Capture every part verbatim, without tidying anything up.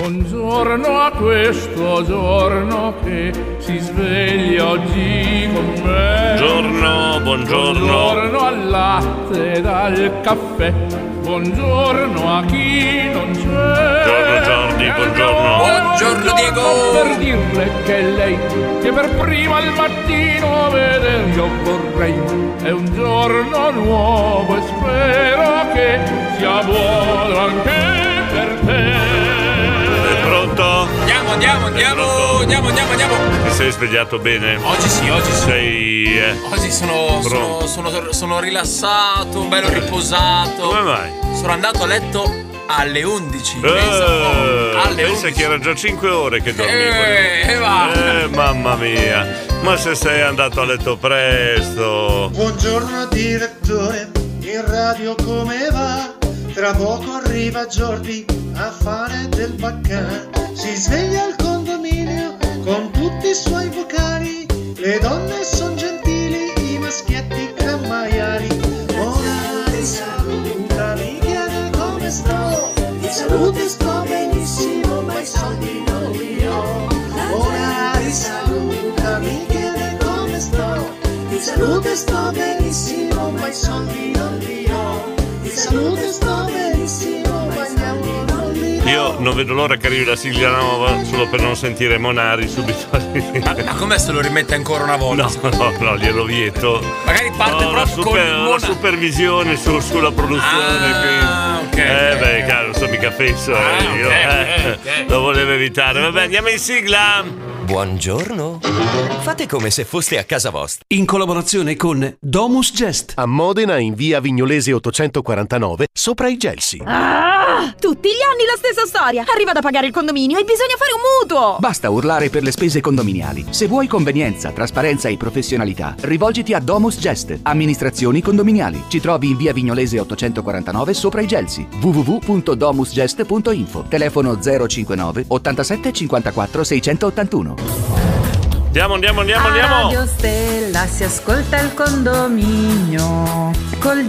Buongiorno a questo giorno che si sveglia oggi con me. Buongiorno, buongiorno. Buongiorno al latte e al caffè. Buongiorno a chi non c'è. Buongiorno Giordi, buongiorno. Buongiorno Diego. Per dirle che lei, che per prima al mattino vedere io vorrei. È un giorno nuovo e spero che sia buono anche per te. Pronto? Andiamo, andiamo, andiamo, andiamo, andiamo, andiamo. Ti sei svegliato bene? Oggi sì, oggi sì. Sei... Eh? Oggi sono, sono, sono, sono rilassato, bello riposato. Come mai? Sono andato a letto alle undici. Eh, pensa un po'. Alle pensa undici. che era già cinque ore che dormivo. Eh, eh, va. Eh, mamma mia. Ma se sei andato a letto presto. Buongiorno direttore, in radio come va? Tra poco arriva Giordi a fare del baccà. Si sveglia al condominio con tutti i suoi vocali. Le donne son gentili, i maschietti cammaiali. Ora ti saluta, mi chiede come sto. Di salute sto benissimo, ma i soldi non li ho. Ora ti saluta, mi chiede come sto. Di salute sto benissimo, ma i soldi non li ho. Di salute sto benissimo, ma i soldi non li ho. Io non vedo l'ora che arrivi la sigla nuova solo per non sentire Monari subito. Ma, ma com'è se lo rimette ancora una volta? No, no, no, glielo vieto. Magari parte no, la, proprio super, con la supervisione su, sulla produzione. Ah, qui. ok, Eh ok, beh, ok. caro, non so mica fesso. Ah, eh, io, ok, eh, ok. Lo volevo evitare. Vabbè, andiamo in sigla. Buongiorno. Fate come se foste a casa vostra. In collaborazione con Domus Gest. A Modena, in via Vignolese ottocentoquarantanove, sopra i Gelsi. Ah, tutti gli anni la stessa storia. Arriva da pagare il condominio e bisogna fare un mutuo. Basta urlare per le spese condominiali. Se vuoi convenienza, trasparenza e professionalità, rivolgiti a Domus Gest, amministrazioni condominiali. Ci trovi in via Vignolese ottocentoquarantanove sopra i Gelsi. w w w punto domus gest punto info. Telefono zero cinquantanove ottantasette cinquantaquattro seicentottantuno. Andiamo, andiamo, andiamo, A andiamo. Radio Stella si ascolta il condominio col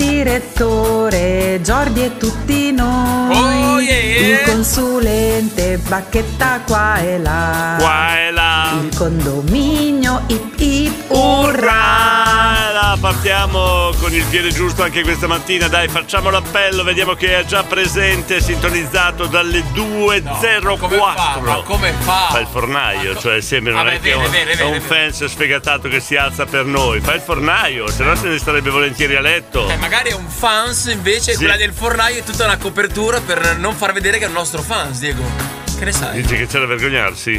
direttore Giordi e tutti noi. Oh, yeah. Il consulente Bacchetta qua e là. Qua e là. Il condominio ip ip Urrà! urrà. Là, partiamo con il piede giusto anche questa mattina. Dai, facciamo l'appello. Vediamo che è già presente, sintonizzato dalle due e zero quattro. Come fa? Ma come fa? Fa il fornaio, cioè sembra non Vabbè, è che è vede, un, vede, è un vede. fans sfegatato che si alza per noi. Fa il fornaio, se no se ne starebbe volentieri a letto. Eh, magari è un fans invece, Sì. quella del fornaio è tutta una copertura per non far vedere che è un nostro fans, Diego. Che ne sai? Dice che c'è da vergognarsi.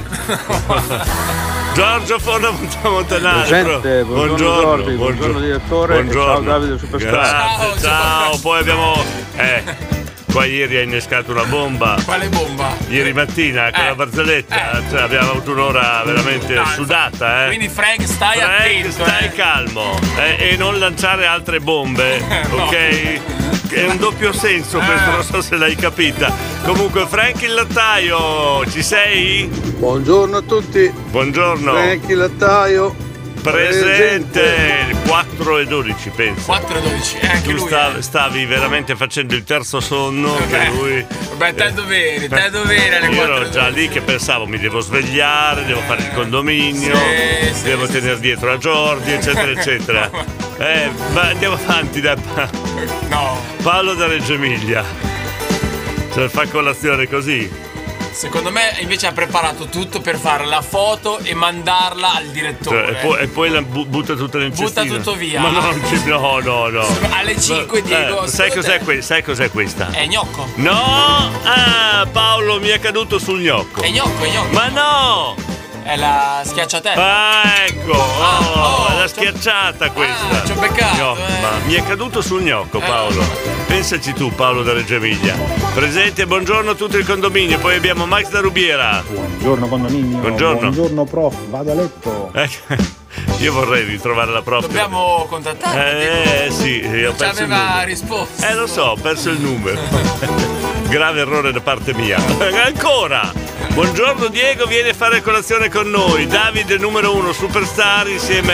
Giorgio Forna Montanari. Presente, buongiorno, buongiorno, Giordi, buongiorno direttore, e ciao Davide Superstar. Grazie, Ciao, ciao. ciao. Poi abbiamo eh, qua ieri ha innescato una bomba. Quale bomba? Ieri mattina con Eh, la barzelletta, eh. cioè, abbiamo avuto un'ora veramente No, sudata, eh. Quindi Frank stai Frank, attento. stai eh. calmo eh, e non lanciare altre bombe, No. ok? È un doppio senso questo, non so se l'hai capita. Comunque, Frank il lattaio, ci sei? Buongiorno a tutti, Buongiorno. Frank il lattaio. Presente. quattro e dodici, pensa. quattro e dodici, eh, anche Tu lui. sta- eh. stavi veramente facendo il terzo sonno che Vabbè. lui. Vabbè, te doveri, te doveri alle Io quattro ero e già dodici. lì che pensavo mi devo svegliare, devo fare il condominio, Sì, sì, devo sì, tenere sì. dietro a Giordi, eccetera, eccetera. Eh, ma andiamo avanti da No, Paolo da Reggio Emilia. Cioè fa colazione così. secondo me invece ha preparato tutto per fare la foto e mandarla al Cioè, direttore. e, poi, e poi la bu- butta tutta nel Butta cestino. tutto via. Ma no, non ci- no, no, no. Alle cinque, Diego, Eh, sai secondo cos'è, te? que- sai cos'è questa? È gnocco. No! Ah, Paolo mi è caduto sul gnocco. È gnocco, è gnocco. Ma no! È la schiacciatella. Ah, ecco! Ah, Oh, oh, è la c'ho- schiacciata questa. Ah, c'ho beccato, No, eh. ma mi è caduto sul gnocco, Eh. Paolo. Pensaci tu, Paolo da Reggio Emilia. Presente, buongiorno a tutto il condominio. Poi abbiamo Max da Rubiera. Buongiorno condominio. Buongiorno. Buongiorno prof, vado a letto. Eh, io vorrei ritrovare la prof. Dobbiamo contattare. Eh sì, io ho Ci perso il aveva numero. risposto. Eh lo so, ho perso il numero. Grave errore da parte mia. Ancora! Buongiorno Diego, vieni a fare colazione con noi. Davide numero uno, superstar, insieme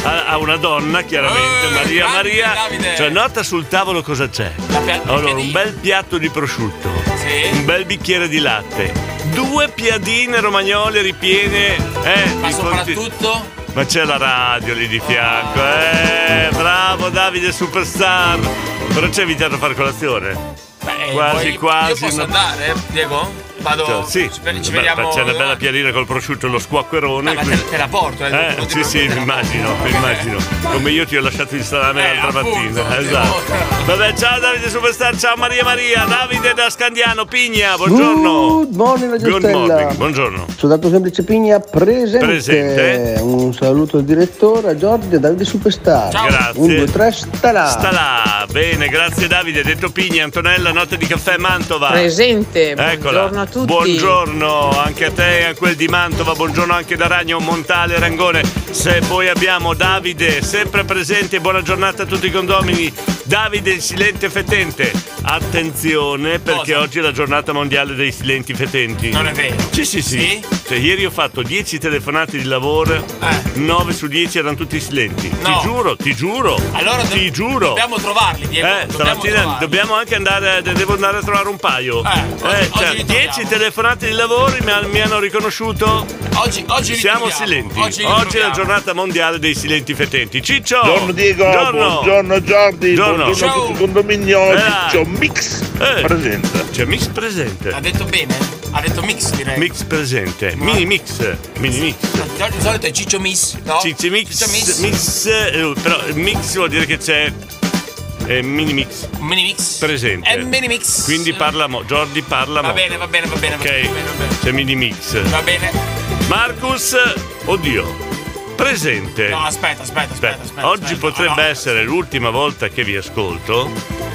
a, a una donna, chiaramente, Eh, Maria grande, Maria. Davide. Cioè, nota sul tavolo cosa c'è. pia- Allora, un bel piatto di prosciutto, Sì. un bel bicchiere di latte, due piadine romagnole ripiene, eh, Ma di conti- soprattutto Ma c'è la radio lì di fianco, eh, bravo Davide Superstar. Però ci hai invitato a fare colazione? Beh, quasi poi- quasi. Io posso no- andare, Diego? Vado. Cioè, sì, ci, ci beh, vediamo. c'è una bella piadina col prosciutto e lo squacquerone. Ah, ma quindi- te, te la porto, eh, Eh, non ti sì, sì, preoccupare. mi immagino, mi immagino. Come io ti ho lasciato il salame Eh, l'altra appunto, mattina. devo- Esatto. Vabbè, ciao Davide Superstar, ciao Maria Maria, Davide da Scandiano, Pigna, buongiorno. Good morning, Radio Good Stella. morning, buongiorno. Soldato Semplice Pigna presente. Presente. Un saluto al direttore, a Giorgio e Davide Superstar. Grazie. Un, due, tre, sta là. Sta là, bene, grazie Davide. Detto Pigna, Antonella, notte di caffè Mantova. Presente, Eccola. buongiorno a tutti. Buongiorno anche a te, a quel di Mantova, buongiorno anche da Ragno, Montale, Rangone. Se poi abbiamo Davide, sempre presente, buona giornata a tutti i condomini. Davide il silente fetente. Attenzione perché Cosa? oggi è la giornata mondiale dei silenti fetenti. Non è vero. Sì, sì, sì. Sì? Cioè, ieri ho fatto dieci telefonate di lavoro, nove su dieci erano tutti silenti. No. Ti giuro, ti giuro. Allora do- ti giuro. Dobbiamo trovarli, Diego. Eh, dobbiamo stamattina trovarli. dobbiamo anche andare, devo andare a trovare un paio. Eh, oggi- Eh, oggi cioè, li dieci troviamo. telefonate di lavoro mi, ha- mi hanno riconosciuto. Oggi, oggi li Siamo troviamo. silenti. Oggi, Oggi, li è la troviamo. giornata mondiale dei silenti fetenti. Ciccio! Buongiorno Diego, Buongiorno, buongiorno Giordi, Buongiorno. buongiorno a Ciao. tutti i condominioni. Eh. C'è un mix Eh. presente. C'è Mix presente. Ha detto bene? Ha detto mix, direi. Mix presente. Mini mix. Mini mix. Di solito è Ciccio Miss, no? Cicci mix. Ciccio Miss. Mix. eh, Però mix vuol dire che c'è. eh, mini mix. Un mini mix. Presente. È un mini mix. Quindi parla mo. Jordi parla mo. Va bene, va bene, va bene. Ok. Va bene, va bene. C'è mini mix. Va bene. Marcus. Oddio. Presente. No, aspetta, aspetta, aspetta. aspetta Oggi aspetta. potrebbe Ah, no. essere l'ultima volta che vi ascolto.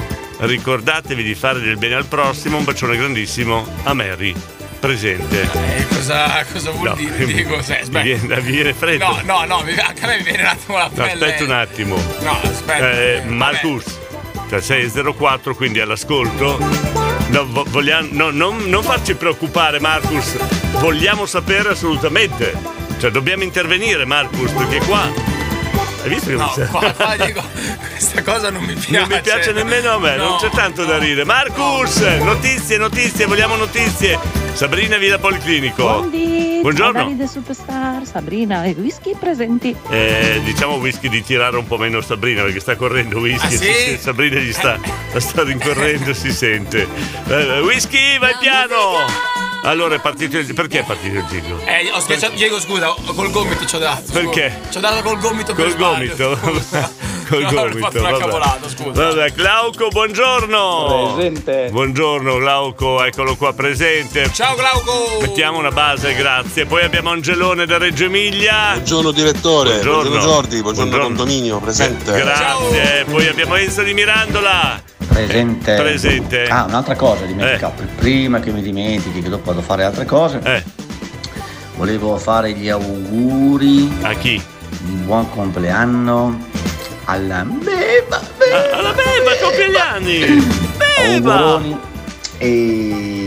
Ricordatevi di fare del bene al prossimo. Un bacione grandissimo a Mary. Presente. Eh, cosa, cosa vuol No, dire? Dico, se, mi aspetta. viene, mi viene freddo. No, no, no, mi- anche a me mi viene un attimo la No, pelle. aspetta un attimo. No, aspetta. Eh, Marcus, cioè sei zero quattro, quindi all'ascolto. No, vo- vogliamo, no, non, non farci preoccupare, Marcus. Vogliamo sapere assolutamente. Cioè, dobbiamo intervenire, Marcus, perché qua. Hai visto che No, non c'è? qua, qua dico, questa cosa non mi piace. Non mi piace nemmeno a me, No, non c'è tanto da ridere. Marcus, notizie, notizie, vogliamo notizie. Sabrina Villa Policlinico. Buondì, Buongiorno. Davide Superstar, Sabrina e Whisky presenti. Eh, diciamo Whisky di tirare un po' meno Sabrina perché sta correndo Whisky. Ah, sì? Sabrina gli sta, la sta rincorrendo, si sente. Eh, Whisky, vai piano! Allora è partito il. Perché è partito il giro? Eh, ho schiacciato, Diego, scusa, col gomito ci ho dato. scusa. Perché? Ci ho dato col gomito per Col sbaglio, gomito? scusa. Col No, avrei gomito. fatto una vabbè. cavolata, scusa. Vabbè, Glauco, buongiorno. Presente. Buongiorno Glauco, eccolo qua presente. Ciao Glauco! Mettiamo una base, grazie. Poi abbiamo Angelone da Reggio Emilia. Buongiorno direttore, buongiorno, Jordi, buongiorno, Buongiorno. condominio, presente. Grazie. Poi abbiamo Enzo di Mirandola. Presente. Presente. Ah, un'altra cosa, dimenticato. Prima che mi dimentichi che dopo vado a fare altre cose. Eh. Volevo fare gli auguri. A chi? Di buon compleanno alla Beba. Ah, alla Beba, compie gli anni. Beba. Auguroni. E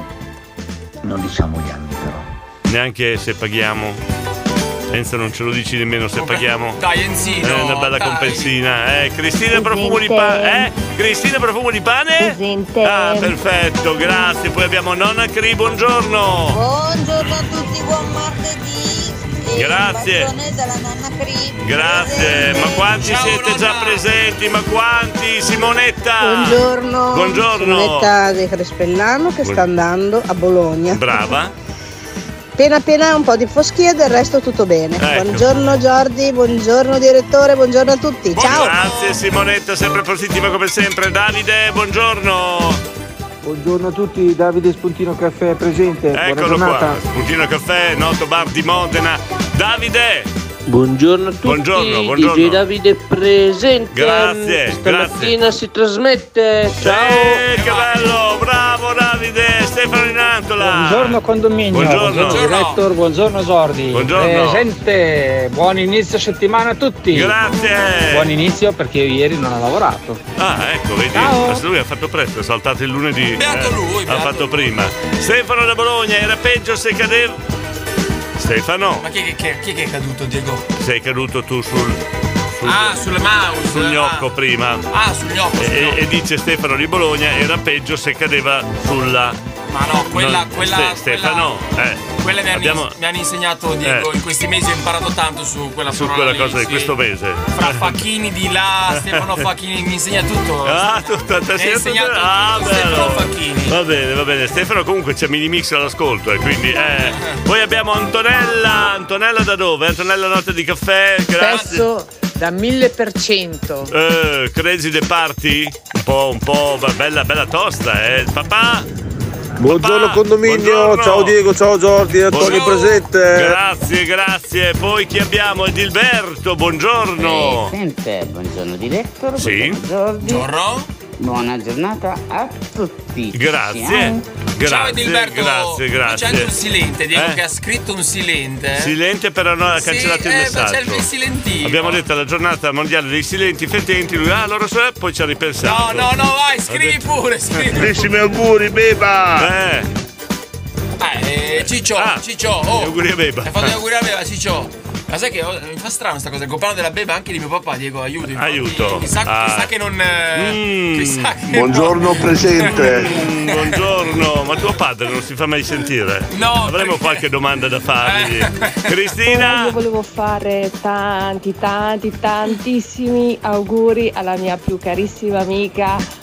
non diciamo gli anni però. Neanche se paghiamo. Enzo non ce lo dici nemmeno se paghiamo. Dai, Enzino. È una bella dai. compensina. Eh, Cristina Presente. profumo di pane. Eh? Cristina profumo di pane? Presente. Ah, perfetto, grazie. Poi abbiamo nonna Cri, buongiorno. Buongiorno a tutti, buon martedì. E Grazie. un bacione dalla nonna Cri. Grazie, ma quanti Ciao, siete nonna. già presenti? Ma quanti? Simonetta! Buongiorno, Buongiorno. Simonetta De Crespellano che Buon- sta andando a Bologna. Brava. Appena appena un po' di foschia, del resto tutto bene. Ecco. Buongiorno Jordi, buongiorno direttore, buongiorno a tutti. Ciao! Grazie Simonetta, sempre positiva come sempre. Davide, buongiorno. Buongiorno a tutti, Davide Spuntino Caffè presente. Buona Eccolo giornata. qua. Spuntino Caffè, noto bar di Modena. Davide! Buongiorno a tutti, Buongiorno, buongiorno. D J Davide presente. Grazie, Stamattina si trasmette. Ciao. Eh, che bello, bravo Davide, Stefano Rinantola. Buongiorno condominio, Buongiorno. director, buongiorno Jordi. Buongiorno. Presente, buon inizio settimana a tutti. Grazie. Buon inizio perché io ieri non ho lavorato. Ah, ecco, vedi, Ciao. ma lui ha fatto presto, è saltato il lunedì. Beato lui, ha beato fatto prima. Stefano da Bologna, era peggio se cadeva. Stefano. Ma chi, chi, chi, chi è caduto, Diego? Sei caduto tu sul... sul ah, sul mouse. Sul gnocco ah. prima. Ah, sul gnocco. E, sul e dice Stefano di Bologna, era peggio se cadeva sulla... Ma no, quella, non, quella, Ste, Stefano, quella, eh, quella mi, abbiamo, hanno, mi hanno insegnato, Diego, eh, in questi mesi ho imparato tanto su quella su parola quella lì, cosa sì. di questo mese. Fra Facchini di là, Stefano Facchini mi insegna tutto. Ah, tutto, ti mi ha insegnato tutto, ah, Stefano Facchini. Va bene, va bene. Stefano comunque c'è Minimix all'ascolto e quindi eh. Poi abbiamo Antonella. Antonella da dove? Antonella Notte di Caffè, grazie. Pezzo da mille per cento. Eh, Crazy the Party? Un po', un po', bella, bella tosta, eh. Papà? Buongiorno condominio, buongiorno. Ciao Diego, ciao Giordi, Antonio presente. Grazie, grazie. Poi chi abbiamo? Edilberto, buongiorno. Presente, buongiorno direttore. Sì. Buongiorno. Buona giornata a tutti. Grazie. Grazie, ciao Edilberto. grazie, grazie. C'è anche un silente, Diego, eh? che ha scritto un silente. Silente, però no, ha cancellato sì, il eh, messaggio. C'è il silentino. Abbiamo detto la giornata mondiale dei silenti fetenti, lui, ah, allora so, poi ci ha ripensato. No, no, no, vai, scrivi pure, scrivi. Bellissimi auguri, Beba. Eh. Eh, Ciccio, ah, Ciccio, oh. Auguri a Beba. Hai fatto gli auguri a Beba, Ciccio. Ma sai che oh, mi fa strano sta cosa, il compagno della Beba anche di mio papà, Diego, aiuto. Infatti, aiuto. Chissà, ah. chissà che non. Mm. Chissà che buongiorno non... presente. Mm, buongiorno, ma tuo padre non si fa mai sentire? No. Avremo perché... qualche domanda da fargli. Cristina. Io volevo fare tanti, tanti, tantissimi auguri alla mia più carissima amica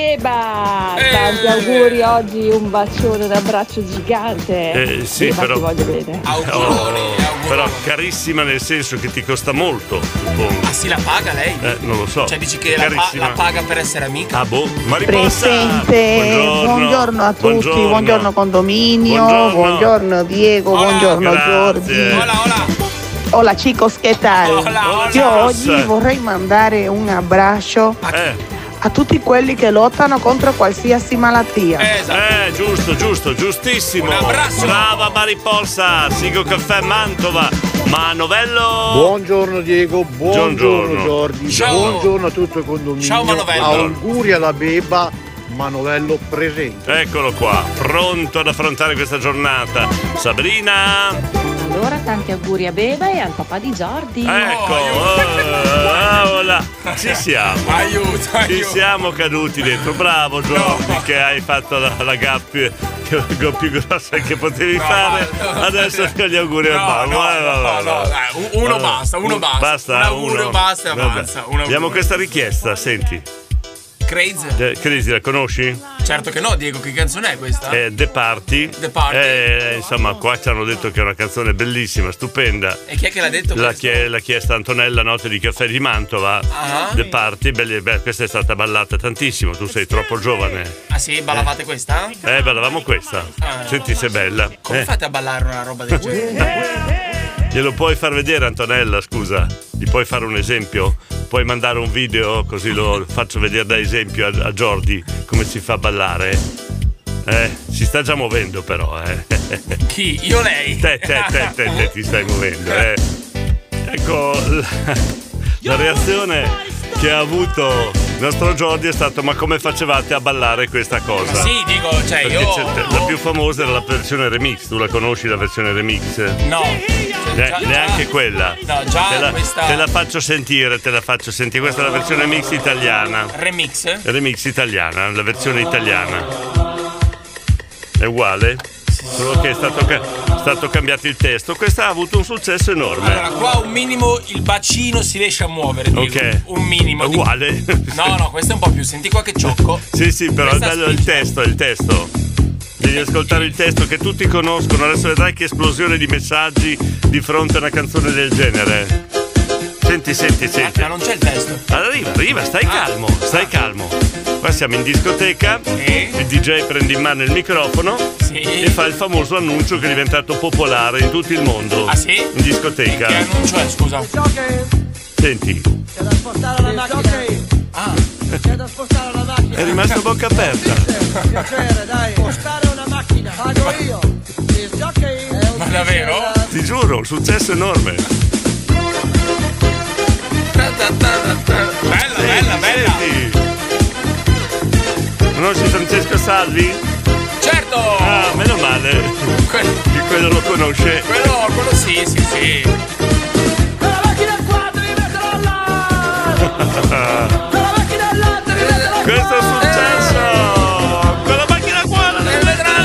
Beba. Eh. Tanti auguri oggi, un bacione, un abbraccio gigante. Eh, sì, Beba, però. ti voglio bene. Auguroni, oh, auguroni. Però carissima nel senso che ti costa molto, suppongo. Ah sì, la paga lei? Eh, non lo so. Cioè dici che la, pa- la paga per essere amica? Ah boh, Mariposa. Presente. Buongiorno. Buongiorno a tutti, buongiorno, buongiorno condominio, buongiorno, buongiorno Diego, hola, buongiorno grazie. Giorgi. Hola, hola. Hola chicos, che tal? Hola, hola. Io oggi vorrei mandare un abbraccio Eh. a tutti quelli che lottano contro qualsiasi malattia. Eh, esatto. Eh, giusto, giusto, giustissimo. Un abbraccio. Brava Mariposa, Sigo Caffè Mantova. Manovello. Buongiorno Diego, buongiorno, Buongiorno. Giordi, Ciao. buongiorno a tutto il condominio. Ciao, Manovello. Auguri alla Beba, Manovello presente. Eccolo qua, pronto ad affrontare questa giornata. Sabrina. Allora, tanti auguri a Beba e al papà di Giordi. Ecco, Oh, oh, oh, là. Ci siamo. Aiuto, Ci aiuto. siamo caduti dentro. Bravo Giordi, no. Che hai fatto la, la gaffa più, più grossa che potevi no, fare. no, Adesso ti gli auguri no, al babbo. no, vai, vai, no, vai, no, vai. dai, uno basta, uno basta. Basta, un augurio uno. basta e Vabbè. avanza. Un Abbiamo questa richiesta, senti. Crazy? Eh, Crazy, la conosci? Certo che no, Diego, che canzone è questa? Eh, The Party. The Party. Eh, insomma, qua ci hanno detto che è una canzone bellissima, stupenda. E chi è che l'ha detto? L'ha, chie- l'ha chiesta Antonella Notte di Caffè di Mantova. Ah. The Party, beh, beh, questa è stata ballata tantissimo, tu sei troppo giovane. Ah sì, ballavate eh. questa? Eh, ballavamo questa. Ah. Senti se è bella. Come eh. fate a ballare una roba del genere? Glielo puoi far vedere, Antonella, scusa? Gli puoi fare un esempio? Puoi mandare un video così lo faccio vedere da esempio a, a Giordi come si fa a ballare? Eh, si sta già muovendo però, eh. Chi? Io o lei? Te, te, te, te, te ti stai muovendo, eh. Ecco, la, la reazione che ha avuto il nostro Giordi è stato: ma come facevate a ballare questa cosa? Ma sì, dico, cioè Perché io... c'è- la più famosa era la versione remix, tu la conosci la versione remix? No. Ne- Già- neanche già- quella. No, già te la, questa... te la faccio sentire, te la faccio sentire. Questa è la versione mix italiana. Remix? Remix italiana, la versione italiana. È uguale? Solo che è stato, ca- è stato cambiato il testo. Questa ha avuto un successo enorme. Allora, qua un minimo il bacino si riesce a muovere, Diego. Ok. Un minimo. È uguale? No, no, questo è un po' più. Senti qua che ciocco. Sì, sì, però è Questa bello il testo, il testo. Devi ascoltare il testo che tutti conoscono. Adesso vedrai che esplosione di messaggi di fronte a una canzone del genere. Senti, senti, senti. Ma non c'è il testo. Arriva, arriva, stai calmo, stai calmo. Qua siamo in discoteca, Sì. il D J prende in mano il microfono Sì. e fa il famoso annuncio che è diventato popolare in tutto il mondo. Ah, sì? In discoteca. Che annuncio è, scusa? Senti, C'è da spostare la macchina. Ah. C'è da spostare la macchina. è rimasto a bocca aperta. Piacere, dai. Spostare una macchina. Pago io. Il jockey è un Ma davvero? Ti giuro, un successo enorme. Bella, bella, bella. Senti. Conosci Francesco Salvi? Certo. Ah, meno male. Que- Che quello lo conosce? Quello, quello sì, sì, sì. Con la macchina qua devi metterla là. Con la macchina là devi metterla qua. Questo è successo. Con la macchina qua devi metterla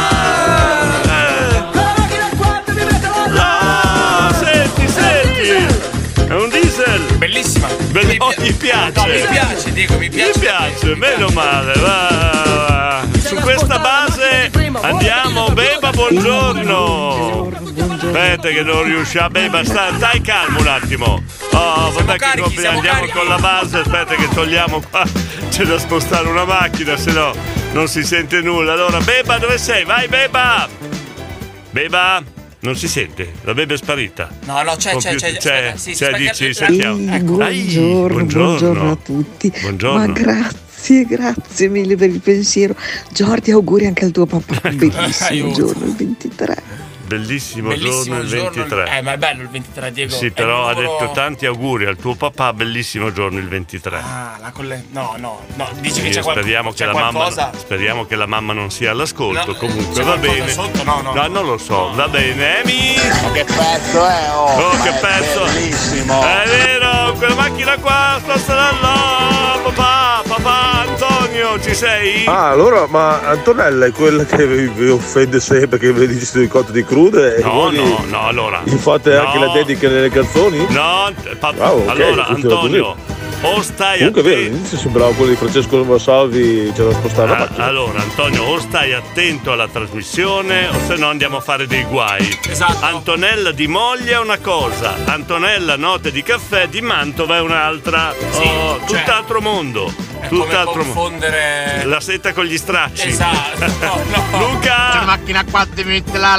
là. Con la macchina qua devi metterla là. No, senti, senti. È un diesel. Bellissima. Be- oh, gli piace. No, mi piace, Diego, mi piace. Mi piace, meno male. Va, va. Su questa base andiamo. Beba, buongiorno. Aspetta che non riusciamo. Beba, sta, stai calmo un attimo. Oh, vabbè, che compli- andiamo carichi. Con la base. Aspetta che togliamo qua. C'è da spostare una macchina, se no non si sente nulla. Allora, Beba, dove sei? Vai, Beba. Beba. Non si sente, la Beba è sparita. No, no, c'è, c'è, c'è. C'è, sì, c'è, sì, dici, perché- sentiamo. Ehi, buongiorno, buongiorno. buongiorno a tutti. Buongiorno. Ma grazie, grazie mille per il pensiero. Giordi, auguri anche al tuo papà. Bellissimo Aiuto. giorno, il ventitré. Bellissimo, Bellissimo giorno il giorno, ventitré. Eh, ma è bello il ventitré, Diego. Sì, È però il ha numero- detto tanti auguri al tuo papà, bellissimo giorno il ventitré. Ah, la colle... No, no, no, dici Sì, che c'è, qual- speriamo, c'è che la qualcosa... mamma, speriamo che la mamma non sia all'ascolto. No, Comunque c'è va qualcosa bene. sotto? No, no. No, non lo so, va bene. Emi! Ma che pezzo è? Oh, Oh, che è pezzo! bellissimo! È vero, quella macchina qua sta là. Papà, papà, Antonio, ci sei? Ah, allora, ma Antonella è quella che vi, vi offende sempre, che vi dice sui cotti di crude? E No, voi no, no, allora. gli fate anche No. la dedica nelle canzoni? No, pa- Bravo, ok, allora funziona Antonio, o stai Comunque è vero, attento. all'inizio sembrava quello di Francesco Vassalvi, c'era da spostare la Ah, macchina. allora Antonio, o stai attento alla trasmissione o se no andiamo a fare dei guai. Esatto. Antonella di Moglia è una cosa, Antonella Note di Caffè di Mantova è un'altra. Sì, Oh, cioè, tutt'altro mondo. È come Tutt'altro mondo. confondere... La setta con gli stracci. Esatto, no, no. Luca! C'è macchina qua, devi metterla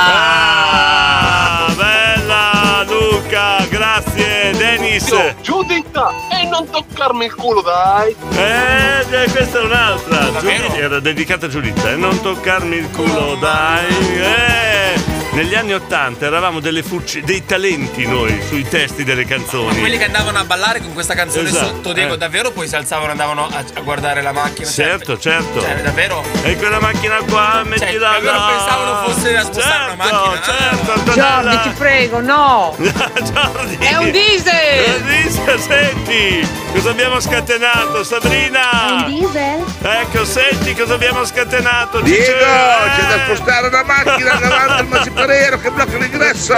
Ah, là! bella Luca, grazie Dennis. Judith! E non toccarmi il culo, dai! Eh, eh, questa è un'altra. Davvero? Giuditta, era dedicata a Giuditta. Eh, non toccarmi il culo, dai. Eh, negli anni Ottanta eravamo delle fucci- dei talenti noi sui testi delle Ma canzoni. quelli che andavano a ballare con questa canzone Esatto, sotto, Diego, eh. davvero poi si alzavano e andavano a, a guardare la macchina? Certo, certo. Cioè, davvero? E quella macchina qua, mettila davvero là. pensavano fosse a spostare una Certo, macchina? certo, Giordi, Antonella. ti prego, no! Giordi. È un È diesel! un diesel, senti. Cosa abbiamo scatenato, Sabrina? diesel? Ecco, senti cosa abbiamo scatenato. Diego, Ciccio. c'è da spostare una macchina davanti al macipanero che blocca l'ingresso!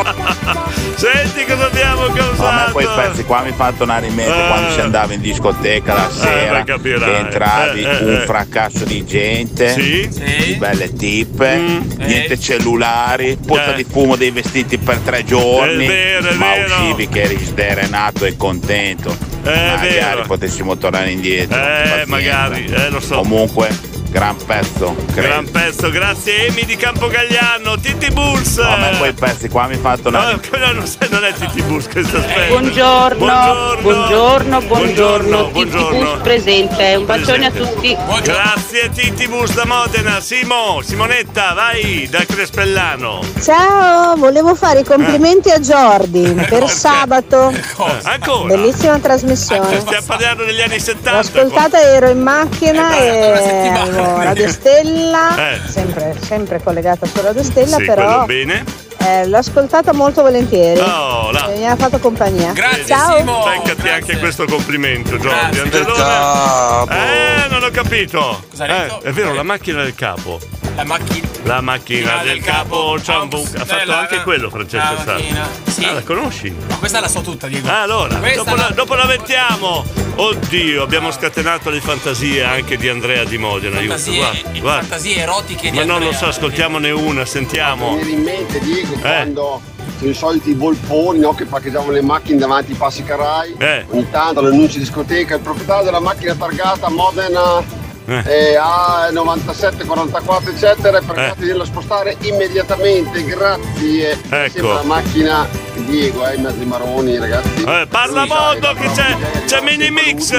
Senti cosa abbiamo causato. A me quei pezzi qua mi fanno tornare in mente Eh. quando si andava in discoteca la sera, ma capirai. che entravi, Eh, eh, un eh. fracasso di gente, Sì? Sì. belle tippe, Mm. niente Eh. cellulari, puzza Eh. di fumo dei vestiti per tre giorni, È vero, è ma vero. uscivi che eri sdrenato e contento. È Magari vero. potessimo tornare indietro. Eh, pazienza. magari, eh, lo so. Comunque, gran pezzo, credo. Gran pezzo, grazie Emi di Campogagliano, Titi Bulls. A me quei pezzi qua mi fanno tornare No, quello non, non è Titi Bulls, questo aspetta. Buongiorno, buongiorno, buongiorno, buongiorno, Titi buongiorno. Bus presente, un bacione a Presente. tutti. Grazie Titi Bus da Modena. Simo, Simonetta, vai da Crespellano. Ciao, volevo fare i complimenti a Giordi per sabato. Ancora? Bellissima trasmissione. Stiamo parlando degli anni L'ho settanta. ascoltata, ero in macchina e settimana. avevo Radio Stella, Eh. sempre, sempre collegata su Radio Stella, Sì, però quello bene. eh, l'ho ascoltata molto volentieri. Oh, là. E mi ha fatto compagnia. Grazie, Ciao. Simo. Beccati anche questo complimento, Giorgi. Grazie. Angelone. Eh, non ho capito. Cosa hai detto? Eh, è vero, la macchina del capo. La macchina. La macchina del capo c'ha un buco. Ha fatto la- anche quello Francesco la Sardi. macchina. Sì. Ah, la conosci? Ma questa la so tutta, Diego. Ah, allora, Questa dopo la, la- dopo la mettiamo. Oddio, abbiamo scatenato le fantasie anche di Andrea di Modena. Aiuto, Fantasie, guarda, guarda. fantasie erotiche di Ma non Andrea. lo so, ascoltiamone una, sentiamo. Mi viene in mente, Diego, Eh. quando sono i soliti volponi, no, che parcheggiavano le macchine davanti ai passi carrai. Eh. Ogni tanto all'annuncio di discoteca, il proprietario della macchina targata Modena Eh. eh, A novantasette quarantaquattro eccetera, è pregato di dirlo spostare immediatamente, grazie. Ecco. Sembra la macchina di Diego, eh, in mezzo ai maroni, ragazzi. Eh, parla Lui, sai, modo che c'è, c'è Mini Mix.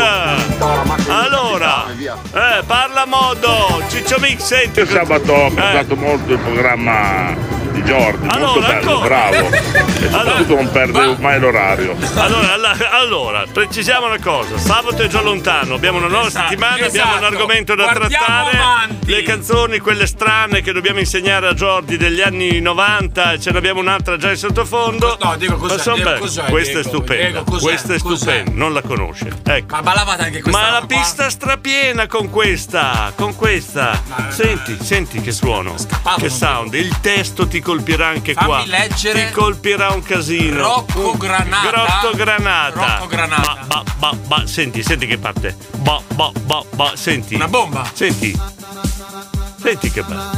Allora, eh, parla modo. Ciccio Mix, senti. Sabato ho Eh. apprezzato molto il programma di Jordi, molto Allora, bello, ancora. bravo. E soprattutto non perde mai l'orario. Allora, alla- allora, precisiamo una cosa. Sabato è già lontano, abbiamo una nuova Esatto, settimana, abbiamo esatto. un argomento da Guardiamo trattare. avanti. Le canzoni, quelle strane che dobbiamo insegnare a Jordi degli anni novanta, ce ne abbiamo un'altra già in sottofondo. No, Diego, cos'è? Ma son Diego, belle. cos'è, Questa Diego? è stupenda. Diego, cos'è? Questa è Cos'è? stupenda, non la conosce. Ecco. Ma ballavate anche questa Ma la roba qua? pista strapiena con questa, con questa. Senti, senti che suono, che sound. Il testo ti colpirà anche Fammi qua. leggere. Ti colpirà un casino. Rocco Un- Granata. Grotto Granata. Rocco Granata. Ba, ba, ba, ba. Senti, senti che parte. Ba, ba, ba, ba. Senti. Una bomba. Senti. Senti che bello.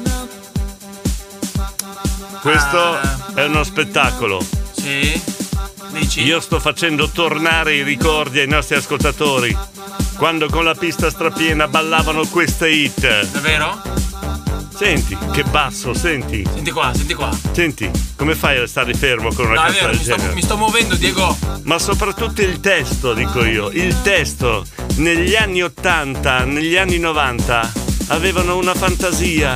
Questo Ah. è uno spettacolo. Sì. Dici? Io sto facendo tornare i ricordi ai nostri ascoltatori quando con la pista strapiena ballavano queste hit. Davvero? Senti, che basso, senti. Senti qua, senti qua. Senti, come fai a stare fermo con una No, è canzone vero, del mi sto, genere? mi sto muovendo, Diego. Ma soprattutto il testo, dico io. Il testo negli anni ottanta, negli anni novanta avevano una fantasia.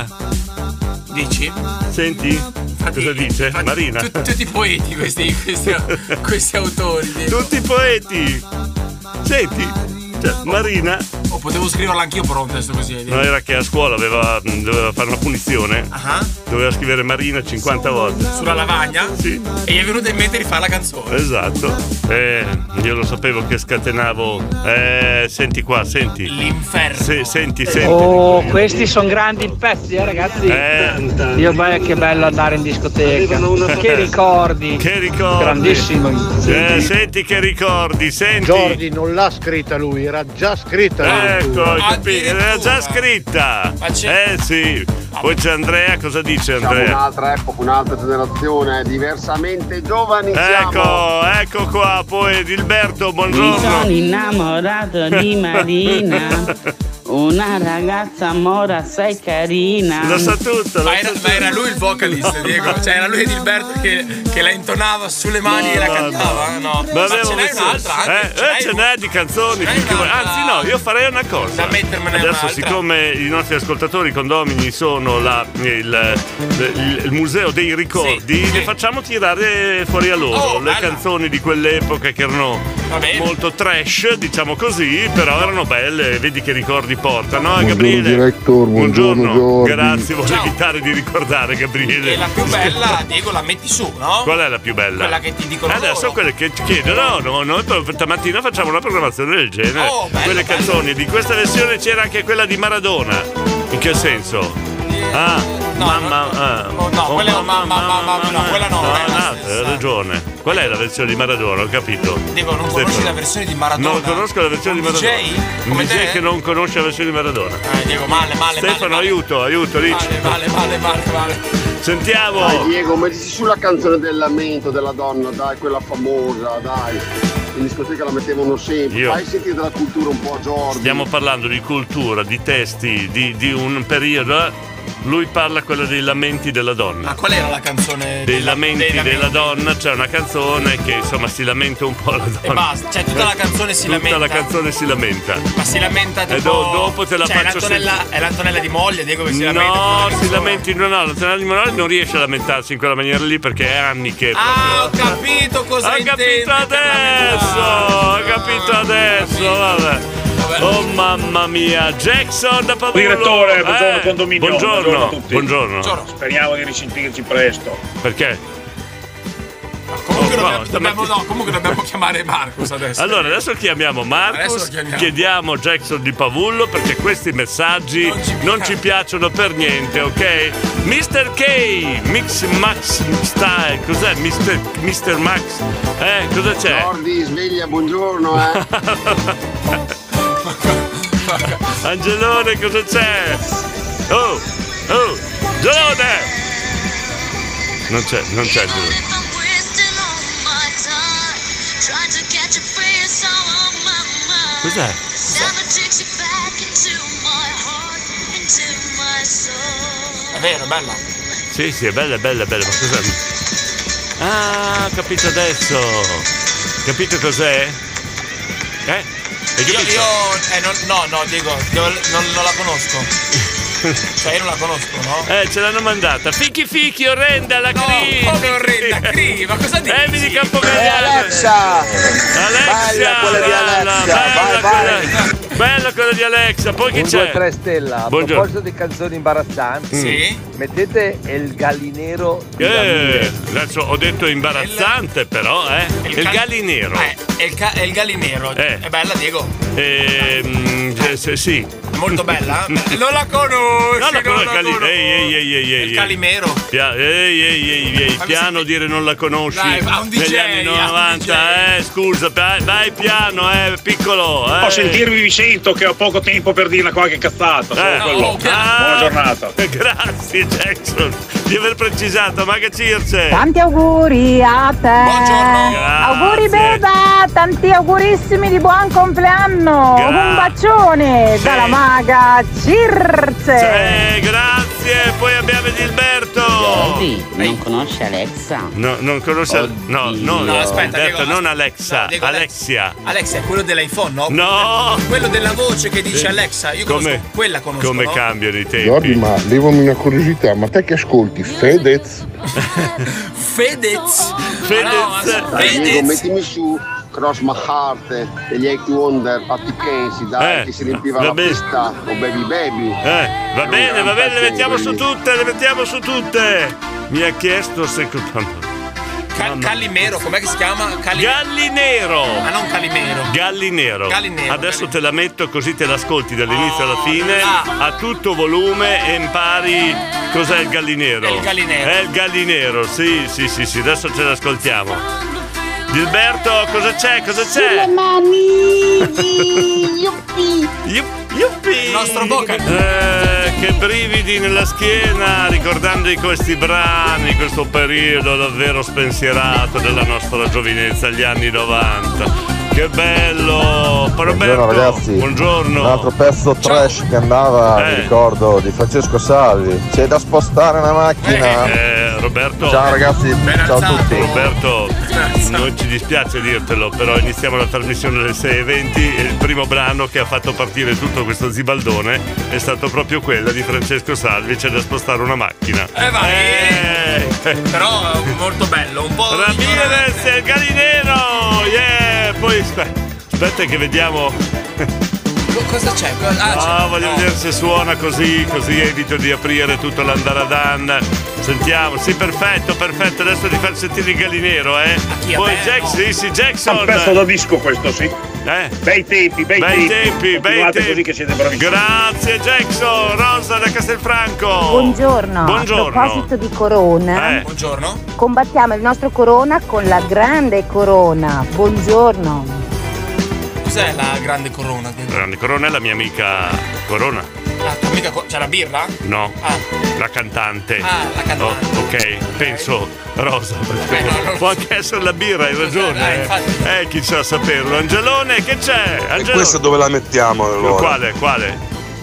Dici? Senti? Cosa dice? Marina? Tutti, tutti poeti questi, questi, questi autori. Diego. Tutti poeti. Senti, cioè, Marina. Oh, potevo scriverla anch'io però un testo così. Diego. No, era che a scuola aveva, doveva fare una punizione. Ah. Doveva scrivere Marina cinquanta volte. Sulla lavagna? Sì. E gli è venuto in mente di fare la canzone. Esatto. Eh, io lo sapevo che scatenavo. Eh, senti qua, senti. L'inferno. Se, senti, senti. Oh, questi sono grandi pezzi, eh, ragazzi. Eh. Dio, beh, che bello andare in discoteca. Che ricordi. Che ricordi. Grandissimo. Eh, senti che ricordi, senti. Jordi non l'ha scritta lui, era già scritta. Ecco, hai capito? Era già scritta. Eh sì. Poi c'è Andrea, cosa dice Siamo Andrea? un'altra epoca, un'altra generazione, diversamente giovani siamo. Ecco, ecco qua, poi Edilberto, Mi buongiorno. sono innamorato di Marina, una ragazza mora assai carina. Lo sa tutto. Ma era, ma era lui il vocalista, Diego. Cioè era lui Edilberto che, che la intonava sulle mani No, e la no, cantava. no. No. Ma Ma avevo ce n'hai messo- un'altra anche? Eh, Ce n'hai eh, ce un- n'è di canzoni. ce n'hai finché vuoi. un'altra? Anzi, no, io farei una cosa. Da mettermene Adesso, un'altra. siccome i nostri ascoltatori condomini sono la, il, il- il museo dei ricordi, Sì, le sì. facciamo tirare fuori a loro Oh, le bella. canzoni di quell'epoca che erano Va bene. molto trash, diciamo così, però erano belle. Vedi che ricordi portano, eh, Buongiorno, Gabriele? director, buongiorno, Jordi. Grazie, voglio Ciao. evitare di ricordare, Gabriele. E la più bella, Diego, la metti su, no? Qual è la più bella? Quella che ti dicono Adesso loro. quelle che ti chiedono, no, noi per- stamattina facciamo una programmazione del genere. Oh, bello, Quelle bello. canzoni, di questa versione c'era anche quella di Maradona. In che senso? Ah, no, mamma. ah. Oh, no, quella è mamma, mamma, mamma, no, quella no, No, è la no, hai ragione. Qual è la versione di Maradona? Ho capito. Diego, non conosci Stefano. la versione di Maradona? Non conosco la versione di Un D J? Maradona. Un Come D J te? che non conosce la versione di Maradona. Eh, Diego, male, male, Stefano, male, aiuto, aiuto, Ricci. male, male, male, male, male. Sentiamo. Dai Diego, mettici sulla canzone del lamento della donna, dai, quella famosa, dai. In discoteca la mettevano sempre. Io- Fai sentire della cultura un po' a Jordi. Stiamo parlando di cultura, di testi, di, di un periodo. Lui parla quello dei lamenti della donna. Ma qual era la canzone? Dei della- lamenti dei lamenti? della donna, c'è una canzone che insomma si lamenta un po' la donna. E basta, cioè tutta la canzone si Tutta lamenta. la canzone si lamenta. Ma si lamenta tipo... E do- dopo te la cioè, faccio è l'Antonella, è l'Antonella di moglie, Diego, che si lamenta. No, si lamenti, no, no, l'Antonella di Monale non riesce a lamentarsi in quella maniera lì perché è anni che. Ah, ho capito cosa Ho intendi capito per adesso! Ho capito adesso, vabbè. Oh mamma mia, Jackson da Pavullo. Direttore, buongiorno Eh, condominio. Buongiorno, Buongiorno a tutti. buongiorno. Speriamo di risentirci presto. Perché? Comunque, Oh, dobbiamo, no, dobbiamo- no, comunque dobbiamo chiamare Marcus adesso. Allora, adesso chiamiamo Adesso Marcus, lo chiamiamo. chiediamo Jackson di Pavullo perché questi messaggi non ci, piacciono per niente, ok? mister K, Mix Max Style, cos'è mister mister Max? Eh, cosa c'è? Jordi, sveglia, buongiorno, eh. Angelone, cosa c'è? Oh, oh, Gelone! Non c'è, non c'è Gelone. Cos'è? È vero, è bella. Sì, sì, è bella, è bella, è bella, ma cos'è? Ah, ho capito adesso. Capito cos'è? Eh? Hai Io, capito? io eh, non, no, no, Diego, io non, non la conosco. Cioè io non la conosco, no? Eh, ce l'hanno mandata. Fichi fichi, orrenda, la No, Cri. come orrenda, Cri, ma cosa dici? Emily Campogagliano. Eh, Alexa! Alexa, Bella quella di bella, Alexa, bella, vai, quella- bella quella di Alexa. Poi chi Un c'è? due tre stella. A Buongiorno. proposito di canzoni imbarazzanti, Sì. mettete il gallinero di Eh, Lamire. adesso ho detto imbarazzante, però, eh. Il, cal- gallinero. Eh, è il, ca- è il gallinero. Eh. È bella, Diego? Ehm, eh, sì, sì. È molto bella? Non la conosci, No, no, però non il la cali- conosci. ehi, ehi, ehi, ehi, ehi. Il calimero. Pia- ehi, ehi, ehi, ehi, Ma mi piano dire non la conosci. Dai, a un D J, negli anni a un novanta, eh, scusa, vai, vai piano, eh, piccolo. Eh. Può sentirvi, vi sento che ho poco tempo per dire qualche cazzata. Solo Eh, quello. oh, ah, Buona giornata. Grazie Jackson di aver precisato, ma che Circe. Tanti auguri a te. Grazie. Auguri Beba, tanti augurissimi di buon compleanno. Gra- Un bacione Sì. dalla maga Circe. Eh, grazie, poi abbiamo Gilberto. Jordi, non conosce Alexa? No, non conosce. No, no, No, aspetta, ho detto Diego, non aspetta. Alexa, No, Diego, Alexia. Alexia è quello dell'iPhone, no? No! Quello della voce che dice Alexa. Io conosco Come, quella conosco, come no? cambiano i tempi. Jordi, ma levami una curiosità, ma te che ascolti Fedez? Fedez. Fedez. Dai, Diego, mettimi su Cross My Heart degli Eight Wonder, Patti Kensi, dai, Eh, che si riempiva va la bene. pista, o Baby Baby. Eh, va un bene, gran va bene, le pezzo mettiamo su di- tutte, le mettiamo su tutte. Mi ha chiesto se. Ca- Calimero, com'è che si chiama? Cali- Gallinero. Ah, non Calimero. Gallinero. Gallinero, Adesso te la metto così te l'ascolti dall'inizio alla fine ah. a tutto volume e impari cos'è il gallinero. È il gallinero. È il gallinero, sì, sì, sì, sì, adesso ce l'ascoltiamo. Gilberto, cosa c'è? Cosa c'è? Sulle mani, yuppi. Yup- Yuppi! Il nostro Boca. Eh, che brividi nella schiena ricordando di questi brani, questo periodo davvero spensierato della nostra giovinezza, gli anni novanta. Che bello! Roberto, Buongiorno ragazzi, buongiorno. un altro pezzo trash che andava, Eh. mi ricordo, di Francesco Salvi. C'è da spostare una macchina. Eh, Roberto. Ciao ragazzi, ciao a tutti. Roberto, non ci dispiace dirtelo, però iniziamo la trasmissione alle sei e venti e il primo brano che ha fatto partire tutto questo zibaldone è stato proprio quella di Francesco Salvi, c'è da spostare una macchina. Eh vai! Eh. Però è molto bello, un po' Ramirez e il gallinero! Yeah! Poi aspetta, aspetta che vediamo. Co- Cosa c'è? Co- Ah, Ah, c'è. voglio no. vedere se suona così, così evito di aprire tutto l'andaradan. Sentiamo, sì, perfetto, perfetto. Adesso ti faccio sentire il gallinero, eh. chi, a Poi me? Jackson, sì, sì, È un Jackson. pezzo da disco questo, sì. Eh? Bei tempi, bei, Bei tempi, bei Continuate tempi. così che siete bravissimi. Grazie Jackson, Rosa da Castelfranco. Buongiorno. Buongiorno. A proposito di corona, Eh. Buongiorno. combattiamo il nostro corona con la grande corona. Buongiorno. Cos'è la grande corona? Grande Corona è la mia amica Corona. La tua amica co- c'è la birra? No, Ah. la cantante. Ah, la cantante. Oh, ok, penso Rosa. perché no, no. Può anche essere la birra, hai ragione. Eh, Eh, infatti. eh chi sa saperlo. Angelone, che c'è? E Angelone. questa dove la mettiamo allora? Quale? Quale?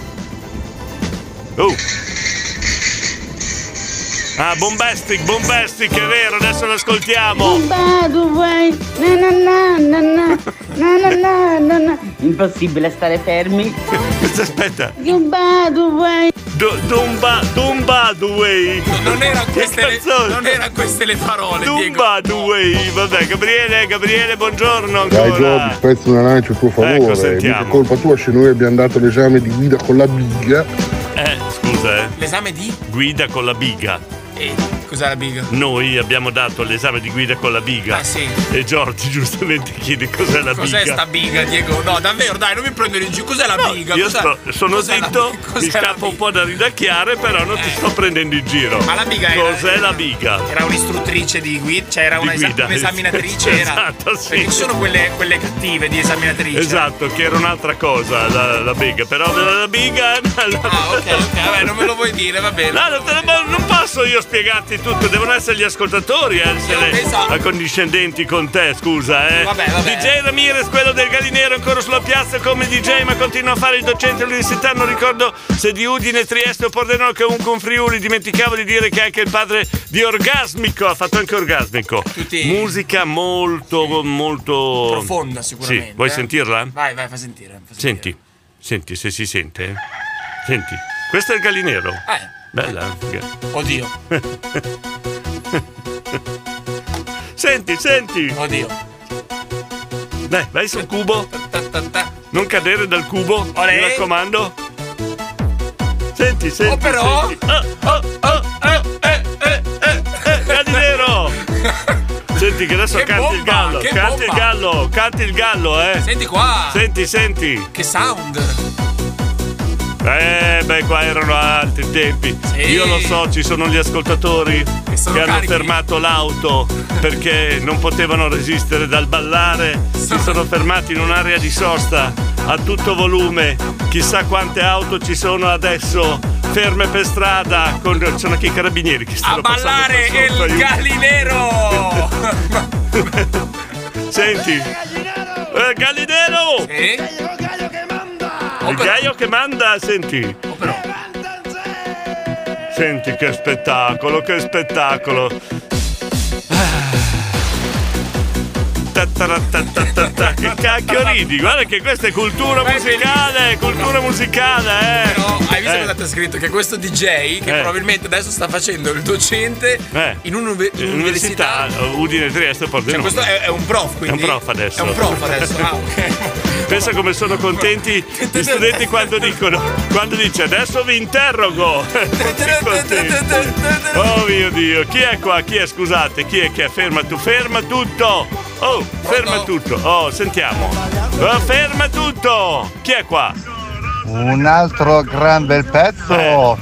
Uh. Ah, Bombastic, Bombastic, è vero, adesso l'ascoltiamo. Bad way, na na na na na na na na na na. Impossibile stare fermi. Aspetta. You bad way. Do- Dumba, Dumba the way. Non erano Che queste, le, canzone? non erano queste le parole, Diego. Dumba the way. Vabbè, Gabriele, Gabriele, buongiorno ancora. Dai Jordi, spezzo una lancia a tuo favore. Ecco, sentiamo. Mica colpa tua se noi abbiamo dato l'esame di guida con la biga. Eh, scusa, eh. L'esame di? Guida con la biga. Eh, cos'è la biga? Noi abbiamo dato l'esame di guida con la biga. Ah, sì. E Giorgi giustamente chiede cos'è la Cos'è biga. sta biga, Diego? No, davvero, dai, non mi prendere in giro. Cos'è la biga? Io Cos'è- sto- sono cos'è la- zitto, cos'è mi la scappa un po' da ridacchiare, però non ti Eh. sto prendendo in giro. Ma la biga era- Cos'è la biga? Era un'istruttrice di guida, cioè era Di una esa- guida. un'esaminatrice. Era. Esatto, sì. Perché ci sono quelle, quelle cattive di esaminatrice. Esatto, che era un'altra cosa, la, la biga. Però la, la biga. La... Ah, ok, ok, vabbè, non me lo vuoi dire, va bene. No, non, te lo- non posso io spiegarti tutto, devono essere gli ascoltatori a essere Esatto. accondiscendenti con te, scusa, eh. Vabbè, vabbè. D J Ramirez, quello del gallinero, ancora sulla piazza come D J, ma continua a fare il docente all'università. Non ricordo se di Udine, Trieste o Pordenone, comunque un Friuli. Dimenticavo di dire che anche il padre di Orgasmico ha fatto anche Orgasmico. Tutti- Musica molto, molto Profonda, sicuramente. Sì, vuoi eh. sentirla? Vai, vai, fa sentire. fa sentire. Senti, senti se si sente. Senti, Questo è il gallinero. Eh. Bella. Oddio. Senti, senti. Oddio. Dai, vai sul cubo. Non cadere dal cubo. Olè. Mi raccomando. Senti, senti. Oh, però. Senti. Oh, oh, oh, oh, eh, eh, eh, eh, gallinero. Senti che adesso Che canti bomba, il gallo. che Canti bomba. il gallo. Canti il gallo, eh. Senti qua. Senti, senti. Che sound. Eh, beh, qua erano altri tempi. Sì. Io lo so, ci sono gli ascoltatori che, sono che hanno carichi. fermato l'auto perché non potevano resistere dal ballare. Si sono fermati in un'area di sosta a tutto volume. Chissà quante auto ci sono adesso ferme per strada. Con... Ci sono anche i carabinieri che stanno A ballare passando per sotto, il aiuto. gallinero. Senti. Eh, gallinero! Sì? Il gallo che manda, senti. Senti che spettacolo, che spettacolo. Ta ta ta ta ta ta. Che cacchio ridi? Guarda che questa è cultura musicale, cultura musicale, eh. Però hai visto Eh. cosa c'è scritto? Che questo D J, che Eh. probabilmente adesso sta facendo il docente Eh. in un'università. Università Udine Trieste Cioè, Pordenone. questo è, è un prof, quindi. È un prof adesso. È un prof adesso. Ah, ok. Pensa come sono contenti gli studenti quando dicono, quando dice adesso vi interrogo. Oh mio Dio, chi è qua? Chi è? Scusate, chi è che è? Ferma tu, ferma tutto! Oh, ferma tutto! Oh, sentiamo! Oh, ferma tutto! Chi è qua? Un altro gran bel pezzo.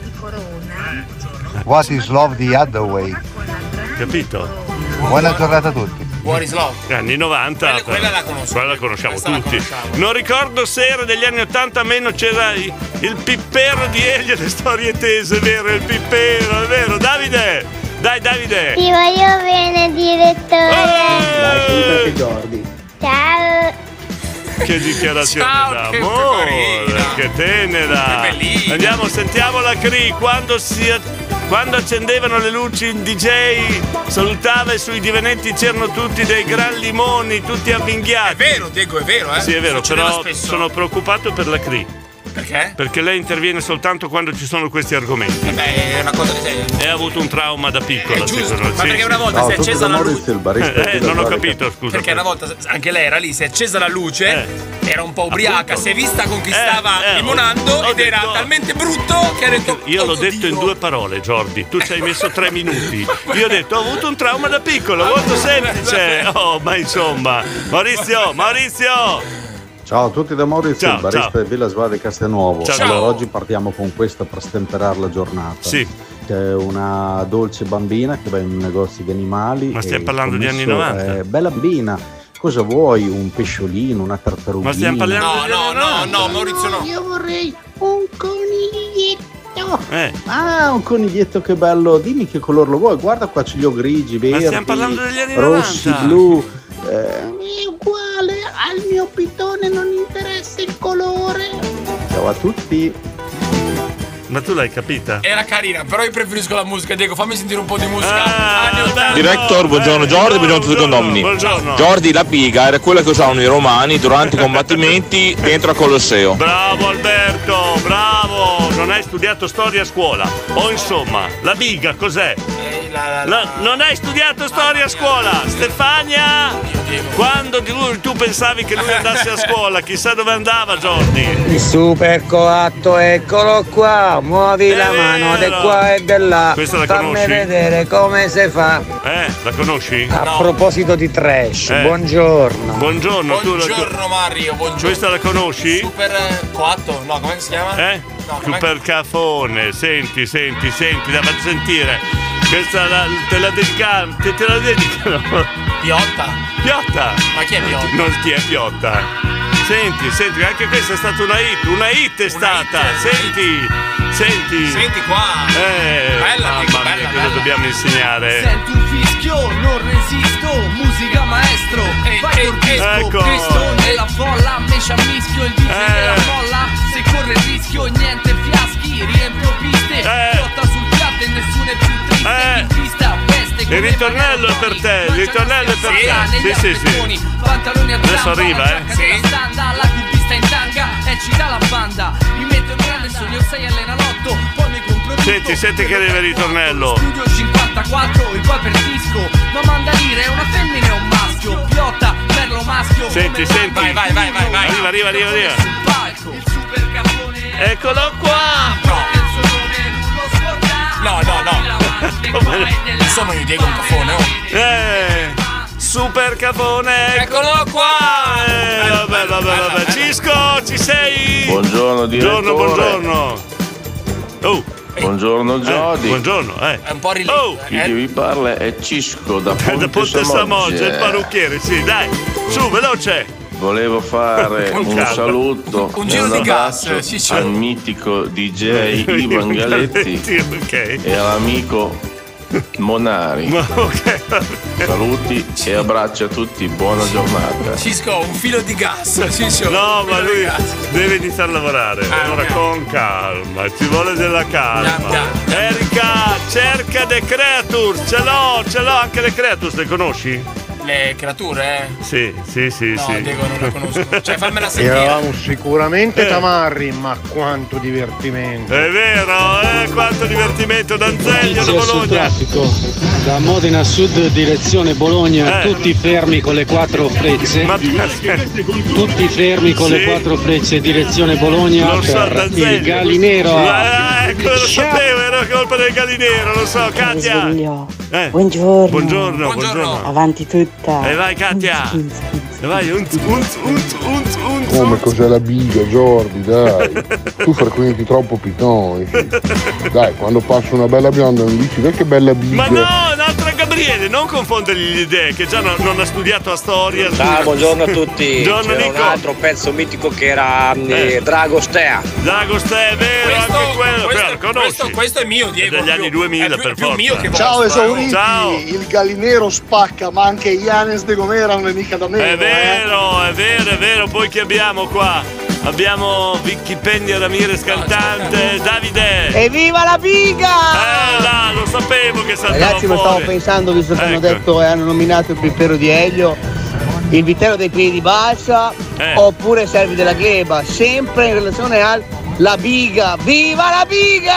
What is love the other way? Capito? Buona giornata a tutti. What is love? Anni novanta. Quella- quella la conosco. Quella la conosciamo Questa la tutti. conosciamo. Non ricordo se era degli anni ottanta, almeno c'era il, il pippero di Elio, le storie tese, è vero, il pippero, è vero. Davide! Dai Davide! Ti voglio bene, direttore. Dai, saluta anche Jordi. Ciao. Che dichiarazione Ciao, che d'amore, carina. che tenera. Che bellina. Andiamo, sentiamo la Cree quando si quando accendevano le luci il D J salutava e sui divaneti c'erano tutti dei gran limoni, tutti avvinghiati. È vero, Diego, è vero, eh? Sì, è vero, Succedeva però spesso. sono preoccupato per la Cree. Perché? Perché lei interviene soltanto quando ci sono questi argomenti. Beh, è una cosa di E ha avuto un trauma da piccola, È giusto, secondo me. ma Sì, perché sì. una volta Ciao, si è tutto accesa da la Maurizio, il luce. barista Eh, della non ho Zarica. capito, scusa. Perché una volta anche lei era lì, si è accesa la luce, era un po' ubriaca, Appunto. si è vista con chi stava Eh, eh, limonando ho ed era detto- talmente brutto che ha detto. Io l'ho "Oh, detto in Dio". due parole, Jordi. Tu ci hai messo tre minuti. Io ho detto: ho avuto un trauma da piccolo, molto semplice. Oh, ma insomma. Maurizio, Maurizio! Ciao a tutti da Maurizio, Ciao, il barista ciao. di Villa Sva di Castelnuovo. Ciao. Allora, Ciao. oggi partiamo con questo per stemperare la giornata. Sì. C'è una dolce bambina che va in un negozio di animali. Ma stiamo e parlando di anni commesso, novanta? eh, bella bambina, cosa vuoi? Un pesciolino, una tartarughina? Ma stiamo parlando No, di no, anni no, novanta? no, Maurizio no. Io vorrei un coniglietto. Eh, Ah, un coniglietto che bello, dimmi che colore lo vuoi, guarda qua ce li ho grigi, verdi, stiamo parlando degli anni rossi, novanta. blu. Eh, È uguale, al mio pitone non interessa il colore. ciao a tutti. ma tu l'hai capita? Era carina, però io preferisco la musica, Diego, fammi sentire un po' di musica. Ah, Anni ottanta. Director, buongiorno Jordi, buongiorno a tutti i condomini. Buongiorno. Jordi, la piga era quella che usavano i romani durante i combattimenti dentro al Colosseo. Bravo Alberto, bravo! Non hai studiato storia a scuola. O insomma, la biga cos'è? Eh, la- la- La- non hai studiato storia a scuola, Stefania? Quando tu, tu pensavi che lui andasse a scuola, chissà dove andava Jordi. Il super coatto, eccolo qua, muovi È la mano di vero. qua e di là, Questa la fammi conosci? vedere come si fa. Eh, la conosci? A proposito di trash, Eh. buongiorno. Buongiorno, tu la Buongiorno Mario, buongiorno. Questa la conosci? Super eh, coatto, no, come si chiama? Eh? No, com'è? Super cafone, senti, senti, senti, da far sentire. Questa la, te la dedicano, te, te la dedicano. Piotta. Piotta! Ma chi è Piotta? Non chi è Piotta? Senti, senti, anche questa è stata una hit, una hit è stata, hit, senti, senti. Senti qua. Eh, Bella, mamma Diego, mia, bella, cosa bella. dobbiamo insegnare? Senti un fischio, non resisto, musica maestro, vai col disco, ecco. Cristo nella folla, me ci ammischio il D J Eh. della folla, se corre il rischio niente fiaschi, riempio piste, Eh. lotta sul piatto e nessuno è più triste, Eh. in pista veste come Il ritornello è per te, il ritornello è per te. Sì, sì, sì. pantaloni a Adesso zampa, arriva, la eh. giacca Sì. della standa, la cubista sta in tanga e ci dà la banda. Mi metto in grande sogno sei allena l'otto, poi mi compro tutto. Senti, senti che arriva il ritornello. Studio cinquantaquattro, il poi per disco. Ma manda dire è una femmina e un maschio. Piotta, merlo maschio. Senti, senti. Vai, vai, vai, vai, vai. Arriva, arriva, arriva, arriva. Sul palco, il super capone. Eccolo qua. No, il suo nome non lo scordare. No, no, no. Sono io Diego un cafone, oh. Eh, super cafone. Eccolo qua. Eh, vabbè, vabbè, vabbè. Cisco, ci sei? Buongiorno direttore. Buongiorno, buongiorno. Oh. Buongiorno Jody. Eh, buongiorno, eh. È un po' rilento. Oh. Chi che vi parla è Cisco da Ponte, da Ponte Samoggia, il parrucchiere, sì, dai. Su, veloce. Volevo fare un calma. saluto Un e giro un di gas, abbraccio Ciccio. al mitico D J Ivan Galetti Ok. e all'amico Monari. Ma ok. Saluti e abbracci a tutti, buona giornata. Cisco, un filo di gas. Ciccio, No, un ma filo di lui gas. deve iniziare a lavorare. Ah, allora ok. con calma, ci vuole della calma. Pian, pian, pian. Erika, cerca The Creatures, ce l'ho, ce l'ho anche The Creatures, le conosci? Le creature, eh? Sì, sì, sì, No, sì. Diego non la conosco. Cioè, fammela sentire. Eravamo sicuramente Eh. tamarri, ma quanto divertimento. È vero, eh? Quanto divertimento, Danzeglio da Notizia sul Bologna. traffico. Da Modena a sud direzione Bologna, Eh. tutti fermi con le quattro frecce. Ma Tutti fermi con Sì. le quattro frecce direzione Bologna lo so, per il Danzeglio. Gallinero. Eh, ecco, lo sapevo, era colpa del Gallinero, lo so, Katia. Eh. Buongiorno. Buongiorno, buongiorno. Avanti tutta. E vai Katia. E vai, unz, unz, unz, unz, unz. Come cos'è la biga, Jordi, dai. Tu frequenti troppo pitoni. Dai, quando passa una bella bionda non dici, vedi che bella biga. Ma no, un'altra Gabriele, non confondergli le idee, che già no- non ha studiato a storia. Ciao, buongiorno a tutti. Buongiorno C'era Nico. un altro pezzo mitico che era eh, Eh. Dragostea. Dragostea, è vero, Questo, anche quello, questo, però, conosci. questo, questo è mio, Diego. È degli anni più- duemila, è più, per più forza. mio che Ciao, vostro, eh. esauriti. Ciao. Il gallinero spacca, ma anche Yanes de Gomera non è mica da meno. È vero, eh. è vero, è vero. Poi chi abbiamo qua? Abbiamo Vicky Pendia Ramirez cantante, Davide. Evviva la biga! Eh là, lo sapevo che saltava Ragazzi, ma stavo fuori. pensando, visto che hanno Ecco. detto e hanno nominato il pippero di Elio, il vitello dei piedi di balsa Eh. oppure servi della gleba, sempre in relazione al la biga. Viva la biga!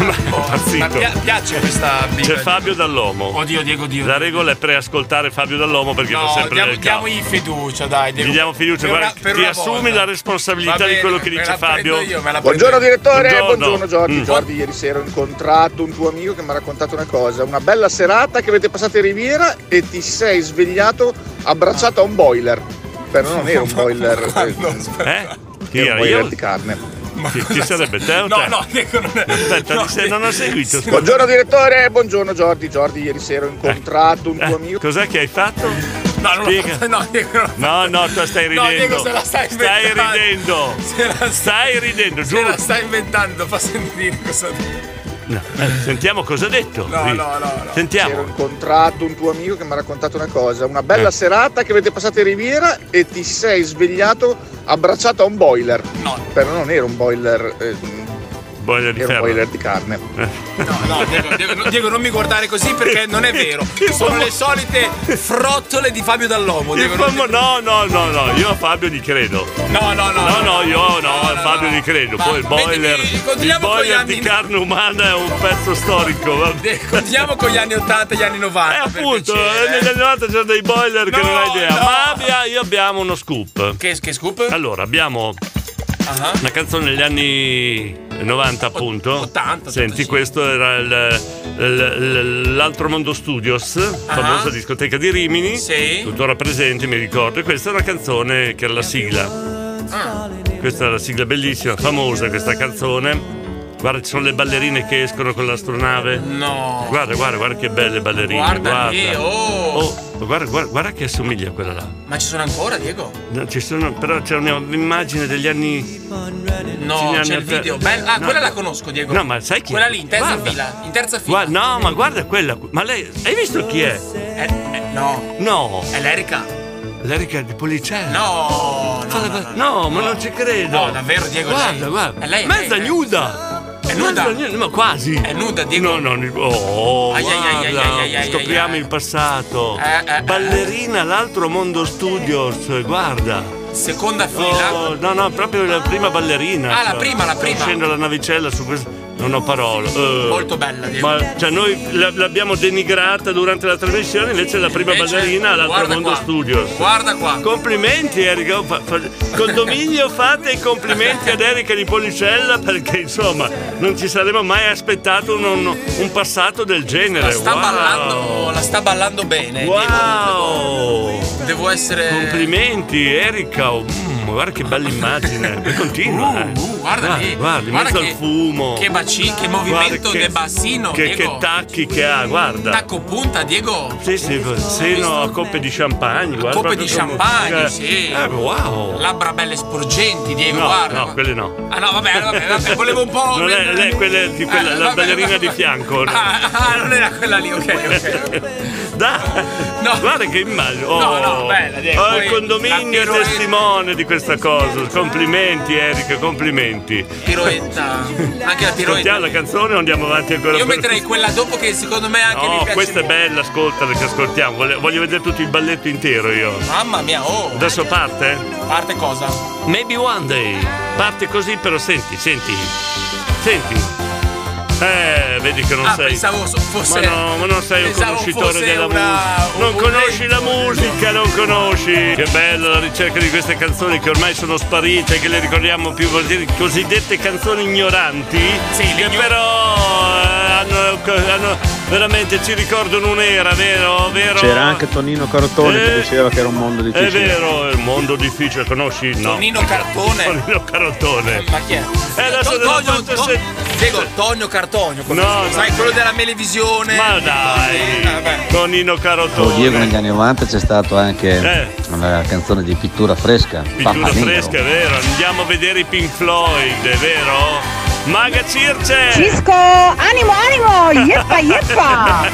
Ma pia- piace questa biga. C'è Fabio Dall'Omo. Oddio, Diego, Dio. La regola è preascoltare Fabio Dall'Omo perché fa No, sempre diamo, del capo. diamogli fiducia, dai. Diego. Gli diamo fiducia, Per guarda, una- per ti una assumi volta. la responsabilità Va di quello bene, che me dice la prendo Fabio. io, me la Buongiorno prendo io. direttore, Buongiorno. buongiorno, Jordi. Mm. Jordi, ieri sera ho incontrato un tuo amico che mi ha raccontato una cosa, una bella serata che avete passato in Riviera e ti sei svegliato abbracciato a un boiler. Però non era un boiler, eh, Eh? Chi era era un boiler io? di carne. Chi, chi sarebbe te o No, te? no, Diego, non è. Aspetta, no, ti sei- non ho seguito. scusa. Buongiorno direttore, buongiorno Jordi. Jordi, ieri sera ho incontrato un tuo Eh, amico. cos'è che hai fatto? No, non Spiega. lo no, Diego, no. No, no, tu stai No, ridendo. Diego, se la stai Stai inventando. ridendo. Se la Stai ridendo, Se giù. la stai inventando, fa sentire cosa. No, eh, sentiamo cosa ha detto. No, Sì. no, no, no. Sentiamo. Ho incontrato un tuo amico che mi ha raccontato una cosa, una bella Eh. serata che avete passato in Riviera e ti sei svegliato abbracciato a un boiler. No. Però non era un boiler, eh, Boiler di era un ferro. boiler di carne. No, no, Diego, Diego, Diego, non mi guardare così perché non è vero. Sono le solite frottole di Fabio Dall'Omo. Il Diego, non famo- no, no, no, no, io a Fabio gli credo. No, no, no. No, no, io no, a Fabio gli credo. Ma Poi il boiler, mettimi- il continuiamo con gli boiler anni- di carne umana è un pezzo storico. va- Diego, continuiamo con gli anni ottanta e gli anni novanta. Eh, per appunto, piacere, eh, negli anni novanta c'erano dei boiler che No, non hai idea. no. Ma abbia- io abbiamo uno scoop. Che, che scoop? Allora, abbiamo Ah, una canzone degli anni novanta, appunto. ottanta, Senti, questo era il- il- il- l'Altro Mondo Studios, famosa discoteca di Rimini. Sì. Tuttora presente, mi ricordo. E questa è una canzone che era la sigla. Ah. Questa è la sigla bellissima, famosa questa canzone. Guarda, ci sono le ballerine che escono con l'astronave. No. Guarda, guarda, guarda che belle ballerine. Guarda Guarda, lì, oh. Oh, guarda, guarda, guarda che assomiglia a quella là. Ma ci sono ancora, Diego? No, ci sono, però c'è un'immagine degli anni. No, fine anni c'è il ottanta. video. Bella- ah, No. quella la conosco, Diego. No, ma sai chi è? Quella lì, in terza Guarda. fila. In terza fila. Guarda, no, ma guarda quella. Ma lei. Hai visto chi è? Eh, eh, no. No. È l'Erica. L'Erica di Policella. No, Fa no, la- no, no, no. ma non ci credo. No, davvero, Diego. è Guarda, lei. guarda. È lei. è Mezza lei. nuda. È nuda? Mezza nuda, ma quasi. È nuda, Diego. No, no, oh, Ai, ai, ai, guarda, ai, ai, ai, scopriamo ai, il passato. Eh, eh, Ballerina, l'Altro Mondo Studios, guarda. seconda fila. Oh, no, no, proprio la prima ballerina. Ah, la prima, la prima. Scendo la navicella su questo. Non ho parole. Uh, Molto bella, Diego. Ma cioè noi l'abbiamo denigrata durante la trasmissione, invece la prima Invece, ballerina all'Altro Mondo qua. Studios. Guarda qua. Complimenti Erika. Fa, fa, condominio fate i complimenti ad Erika di Policella, perché insomma non ci saremmo mai aspettato un, un, un passato del genere. La sta wow. ballando, la sta ballando bene. Wow. Diego. Devo, devo essere. Complimenti Erika. Mm, guarda che bella immagine. Continua. Uh, uh, guarda guarda, lì. guarda, in Guarda mezzo che, al fumo. Che baci, che movimento che, del bassino. Che, Diego. che tacchi che ha, guarda. Tacco punta, Diego. Sì, sì, seno a coppe di champagne. Guarda, coppe di champagne, come... sì. Eh, wow. Labbra belle sporgenti, Diego, no, guarda. No, quelle no. Ah no, vabbè, vabbè, vabbè, volevo un po'. Non è lei, quella, di quella, ah, la vabbè, ballerina vabbè, di fianco. Ah, ah, non era quella lì, ok, ok. Dai, no. Guarda che immagine. Oh, no, no, bella, Diego. Oh, il condominio è testimone di questa cosa. Complimenti, Erika, complimenti. Piroetta. Anche la piroetta. Ascoltiamo la canzone o andiamo avanti ancora? Io per... metterei quella dopo che secondo me anche no, mi piace. questa è bella, ascoltala che ascoltiamo. Voglio, voglio vedere tutto il balletto intero io. Mamma mia, oh. Adesso parte? Parte cosa? Maybe One Day. Parte così, però senti, senti. Senti. Eh, vedi che non ah, sei. Pensavo fosse. Ma no, ma non sei un conoscitore della musica. Non un conosci la musica, non conosci. Che bella la ricerca di queste canzoni che ormai sono sparite, che le ricordiamo più così, cosiddette canzoni ignoranti. Sì, che però eh, hanno, hanno veramente ci ricordano un'era, vero? vero? C'era anche Tonino Cartone eh, che diceva che era un mondo difficile. È vero, è un mondo difficile, conosci? No. Tonino Cartone. Tonino Cartone. Ma chi è? Eh, adesso Tonio, to- to- Diego, Tonio Cartonio. No, sai, no. quello della Melevisione. Ma dai, eh, Tonino Carotone. Oh, Diego, negli anni novanta c'è stato anche eh. una canzone di pittura fresca. Pittura fresca, è vero. Andiamo a vedere i Pink Floyd, è vero? Maga Circe! Cisco, animo, animo! Yeppa, yeppa!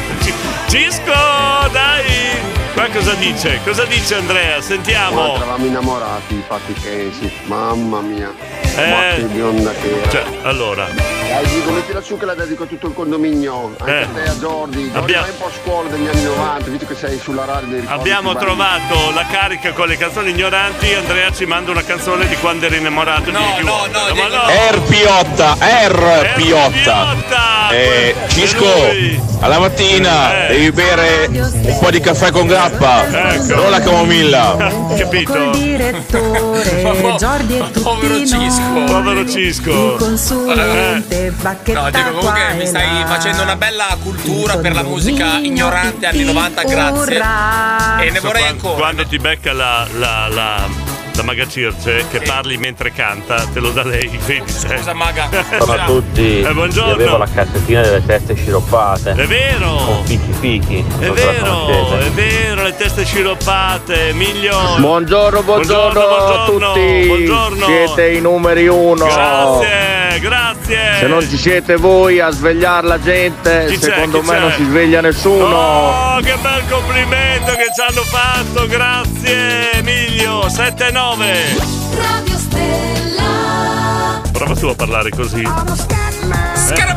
Cisco, dai! Ma cosa dice? Cosa dice Andrea? Sentiamo! Ma eravamo innamorati, Patti Kensi, mamma mia! Eh, ma che bionda che era! Cioè, allora... Dai, dico, mettila su che la dedico a tutto il condominio, anche eh. a te, a Jordi. Jordi, Abbiamo... vai un po' a scuola degli anni novanta, visto che sei sulla radio dei ricordi. Abbiamo trovato la carica con le canzoni ignoranti. Andrea ci manda una canzone di quando eri innamorato no, di no, no, ma no, R Piotta, R Piotta. Eh, Cisco, alla mattina eh. devi bere un po' di caffè con grappa, ecco. non la camomilla. Capito? Col direttore Jordi e tutti povero Cisco. Povero Cisco. Consulente, bacchetta. No, Diego, comunque mi stai facendo una bella cultura per la musica ignorante anni novanta, grazie. E ne vorrei quando, ancora. Quando ti becca la, la, la, la Maga Circe che sì. parli mentre canta, te lo dà lei, vedi? Scusa Maga. Buongiorno a tutti. Eh, buongiorno. Io avevo la cassettina delle teste sciroppate. È vero. Con fichi fichi. È vero, è vero, le teste sciroppate, milioni. Buongiorno, buongiorno, buongiorno a tutti. Buongiorno. Siete i numeri uno. Grazie, grazie. Se non ci siete voi a svegliare la gente, chi secondo me c'è? non si sveglia nessuno. Oh, che bel complimento che ci hanno fatto, grazie Emilio. sette nove Radio Stella. Prova tu a parlare così. Eh?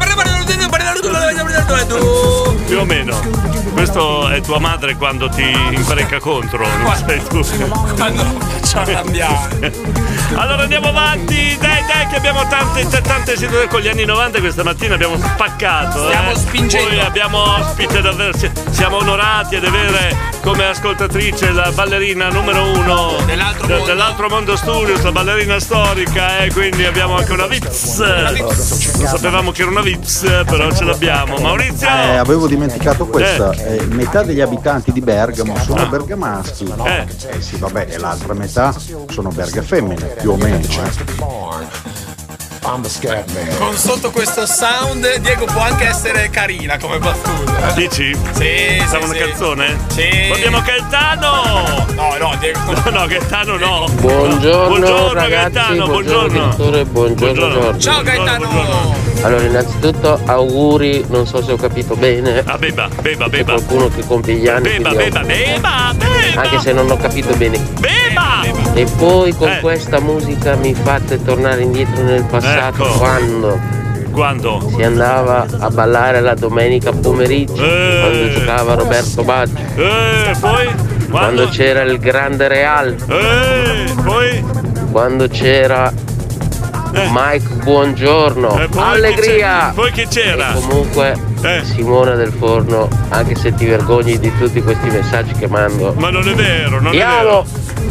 Più o meno. Questo è tua madre quando ti impreca contro, non sei tu. Quando faccio arrabbiare. Allora andiamo avanti, dai dai che abbiamo tante tante situazioni con gli anni novanta. Questa mattina abbiamo spaccato. Stiamo eh. spingendo. Poi abbiamo ospite davvero. Siamo onorati ad avere come ascoltatrice la ballerina numero uno dell'altro, de, mondo. dell'altro mondo Studios, la ballerina storica, e eh, quindi abbiamo anche una Vips. Non sapevamo che era una Vips, però ce l'abbiamo. Maurizio? Eh, avevo dimenticato questa. Eh. Eh, metà degli abitanti di Bergamo sono ah. bergamaschi. Eh. eh sì, vabbè, e l'altra metà sono bergafemmine, più o meno. Eh. Con sotto questo sound, Diego, può anche essere carina come battuta. Dici? Sì, Siamo sì, una sì. canzone? Sì. Abbiamo Gaetano! No, no, Diego. No, no, Gaetano no. Buongiorno, buongiorno ragazzi, Gaetano, buongiorno. Buongiorno, buongiorno, buongiorno. Ciao Gaetano. Buongiorno. Allora, innanzitutto auguri, non so se ho capito bene. Ah, beba, beba, beba. C'è qualcuno che compie gli anni. Beba, beba, beba, beba. Anche se non ho capito bene. Beba! E poi con eh. questa musica mi fate tornare indietro nel passato, ecco. quando Quando? si andava a ballare la domenica pomeriggio, eh. quando giocava Roberto Baggio. Eh, poi? Quando c'era il grande Real. Eh, poi? Quando c'era Mike Buongiorno. Eh, poi Allegria. Chi poi chi c'era? E comunque eh. Simona del Forno, anche se ti vergogni di tutti questi messaggi che mando. Ma non è vero, non Diamo. è vero.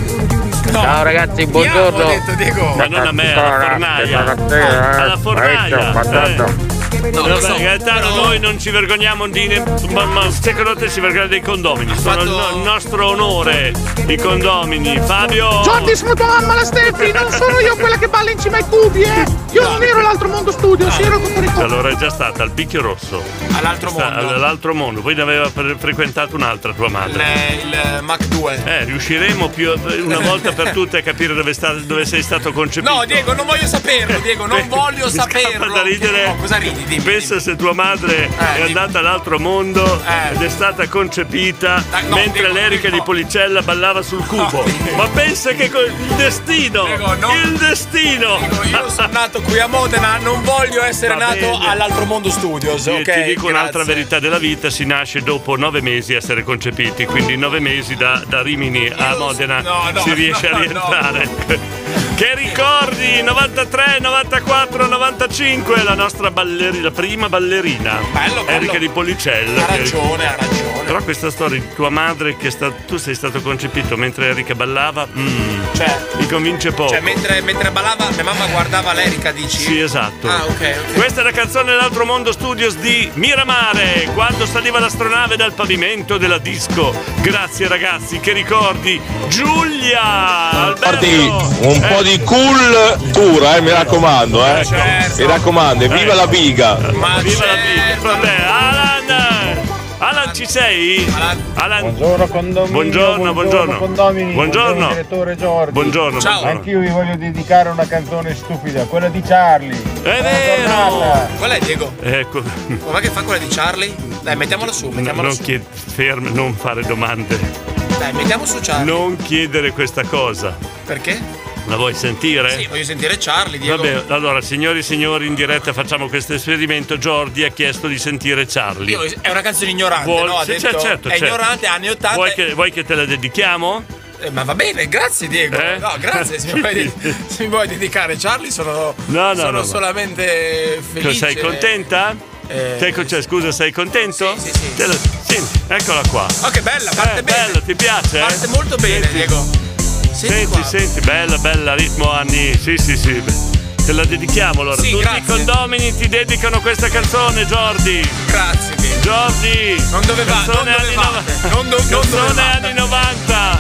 No. Ciao ragazzi, buongiorno. Diamo, detto, Diego. Ma non a me, alla fornaia. Alla fornaia. Eh. No, Vabbè, so, Gaetano, però... noi non ci vergogniamo di ne... ma, ma secondo te si vergogna dei condomini? Sono fatto... il, no, il nostro onore, i condomini. Fabio! Jordi, sono tua mamma la Steffi, non sono io quella che balla in cima ai cubi, eh! Io non ero l'altro mondo studio, no. Si ero con Ricordo. Allora è già stata al Picchio Rosso. All'altro Sta, mondo. All'altro mondo, poi ne aveva pre- frequentato un'altra tua madre. Il, il Mac due. Eh, riusciremo più una volta per tutte a capire dove, sta, dove sei stato concepito. No, Diego, non voglio saperlo, Diego, non voglio Mi saperlo. Da ridere. No, cosa ridi? Dimmi, Pensa dimmi. se tua madre eh, è andata all'altro mondo eh. ed è stata concepita eh, no, mentre Diego, l'Erica Diego. di Policella ballava sul cubo. No, ma pensa che co- il destino! Diego, no. Il destino! Diego, io sono nato qui a Modena, non voglio essere Va nato bene. all'altro mondo studios. Ti, ok, ti dico grazie. un'altra verità della vita: si nasce dopo nove mesi a essere concepiti, quindi nove mesi da, da Rimini a Modena no, no, si riesce no, a rientrare. No. Che ricordi? novantatré, novantaquattro, novantacinque, la nostra ballerina, la prima ballerina. Bello, bello. Erika di Policella. Ha ragione, ha ragione. Però questa storia di tua madre che sta, tu sei stato concepito mentre Erika ballava, mm, cioè, mi convince poco. Cioè, mentre, mentre ballava, mia mamma guardava l'Erika, dici? Sì, esatto. Ah, ok, ok. Questa è la canzone dell'altro mondo studios di Miramare, quando saliva l'astronave dal pavimento della disco. Grazie ragazzi, che ricordi. Giulia! Guardi, Alberto! un po' di cultura, eh, mi raccomando, eh. Certo. Mi raccomando, e viva Eh. la biga! Ma Viva la certo. vita! Vabbè, Alan! Alan, ci sei? Alan. Buongiorno condominio. Buongiorno, buongiorno. Condomini. Buongiorno. Direttore Giorgi. Buongiorno. Ciao. buongiorno. Anch'io vi voglio dedicare una canzone stupida, quella di Charlie. È vero! Qual è, Diego? Ecco. Ma che fa quella di Charlie? Dai, mettiamola su, mettiamola Non su. chied- ferm- non fare domande. Dai, mettiamo su Charlie. Non chiedere questa cosa. Perché? La vuoi sentire? Sì, voglio sentire Charlie, Diego. Vabbè, allora, signori e signori, in diretta facciamo questo esperimento. Jordi ha chiesto di sentire Charlie. Io- è una canzone ignorante, Vuol- no? Ha sì, detto, certo, è certo. ignorante, anni ottanta. Vuoi che, vuoi che te la dedichiamo? Eh, ma va bene, grazie Diego. Eh? No, grazie. Se mi, vuoi, se mi vuoi dedicare Charlie, sono, No, no, sono no, no. solamente felice. Sei contenta? Eh, Sei con- cioè, scusa, sei contento? Sì, sì, sì. Te la- senti, eccola qua. Oh, che bella, parte Eh, bene. bella, ti piace? eh? Parte molto bene, Senti. Diego. Senti, Senti, qua. senti, bella, bella, ritmo anni. Sì, sì, sì. Te la dedichiamo allora. Sì, Tutti grazie. i condomini ti dedicano questa canzone, Jordi. Grazie, Diego. Jordi. Non doveva, non Canzone anni dovevate. nova- Non, do, non Canzone dovevate. anni novanta.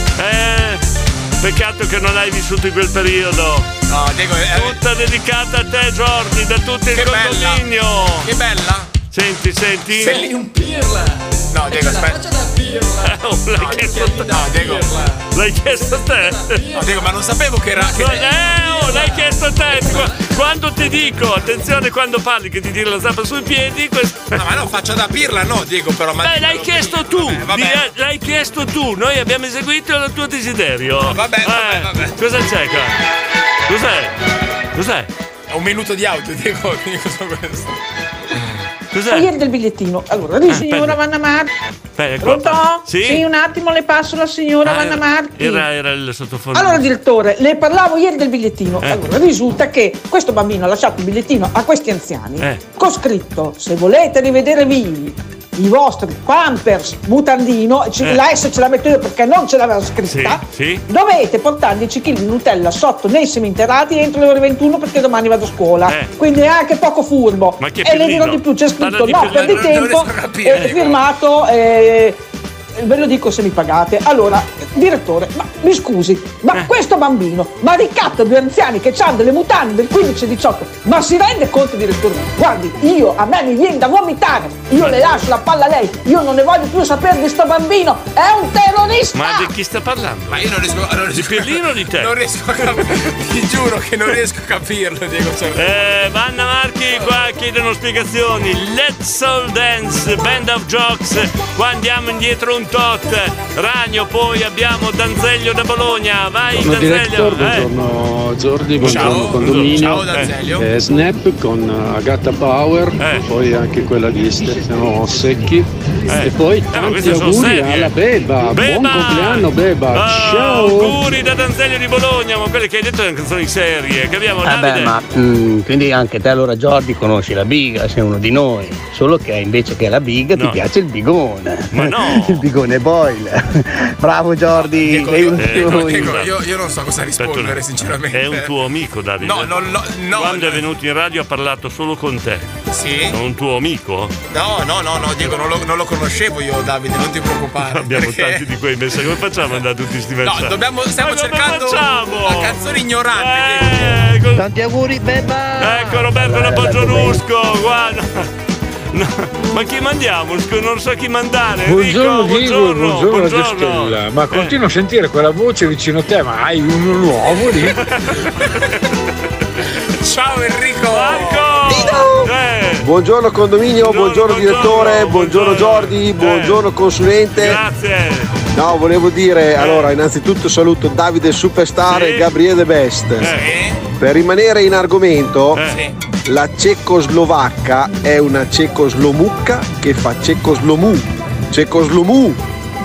Eh, peccato che non hai vissuto in quel periodo. No, Diego, è, Tutta dedicata a te, Jordi, da tutto il che bella. condominio. Che bella. Senti, senti. Sei un pirla. No, Diego, aspetta. Eh, oh, l'hai chiesto a te. No, Diego. L'hai chiesto a te. No, Diego, ma non sapevo che era. Che... No, eh, oh, l'hai chiesto a te. Qu- Quando ti dico, attenzione quando parli che ti tiri la zappa sui piedi. Questo... No, ma no, faccio da pirla, no, Diego, però. Ma... Beh, l'hai chiesto tu. Vabbè, vabbè. Di- L'hai chiesto tu. Noi abbiamo eseguito il tuo desiderio. No, vabbè, vabbè, Eh, vabbè. Cosa c'è qua? Cos'è? Cos'è? Un minuto di audio, Diego, quindi cosa questo? Cos'è? Ieri del bigliettino. Allora, di Ah, signora aspetta. Vanna Marchi. Beh, ecco. Pronto? Sì? un attimo le passo la signora Ah, Vanna era- Marchi. Era, era il sottofondo. Allora, direttore, le parlavo ieri del bigliettino. Eh. Allora, risulta che questo bambino ha lasciato il bigliettino a questi anziani Eh. con scritto: se volete rivedere vivi i vostri Pampers mutandino, c- Eh. la S ce la metto io perché non ce l'aveva scritta, Sì, sì. dovete portare dieci chili di Nutella sotto nei seminterrati entro le ore ventuno perché domani vado a scuola. Eh. Quindi è anche poco furbo. Ma che e le dirò pillino? di più, c'è Parla scritto di no, pillino. perdi Non- non tempo, riesco a capire, eh, dico. firmato, eh, ve lo dico se mi pagate. Allora, direttore, ma mi scusi, ma Eh. questo bambino, ma ricatta due anziani che hanno delle mutande del quindici diciotto, ma si rende conto, direttore? Guardi, io, a me mi viene da vomitare, io le lascio la palla a lei, io non ne voglio più sapere di sto bambino, è un terrorista! Ma di chi sta parlando? Ma io non riesco, non riesco Di Pirlino o di te? Non riesco a capire. Ti giuro che non riesco a capirlo, Diego. Cioè... Eh, Vanna Marchi qua chiedono spiegazioni. Let's Soul Dance, Band of Jokes. Qua andiamo indietro un Tot, Ragno, poi abbiamo Danzeglio da Bologna. Vai Buongiorno Danzeglio. direttore, buongiorno Giordi, buongiorno Ciao. condominio. Ciao, Danzeglio. Eh, Snap con Agatha Power, Eh. poi anche quella di Stefano Secchi. Eh. E poi Eh, ma tanti queste sono auguri serie. alla Beba. Beba! Buon compleanno Beba. Ah, Ciao. auguri da Danzeglio di Bologna, ma quelle che hai detto erano canzoni serie. Che abbiamo Eh Davide. beh, ma mm, quindi anche te allora Jordi conosci la biga, sei uno di noi. Solo che invece che la biga No. ti piace il bigone. Ma no. Il bigone boiler. Bravo Jordi, Diego, sei io, uno di Diego, noi. Diego, io, io non so cosa rispondere, Aspetta, sinceramente. È un tuo amico, Davide. No, no, no, no. Quando è venuto in radio ha parlato solo con te. Sì? È un tuo amico? No, no, no, no, Diego, non lo, non lo conoscevo io, Davide, non ti preoccupare. Abbiamo perché- tanti di quei messaggi. Come facciamo ad andare tutti sti messaggi? No, dobbiamo, stiamo Ma come cercando facciamo? una canzone ignorante, Eh, Diego. Tanti auguri Beba. Ecco Roberto da Poggionusco, guarda. No, ma chi mandiamo? Scu- Non so chi mandare. Buongiorno Enrico, Diego, buongiorno, buongiorno. Gestella. Ma Eh. continuo a sentire quella voce vicino a te, ma hai uno nuovo lì? Ciao Enrico. Marco. Eh. Buongiorno condominio, buongiorno, direttore, buongiorno Jordi, buongiorno consulente. Grazie. No, volevo dire, allora, innanzitutto saluto Davide Superstar Sì. e Gabriele The Best. Eh. Per rimanere in argomento, Eh. la cecoslovacca è una cecoslomucca che fa cecoslomu. Cecoslomu.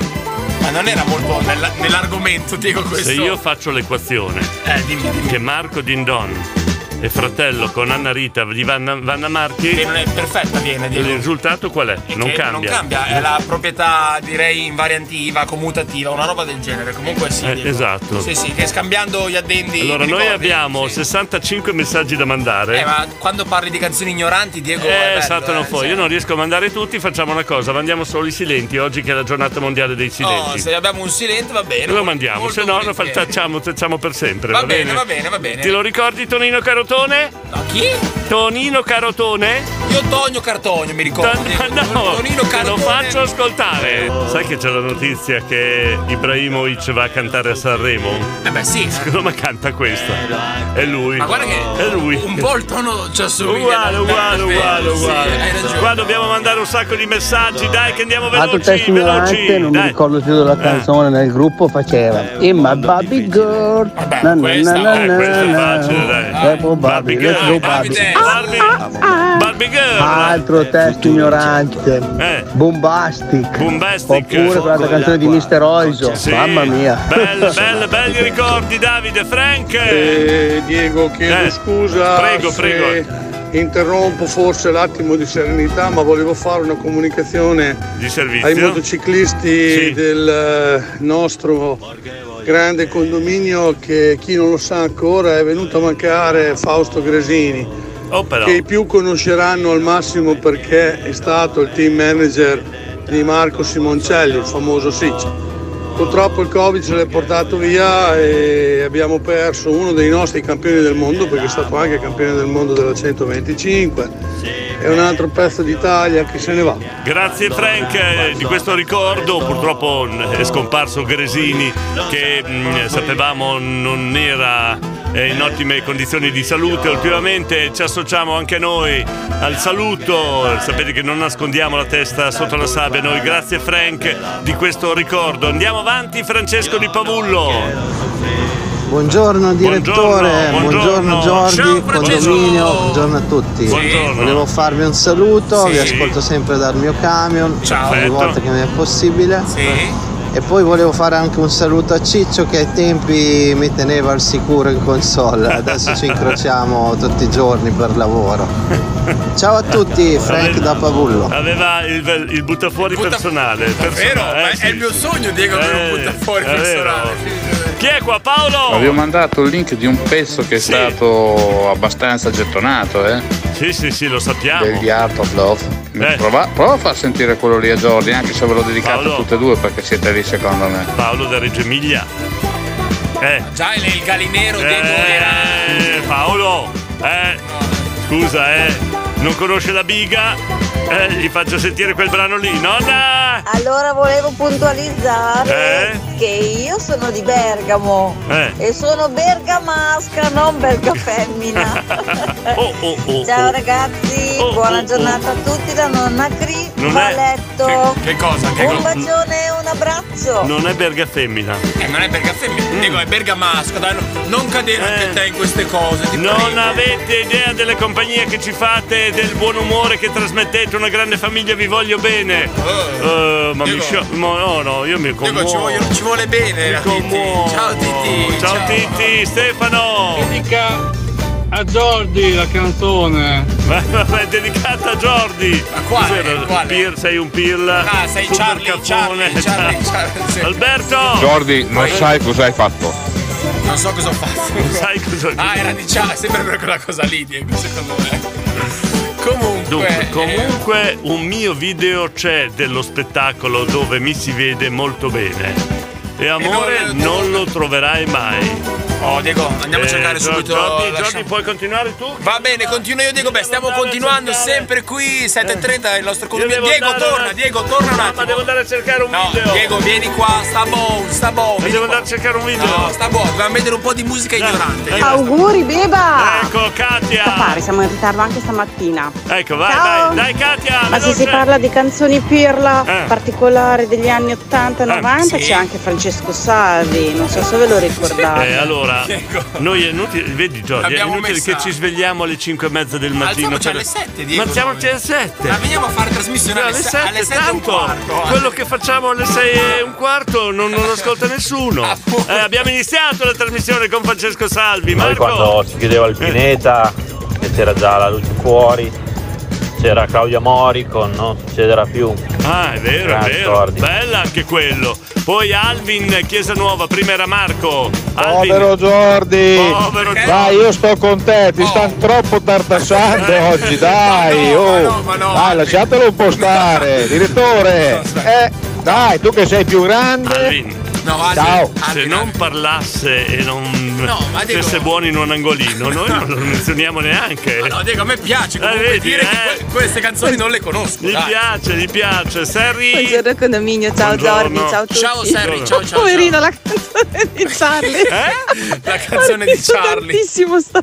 Ma non era molto nella- nell'argomento, Diego, questo. Se io faccio l'equazione Eh, dimmi, dimmi. che Marco Dindon è fratello con Anna Rita di Vanna, Vanna Marchi, Che non è perfetta, viene, il Diego. risultato qual è? Non Che cambia. Non cambia, è la proprietà direi invariantiva, commutativa, una roba del genere. Comunque sì. Eh, Diego. esatto. Sì, sì, che scambiando gli addendi. Allora, mi noi ricordi? abbiamo Sì. sessantacinque messaggi da mandare. Eh, ma quando parli di canzoni ignoranti, Diego. Eh, è bello, saltano eh, fuori. cioè. Io non riesco a mandare tutti, facciamo una cosa, mandiamo solo i silenti oggi che è la giornata mondiale dei Oh, silenti. se abbiamo un silente va bene. Lo mandiamo, molto se no lo volentieri. facciamo, facciamo per sempre. Va Va, bene, va bene, va bene. Ti lo ricordi Tonino Carotone? No, chi? Tonino Carotone? Io Tonio Cartonio, mi ricordo. No, Tonino te lo Carotone. faccio ascoltare. Sai che c'è la notizia che Ibrahimovic va a cantare a Sanremo? Eh beh sì. Secondo me canta questa. È lui. Ma guarda che è lui. un po' il tono ci assomiglia. Uguale, uguale, Sì, uguale, uguale. hai ragione. Qua dobbiamo mandare un sacco di messaggi, dai che andiamo Altro veloci, testo ignorante, veloci. non mi Dai. ricordo il titolo della canzone nel gruppo, faceva In my Barbie girl. Na, na, questa- na, na, eh, questa è na, facile, dai. na. Let's go Barbie, let's go Barbie. Barbie, Barbie Girl. Altro testo ignorante, Eh. Bombastic. Bombastic. Oppure quella canzone di mister Oizo. Sì. Mamma mia. Belli, belli, belli ricordi, Davide, Frank. Eh, Diego, chiedo Eh, scusa prego, se prego. interrompo forse l'attimo di serenità, ma volevo fare una comunicazione Di servizio. ai motociclisti Sì. del eh, nostro grande condominio che chi non lo sa ancora è venuto a mancare Fausto Gresini, Oh, però. che i più conosceranno al massimo perché è stato il team manager di Marco Simoncelli, il famoso Siccio. Purtroppo il Covid ce l'ha portato via e abbiamo perso uno dei nostri campioni del mondo, perché è stato anche campione del mondo della centoventicinque, e un altro pezzo d'Italia che se ne va. Grazie Frank eh, di questo ricordo. Purtroppo mh, è scomparso Gresini che mh, sapevamo non era eh, in ottime condizioni di salute. Ultimamente ci associamo anche noi al saluto. Sapete che non nascondiamo la testa sotto la sabbia noi. Grazie Frank di questo ricordo. Andiamo avanti, Francesco di Pavullo. Buongiorno direttore, Buongiorno, buongiorno, buongiorno. Ciao, Giordi, Francesco. condominio, buongiorno a tutti. Buongiorno. Volevo farvi un saluto, Sì. vi ascolto sempre dal mio camion, Ciao. ogni volta che mi è possibile. Sì. E poi volevo fare anche un saluto a Ciccio che ai tempi mi teneva al sicuro in console, adesso ci incrociamo tutti i giorni per lavoro. Ciao a tutti, Frank da Pavullo. Aveva il, il buttafuori Butta- personale. Davvero? personale, Ma eh, è sì. il mio sogno, Diego, avere un Eh, buttafuori è vero. personale. Chi è qua, Paolo? Vi ho mandato il link di un pezzo che è Sì. stato abbastanza gettonato, eh? Sì, sì, sì, lo sappiamo. Degli Art of Love. Eh. Prova, prova a far sentire quello lì a Jordi, anche se ve l'ho dedicato Paolo. a tutte e due perché siete lì secondo me. Paolo da Reggio Emilia. Eh. Già il il galinero, Diego, era. Eh, Paolo. Eh. Scusa, eh. Non conosce la biga? Eh, gli faccio sentire quel brano lì, nonna! Allora volevo puntualizzare Eh? che io sono di Bergamo Eh. e sono bergamasca, non bergafemmina. Oh, oh, oh, Ciao oh. ragazzi, Oh, buona oh, giornata a tutti da nonna Cri, Non va a è- letto. Che cosa? Che Un cosa? bacione e un abbraccio. Non è berga femmina. Eh, non è bergafemmina, dico, è bergamasco, dai, no- non cadere anche te in queste cose. ti Non prego. avete idea delle compagnie che ci fate, del buon umore che trasmettete, una grande famiglia, vi voglio bene. Eh, ma mi Diego. scio- ma no, no, io mi commuovo. Dico, ci, voglio- ci vuole bene Mi la Titti. commuovo. Ciao Titti. Ciao, Titti, Stefano. Dedica a Jordi la canzone. È dedicata a Jordi. Ma quale? Cos'era? Quale? Pir- sei un pirla. Ah, sei super Charlie, cappone. Charlie, Charlie, Charlie, sì. Alberto. Jordi, non sai cosa hai fatto. Non so cosa ho fatto. Sai cosa? Ah, era di Charlie, sempre per quella cosa lì, Diego, secondo me. Comunque. Dunque, comunque un mio video c'è dello spettacolo dove mi si vede molto bene. E amore, non- non lo troverai mai. Oh Diego, andiamo a cercare Eh, subito. Jordi, lascia- Jordi, puoi continuare tu? Va bene, continuo io Diego. Beh, stiamo continuando sempre qui, sette e trenta il nostro condominio. devo Diego, andare torna, a- Diego, torna un No, attimo. ma devo andare a cercare un No, video. Diego, vieni qua, sta buono, sta buono. Ma vieni devo qua. andare a cercare un video. No, sta buono, dobbiamo vedere un po' di musica ignorante. Diego. Auguri, beba! Ecco, Katia. Pare, siamo in ritardo anche stamattina. Ecco, vai, Ciao. vai. Dai, Katia. Ma se si veloce. parla di canzoni pirla Eh. particolari degli anni ottanta novanta, sì. c'è anche Francesco Salvi, non so se ve lo ricordate. Eh, allora, noi è inutile, vedi Giorgio, è L'abbiamo inutile messa- che ci svegliamo alle cinque e mezza del mattino. Alziamoci alle sette, Diego, Ma alziamoci noi. alle sette. Ma veniamo a fare trasmissione alle, se- alle sette e un tanto quarto. quello che facciamo alle sei e un quarto non, non lo ascolta nessuno. Eh, abbiamo iniziato la trasmissione con Francesco Salvi. Noi Marco. quando si chiudeva il pineta e c'era già la luce fuori, c'era Claudia Mori con Non succederà più. Ah, è vero, è Grandi vero. ricordi. Bella anche quello. Poi Alvin, Chiesa Nuova, prima era Marco. Alvin. Povero Jordi, Povero Jordi. dai, io sto con te, ti stanno troppo tartassando oggi, dai, oh. Dai, lasciatelo un po' stare, direttore. Eh, dai, tu che sei più grande. Alvin. No, Alvin, Ciao. Se non parlasse e non No, ma Diego- stesse buono in un angolino, noi non lo menzioniamo neanche. Ma no, Diego, a me piace comunque Eh, vedi, dire eh? che que- queste canzoni non le conosco. Gli dai. piace, gli piace. Serri. Buongiorno condominio, ciao Buongiorno. Jordi, ciao a tutti. Ciao Serri, ciao ciao. Poverino, la canzone di Charlie. Eh? La canzone di Charlie. Tantissimo, stavo,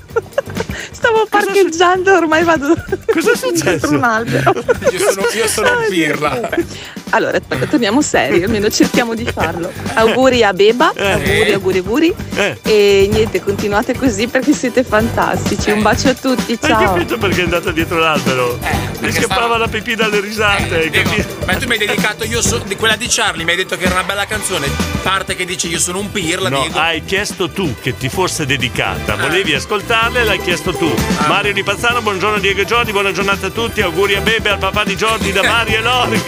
stavo parcheggiando, ormai vado Cosa è successo? dietro un albero. Io sono, io sono un pirla. Allora, aspetta, torniamo seri, almeno cerchiamo di farlo. Auguri a Beba, auguri, auguri, auguri. Eh. E niente, continuate così perché siete fantastici. Un bacio a tutti, Hai ciao. capito perché è andata dietro l'albero? Mi perché scappava stava- la pipì dalle risate. hai Diego, capito? ma tu mi hai dedicato io so, di quella di Charlie, mi hai detto che era una bella canzone. Parte che dice io sono un pirla, No, Diego. hai chiesto tu che ti fosse dedicata. Volevi ascoltarla e l'hai chiesto tu. Ah. Mario di Pazzano, buongiorno Diego e Jordi, buona giornata a tutti. Auguri a Bebe, al papà di Jordi da Mario e Lori.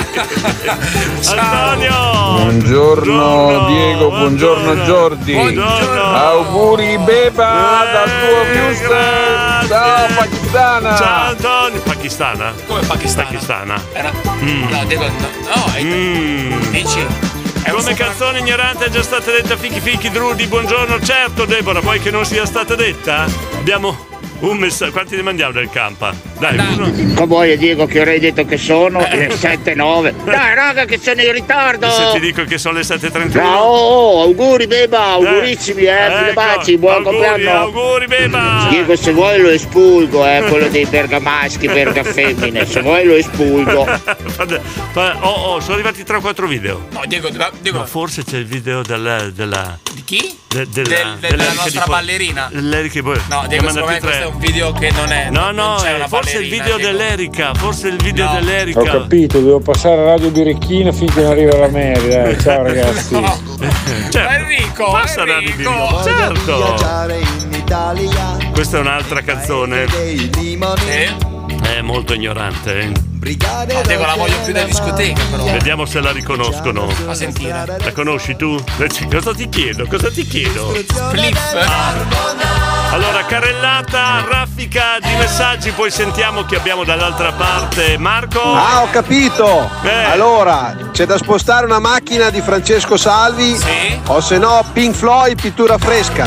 Antonio! Buongiorno Diego, buongiorno Jordi. Buongiorno. Auguri Beba dal tuo Houston. grazie. Ciao Pakistana. Ciao Antonio. Pakistana? Come Pakistana? Pakistana. Era... Mm. No, Diego, no, no, è... Mm. dici. È un Come sopra- canzone ignorante è già stata detta Fichi Fichi Drudi, buongiorno, certo Deborah, poi che non sia stata detta abbiamo un messaggio, quanti ne mandiamo del campa? Dai, uno. Come vuoi Diego che ora hai detto che sono le sette e nove? Dai raga che sono in ritardo! E se ti dico che sono le sette e trentuno? No, oh, auguri Beba, augurissimi eh, mille ecco, baci, buon auguri, compleanno! auguri Beba! Diego se vuoi lo espulgo, eh, quello dei bergamaschi, bergafemmine, se vuoi lo espulgo. Fate- fa- oh, oh, sono arrivati tre o quattro video. No, Diego, ma- Diego, Ma forse c'è il video della... della di chi? de- della, Del- del- dell'Erica della di nostra Po- ballerina? L'Erica di Po- No, ne Diego, ha secondo me mandati questo tre. è un video che non è. No, non no, c'è eh, una forse il ballerina, video Diego. dell'Erica, forse il video No. dell'Erica. Ho capito, devo passare a Radio Birichino finché non arriva la Mary. Dai, ciao ragazzi. Certo. Enrico, Passa da Enrico. certo. Questa è un'altra canzone. Eh? È molto ignorante. eh. No, Diego, la voglio più da discoteca, però. Vediamo se la riconoscono. A sentire. La conosci tu? Cosa ti chiedo? Cosa ti chiedo? Spliff. Allora, carrellata raffica di messaggi, poi sentiamo chi abbiamo dall'altra parte. Marco? Ah, ho capito! Eh. Allora, c'è da spostare una macchina di Francesco Salvi Sì. o se no Pink Floyd, pittura fresca.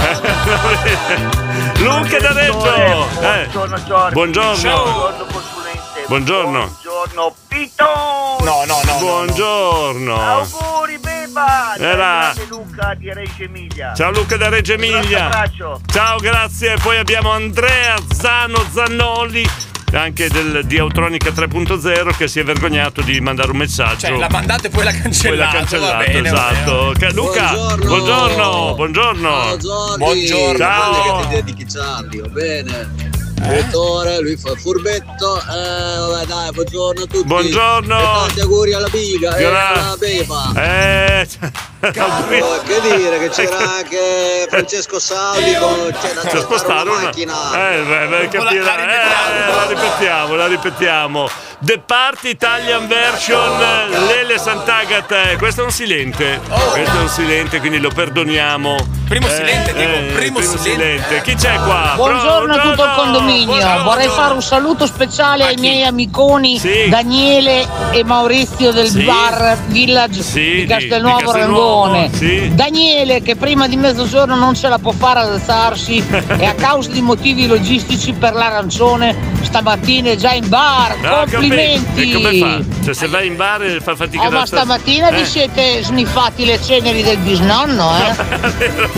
Luca da Reggio! Eh. Buongiorno Giorgio. Buongiorno. Buongiorno consulente. Buongiorno. Buongiorno buongiorno Pito. No, no, no. Buongiorno. Auguri Beba. Era... Luca di Reggio Emilia. Ciao Luca da Reggio Emilia. Un abbraccio. Ciao, grazie. Poi abbiamo Andrea Zano Zannoli, anche del, di Autronica tre punto zero, che si è vergognato di mandare un messaggio. Cioè, l'ha mandato e poi l'ha cancellato. Poi l'ha cancellato, va bene, esatto. Che- Luca, buongiorno. Buongiorno. Ciao Jordi. Buongiorno. Ciao. Ciao. Che ti dedichi Charlie, va bene. Direttore, lui fa il furbetto. Eh, vabbè, dai, buongiorno a tutti. Buongiorno. E tanti auguri alla biga e Gra- alla beba. Eh, Oh, che dire, che c'era anche Francesco Salvi con c'è da C'è spostare una macchina. Eh, beh, beh, capire. La- la Eh, la ripetiamo, la ripetiamo. The Party Italian Version, Lele Sant'Agata. Questo è un silente. Questo è un silente, quindi lo perdoniamo. Primo Eh, silente, dico, eh, primo silente. Chi c'è qua? Buongiorno a tutto il condominio, Buongiorno. vorrei fare un saluto speciale ai miei amiconi Daniele e Maurizio del Sì. bar Village Sì, di Castelnuovo di Castelnuovo, Rangone. sì. Daniele che prima di mezzogiorno non ce la può fare ad alzarsi e a causa di motivi logistici per l'arancione stamattina è già in bar. Ah, Complimenti! E come fa? Cioè, se vai in bar e fa fatica Oh, da ma stare- stamattina vi Eh. siete sniffati le ceneri del bisnonno, eh?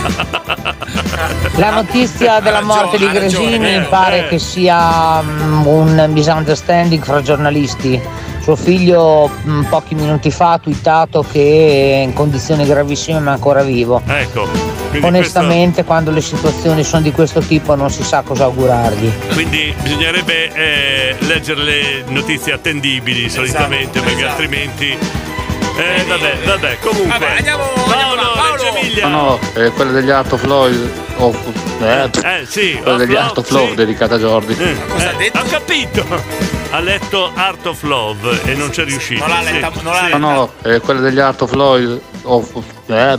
La notizia della morte di Gresini mi pare che sia mm, un misunderstanding fra giornalisti. Suo figlio mm, pochi minuti fa ha twittato che è in condizioni gravissime ma ancora vivo. Ecco. quindi Onestamente quando le situazioni sono di questo tipo non si sa cosa augurargli. questo- quindi bisognerebbe eh, leggere le notizie attendibili solitamente, perché altrimenti. Eh, vabbè, vabbè, comunque. Vabbè, andiamo, Paolo, Reggio Emilia. No, è quella degli Art of Love. Of, eh, Eh, sì, quella degli Of Art of Love, Love sì. dedicata a Jordi. Eh, eh, ho capito. Ha letto Art of Love e non c'è riuscito. Non l'ha letta- sì. non l'ha Sì. No, no, è quella degli Art of Love. Of, eh,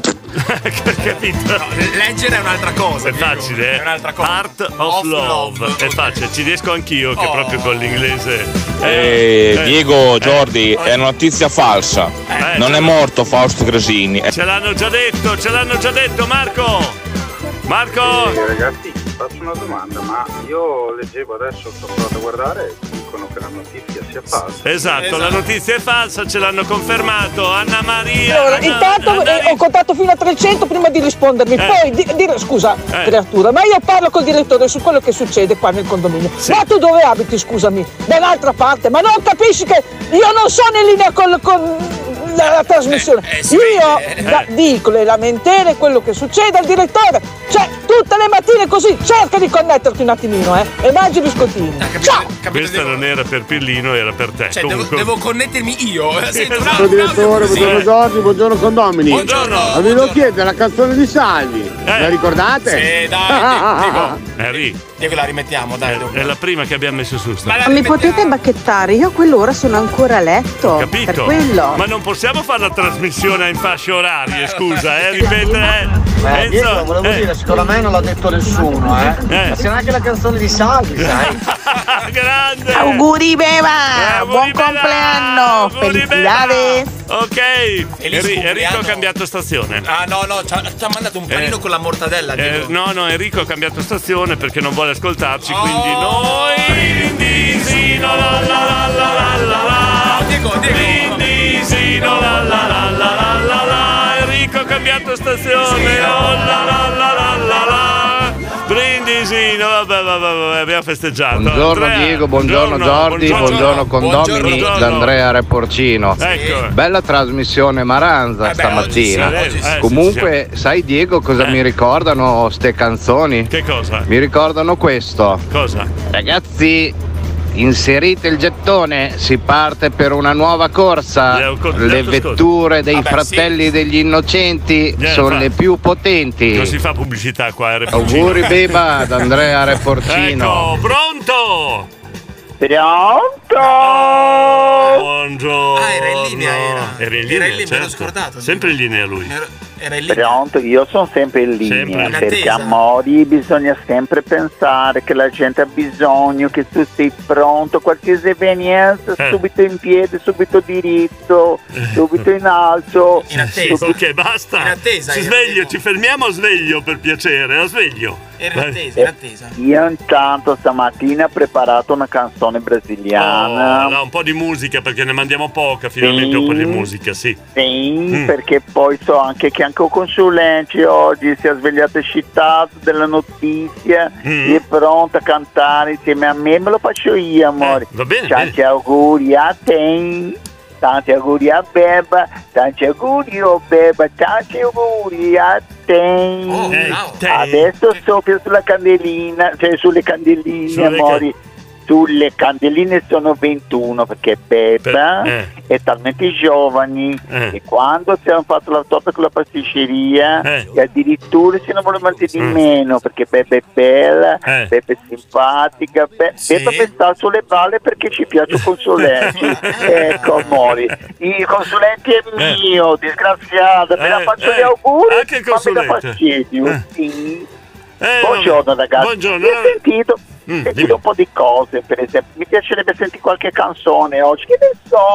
Capito? Leggere è un'altra cosa. È facile, eh? È un'altra cosa. Art of, love. È facile, ci riesco anch'io che Oh. proprio con l'inglese. Eh, eh, Diego Jordi, è una notizia falsa. Eh, non è morto Fausto Gresini. Ce l'hanno già detto, ce l'hanno già detto, Marco! Marco! Sì, ragazzi, faccio una domanda, ma io leggevo adesso, sto provando a guardare, dicono che la notizia sia falsa. Esatto, la notizia è falsa, ce l'hanno confermato. Anna Maria. Allora, Anna- intanto Anna- eh, ho contato fino a trecento prima di rispondermi, Eh. poi di- dire scusa Eh. creatura, ma io parlo col direttore su quello che succede qua nel condominio. Ma tu dove abiti, scusami? Dall'altra parte, ma non capisci che io non sono in linea con, con la, la trasmissione. io da- dico le lamentele, quello che succede al direttore, cioè tutte le mattine così, cerca di connetterti un attimino, eh, e mangi i biscottini. Ciao! Questa non era per Pirlino, era per te. Cioè, devo, Comunque. devo connettermi io. Eh, senti, un esatto. audio, un audio Direttore, così. buongiorno Giorgi, buongiorno condomini. Buongiorno. Avevo chiesto la canzone di Salvi, la ricordate? Sì, dai, Diego. Harry, Diego, la rimettiamo, dai. è la prima che abbiamo messo su. sta- Ma mi potete bacchettare? Io a quell'ora sono ancora a letto. Capito? Per quello. Ma non possiamo fare la trasmissione in fasce orarie, scusa, eh? Ripetere. Eh, Diego, volevo eh. dire, secondo me non l'ha detto nessuno, eh. Eh. Ma c'è anche la canzone di Salvi, sai? Grande! Auguri Beva! Auguri, Buon Beva! compleanno! Auguri, Felicidades! Ok, Felice Enri- Enrico compleanno. ha cambiato stazione. Ah, no, no, ci ha, ci ha mandato un panino Eh. con la mortadella. Eh, Diego. no, no, Enrico ha cambiato stazione perché non vuole ascoltarci, Oh. quindi noi Brindisino la la la la la la la Diego, Diego. Brindisino la la la la la la la Enrico ha cambiato stazione, oh la la la la la la Brindisino, vabbè, vabbè, vabbè, abbiamo festeggiato. Buongiorno Andrea, Diego, buongiorno Jordi, buongiorno condomini buongiorno. da Andrea Reporcino. Ecco. Bella trasmissione Maranza Eh beh, stamattina. oggi sì, oggi sì. Comunque, sai Diego cosa Eh. mi ricordano ste canzoni? Che cosa? Mi ricordano questo. Cosa? Ragazzi, inserite il gettone, si parte per una nuova corsa. Le ho co- Le le ho vetture dei Vabbè, fratelli degli innocenti Eh, sono fa- le più potenti. Non si fa pubblicità qua, eh, Reporcino. Auguri Beba da Andrea Reporcino. Ecco, pronto? Pronto? Buongiorno. Ah, era in linea, era. Era in Era linea, in linea, me l'ho certo. scordato. Sempre in linea lui. Ero- Era in linea. Pronto, io sono sempre in linea, Sempre in perché attesa. amori bisogna sempre pensare che la gente ha bisogno, che tu sei pronto, qualsiasi evenienza, Eh. subito in piedi, subito diritto, subito in alto. In attesa. Ok, basta. In attesa, Si in sveglio, ci fermiamo o sveglio per piacere? La sveglio. Era in attesa, in attesa. Io intanto stamattina ho preparato una canzone brasiliana. Oh, no, un po' di musica perché ne mandiamo poca, finalmente Sì. un po' di musica, sì. Sì, Mm. perché poi so anche che anche il consulente oggi si è svegliato eccitato della notizia Mm. e è pronto a cantare insieme a me, me lo faccio io, amore. va bene, Tanti bene. auguri a te, tanti auguri a Beba, tanti auguri a Beba, tanti auguri a te. Oh, bravo. te. Adesso soffio sulla candelina, cioè sulle candeline, Sulle amori. Sulle candeline sono ventuno perché Beba eh. è talmente giovani Eh. e quando ci hanno fatto la torta con la pasticceria Eh. e addirittura si non voleva mangiare di Mm. meno perché Beba è bella, Eh. Beba è simpatica, Be- Sì. Beba sta sulle balle perché ci piace il consulente. Ecco amori, il consulente è Eh. mio, disgraziato, me la Eh, faccio eh. gli auguri, Anche il ma mi dà consulente. fastidio. Eh. Sì. Eh, Buongiorno vabbè. ragazzi, Buongiorno. ho sentito, Mm, sentito dimmi. un po' di cose, per esempio, mi piacerebbe sentire qualche canzone oggi, che ne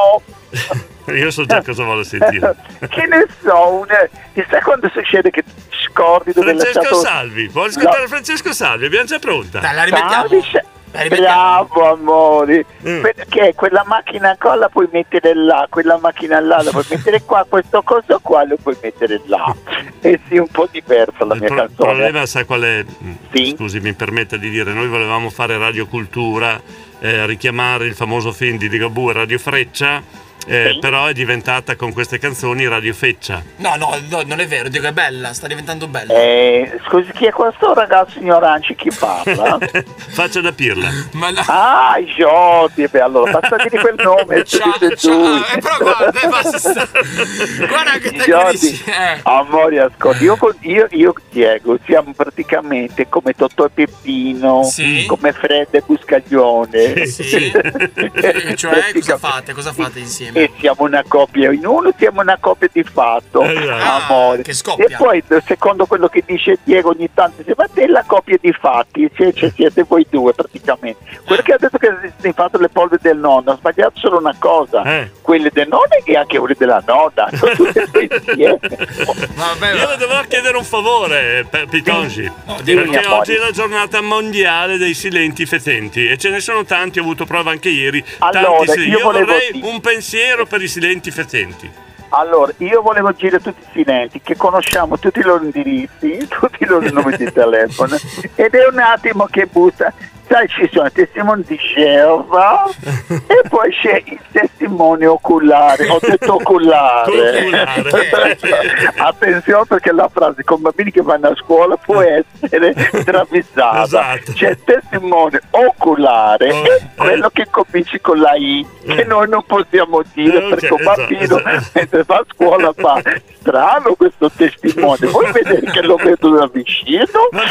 so, Io so già cosa vuole sentire. che ne so, una, ti sai quando succede che scordi dove hai Francesco lasciato... Salvi, vuoi ascoltare Francesco Salvi? Abbiamo già pronta. Dai, la rimettiamo. Salvi, sce- La rimettiamo. Bravo amore, Mm. perché quella macchina qua la puoi mettere là, quella macchina là la puoi mettere qua, questo coso qua lo puoi mettere là. E sì, un po' diversa la Il mia pro- canzone. problema, sai qual è? Sì. Scusi, mi permetta di dire, noi volevamo fare Radio Cultura, eh, richiamare il famoso film di Ligabue, Radio Freccia, eh, Sì. però è diventata con queste canzoni Radio Feccia. No, no, no, non è vero, dico è bella, sta diventando bella. Eh, scusi, chi è questo ragazzo ignorante che parla? Faccia da pirla. Ma no. Ah, Jordi, beh, allora basta dire quel nome. Ciao, tu dici ciao, tu. eh, però guarda, eh, basta. Guarda che te Jordi, capisci, eh. amore, ascolta, io, con- io, io Diego siamo praticamente come Totò e Peppino, Sì. come Fred e Buscaglione. Sì. Eh, cioè, cosa fate? Cosa fate insieme? E siamo una coppia, in uno siamo una coppia di fatto, Ah, amore. che scoppia. E poi, secondo quello che dice Diego, ogni tanto dice: ma te la coppia di fatti, cioè, cioè, siete voi due praticamente. Quello che ha detto che hai fatto le polvere del nonno, ha sbagliato solo una cosa: Eh. quelle del nonno e anche quelle della nonna, sono tutte e due insieme. Vabbè, Io le dovrò chiedere un favore, per Pitongi, dimmi, perché amore. oggi è la giornata mondiale dei silenti fetenti e ce ne sono tanti, ho avuto prova anche ieri. Allora, tanti sil- io io volevo vorrei dire- un pensiero per i silenti fetenti. Allora, io volevo dire a tutti i silenti che conosciamo tutti i loro indirizzi, tutti i loro nomi di telefono, ed è un attimo che bussa. Sai, ci sono il testimone di Geova e poi c'è il testimone oculare, ho detto oculare. Oculare. Attenzione, perché la frase con bambini che vanno a scuola può essere travisata. Esatto. C'è il testimone oculare, Oh, è quello che cominci con la I, che noi non possiamo dire, Eh, ok, perché un esatto, bambino esatto. mentre va a scuola fa strano questo testimone, vuoi vedere che lo vedo da vicino?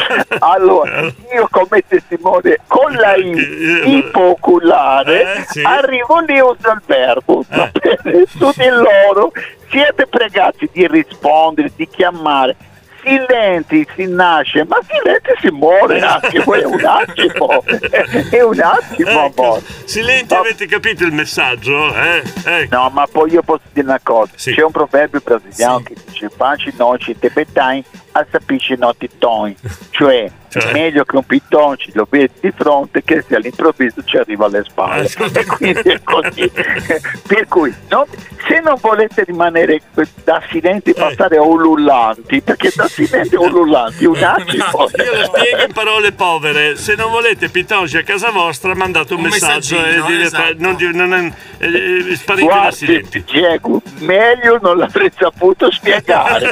Allora, io come testimone con la I ipoculare Eh, sì. arrivo lì e uso il verbo, va bene? Tutti loro siete pregati di rispondere, di chiamare. Silenti si nasce, ma silenti si muore anche, poi è un attimo, è un attimo, Ecco, amore. silenti, avete capito il messaggio? Eh? Ecco. No, ma poi io posso dire una cosa, Sì. c'è un proverbio brasiliano Sì. che dice facci noci te betain a sapisci noti ton, cioè, Cioè? meglio che un pitonci lo vedi di fronte che se all'improvviso ci arriva alle spalle, Eh, e quindi è così. Per cui no, se non volete rimanere da silenti passare a ulullanti, perché da silenti a ulullanti un attimo. Io lo spiego in parole povere: se non volete Pitongi a casa vostra, mandate un, Un messaggio e messaggino, dite, esatto. non, di- non è- eh, eh, sparite da Guardi, silenti. Diego, meglio non l'avrei saputo spiegare.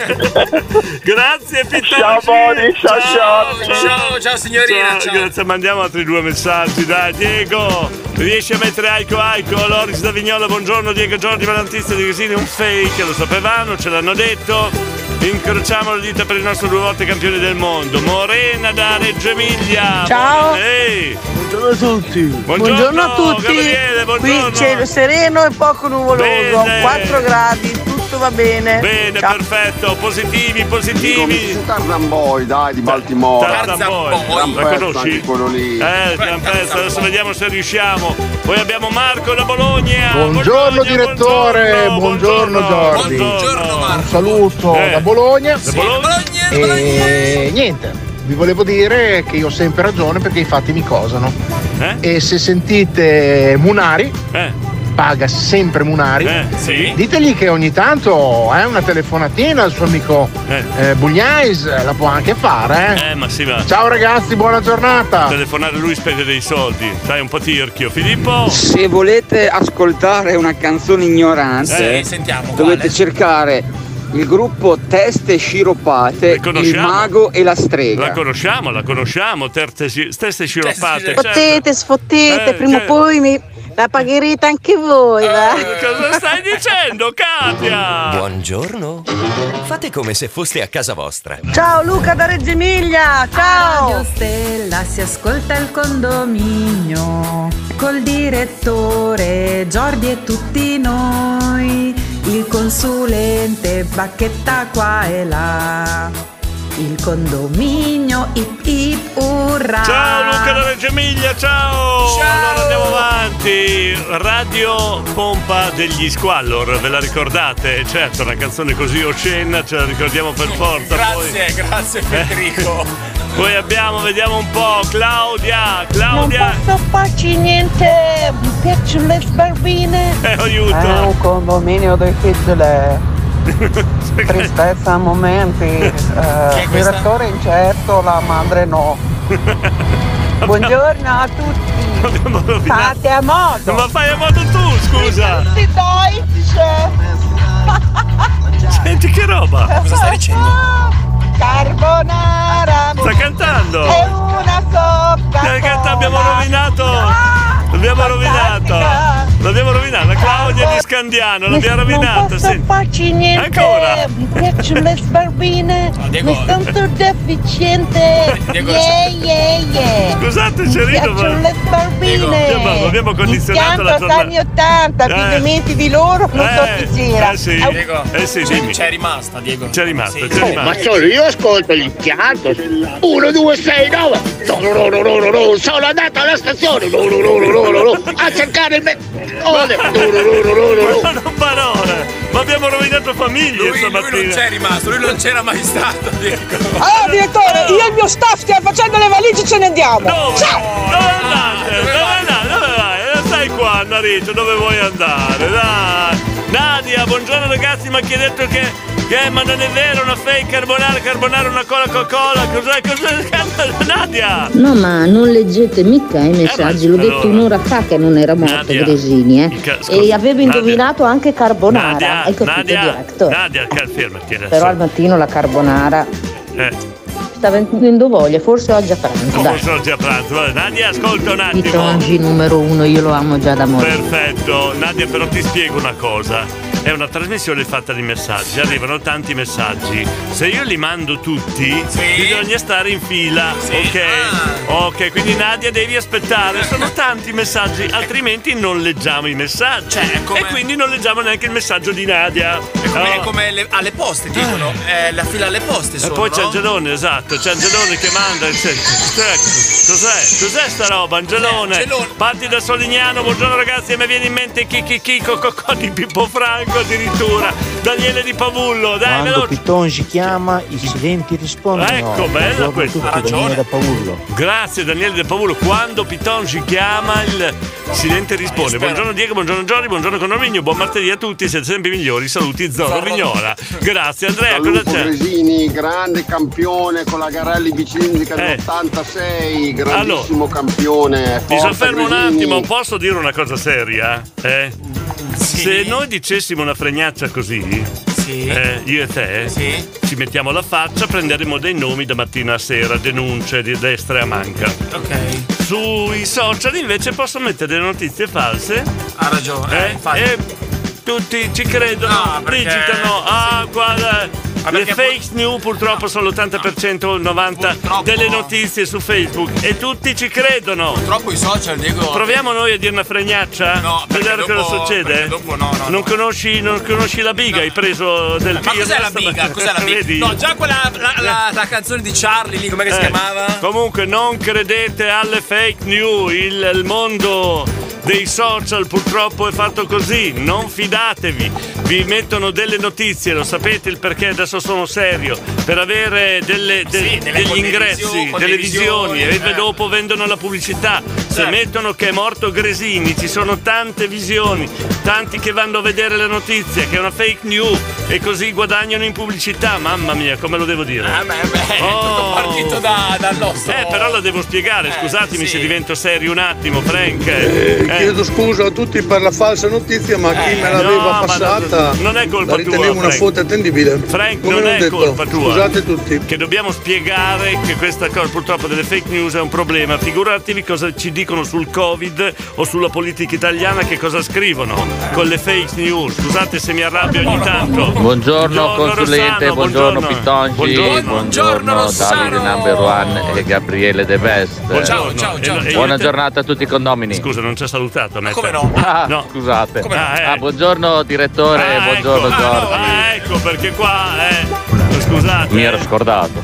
Grazie Pitongi. Ciao amore, ciao ciao. Ciao, ciao signorina, Ciao, ciao. grazie, mandiamo altri due messaggi, dai Diego, riesci a mettere Aiko Aiko, Loris da Vignola, buongiorno Diego Giorgi Valentista di Resini, un fake, lo sapevano, ce l'hanno detto, incrociamo le dita per il nostro due volte campione del mondo, Morena da Reggio Emilia. Ciao. Ehi. Buongiorno a tutti. Buongiorno, a tutti. Gabriele, buongiorno. Qui cielo sereno e poco nuvoloso, Bene. quattro gradi, tutto tutto va bene. Bene, Ciao. perfetto, positivi, positivi. Tarzan Boy, dai, di Baltimora. Tarzan Boy, Gran la pezzo conosci? anche quello lì. Eh, gran pezzo, adesso vediamo se riusciamo. Poi abbiamo Marco da Bologna. Buongiorno direttore, buongiorno, Jordi. Un saluto Eh. da Bologna. Da Bologna? E niente, vi volevo dire che io ho sempre ragione perché i fatti mi cosano. E se sentite Munari, paga sempre Munari, sì. ditegli che ogni tanto è una telefonatina al suo amico eh, Bugnais, la può anche fare. Eh. Eh, ma sì, ma. Ciao ragazzi, buona giornata. Telefonare lui spende dei soldi. Sai, un po' tirchio. Filippo? Se volete ascoltare una canzone ignorante, Eh, sentiamo, dovete quale? cercare il gruppo Teste Sciropate, il conosciamo? mago e la strega. La conosciamo, la conosciamo. Terte, stesse sciroppate. Sfottete, sfottete, Eh, prima o che- poi mi la pagherete anche voi, va? Cosa stai dicendo, Katia? Buongiorno. Fate come se foste a casa vostra. Ciao Luca da Reggio Emilia, ciao! Radio Stella si ascolta il condominio col direttore Jordi e tutti noi, il consulente Bacchetta qua e là, il condominio ip ip urra. Ciao Luca da Reggio Emilia, ciao! Ciao! Allora andiamo avanti. Radio Pompa degli Squallor, ve la ricordate? Certo, una canzone così oscena, ce la ricordiamo per forza. Grazie, grazie Federico. Poi, poi abbiamo, vediamo un po', Claudia, Claudia. Non posso farci niente, mi piacciono le sbarbine. Eh, aiuto. È un condominio difficile. Tristezza a momenti, eh, direttore incerto, la madre no. Buongiorno a tutti. Fate a modo. Ma fai a modo tu, scusa. Tutti Deutsch. Senti che roba. Cosa stai dicendo? Carbonara. Sta cantando. È una soppa. Che canta- abbiamo rovinato. L'abbiamo rovinata. L'abbiamo rovinata. Claudia di Scandiano, l'abbiamo rovinata. Non posso Senti. farci niente. Ancora? Mi piacciono le sbarbine. Diego- Mi sento deficiente. Diego- Yeah, yeah, yeah. Scusate, Mi Cerino, piacciono ma- le sbarbine. Diego, ma abbiamo condizionato la Impianto giornata. anni ottanta, Eh. ti dimentichi di loro, non so Eh, chi gira. eh sì. Au. Diego, Eh sì, c'è- dimmi. c'è rimasta, Diego. C'è rimasta, Sì. c'è Oh, rimasta. ma Solo io ascolto l'impianto. uno, due, sei, nove. No, no, no, no, no, no, no. Sono andato alla stazione. No, no, no, no, no, no. A cercare il me. Oh, no, no, no, no, no, no. Ma non parole! Ma abbiamo rovinato famiglie Lui, lui stamattina. non c'è rimasto, lui non c'era mai stato, Diego. Allora direttore, io e il mio staff stiamo facendo le valigie e ce ne andiamo. Dove? Ciao! Dove andate? Dove andate? Dove vai? Eh, Stai qua, Narito, dove vuoi andare? Dai! Nadia, buongiorno ragazzi, ma chi ha detto che... Che ma non è vero, una fake carbonara, carbonara, una cola Coca-Cola, cos'è? Cos'è? Nadia! No, ma non leggete mica i messaggi, l'ho detto allora. un'ora fa che non era morto Nadia. Gresini, eh. Ca- scusa, E avevo Nadia. indovinato anche carbonara, Nadia, hai capito, Nadia, director? Nadia, cal- fermati adesso. Però al mattino la carbonara Eh, stava venendo voglia, forse oggi a pranzo, come dai. sono oggi a pranzo? Vabbè, Nadia, ascolta un attimo. Pitongi numero uno, io lo amo già da morire. Perfetto, Nadia, però ti spiego una cosa. È una trasmissione fatta di messaggi, arrivano tanti messaggi. Se io li mando tutti, bisogna stare in fila, ok? Ok, quindi Nadia devi aspettare, sono tanti messaggi, altrimenti non leggiamo i messaggi. E quindi non leggiamo neanche il messaggio di Nadia. È come, No? è come le- alle poste, dicono. È la fila alle poste E sono, poi c'è no? Angelone, esatto, c'è Angelone che manda. c'è- c'è- Cos'è? Cos'è sta roba, Angelone? Parti da Solignano, buongiorno ragazzi, e mi viene in mente Kiki Kiko Cocò di Pippo Franco addirittura. Daniele di Pavullo, dai, Quando veloce. Pitongi chiama, i silenti rispondono. Ecco, bella Buongiorno a questa. tutti, Ha ragione. Daniele da Pavullo. Grazie Daniele De Pavullo. Quando Pitongi chiama, il silente risponde. Buongiorno Diego, buongiorno Giorgi, buongiorno Condomigno, buon martedì a tutti, siete sempre i migliori. Saluti Zorro Vignola. Grazie Andrea, cosa Lupo c'è? Gresini, grande campione con la Garelli Bicilindrica Eh. dell'ottantasei, grandissimo campione. Mi forza soffermo un Gresini. attimo, posso dire una cosa seria? Eh? Se noi dicessimo una fregnaccia così, eh, io e te, ci mettiamo la faccia, prenderemo dei nomi da mattina a sera, denunce di destra e a manca. Ok. Sui social invece posso mettere delle notizie false. Ha ragione. Eh? infatti. E tutti ci credono, No, perché- digitano, ah guarda, Le fake news purtroppo sono l'ottanta per cento, il novanta per cento delle notizie su Facebook e tutti ci credono. Purtroppo i social, Diego. Proviamo noi a dire una fregnaccia? No, vedere dopo, cosa succede? Dopo no, no, non, no. Conosci, non conosci la biga? No. Hai preso del Ma cos'è la biga? Cos'è la biga? Vedi? No, già quella la, la, la canzone di Charlie lì, com'è che eh. si chiamava? Comunque non credete alle fake news, il, il mondo dei social purtroppo è fatto così, non fidatevi, vi mettono delle notizie, lo sapete il perché, adesso sono serio, per avere delle, de, sì, degli ingressi, delle visioni e eh. dopo vendono la pubblicità, se certo. mettono che è morto Gresini, ci sono tante visioni, tanti che vanno a vedere le notizie, che è una fake news e così guadagnano in pubblicità, mamma mia, come lo devo dire? Ah, beh, beh, oh. è tutto partito da, dal nostro... Eh, però lo devo spiegare, scusatemi eh, sì. se divento serio un attimo, Frank. Eh, eh. Chiedo scusa a tutti per la falsa notizia, ma chi eh, me l'aveva no, passata non, non è colpa la ritenevo tua, una fonte attendibile. Frank, come non è detto, colpa tua. Scusate tutti. Che dobbiamo spiegare che questa cosa purtroppo delle fake news è un problema. Figuratevi cosa ci dicono sul Covid o sulla politica italiana, che cosa scrivono con le fake news. Scusate se mi arrabbio ogni tanto. Buongiorno, buongiorno consulente, Rossano, buongiorno, buongiorno Pitonci, buongiorno, buongiorno, buongiorno Davide Number One e Gabriele The Best. Buongiorno, ciao, ciao, ciao. Buona giornata a tutti i condomini. Scusa, non ci ha salutato, Netta. Come no? Ah, no. Scusate. Come no? Ah, eh. ah, buongiorno direttore, ah, buongiorno ecco. Giorgio. Ah, ecco perché qua, eh. Scusate. Mi ero scordato.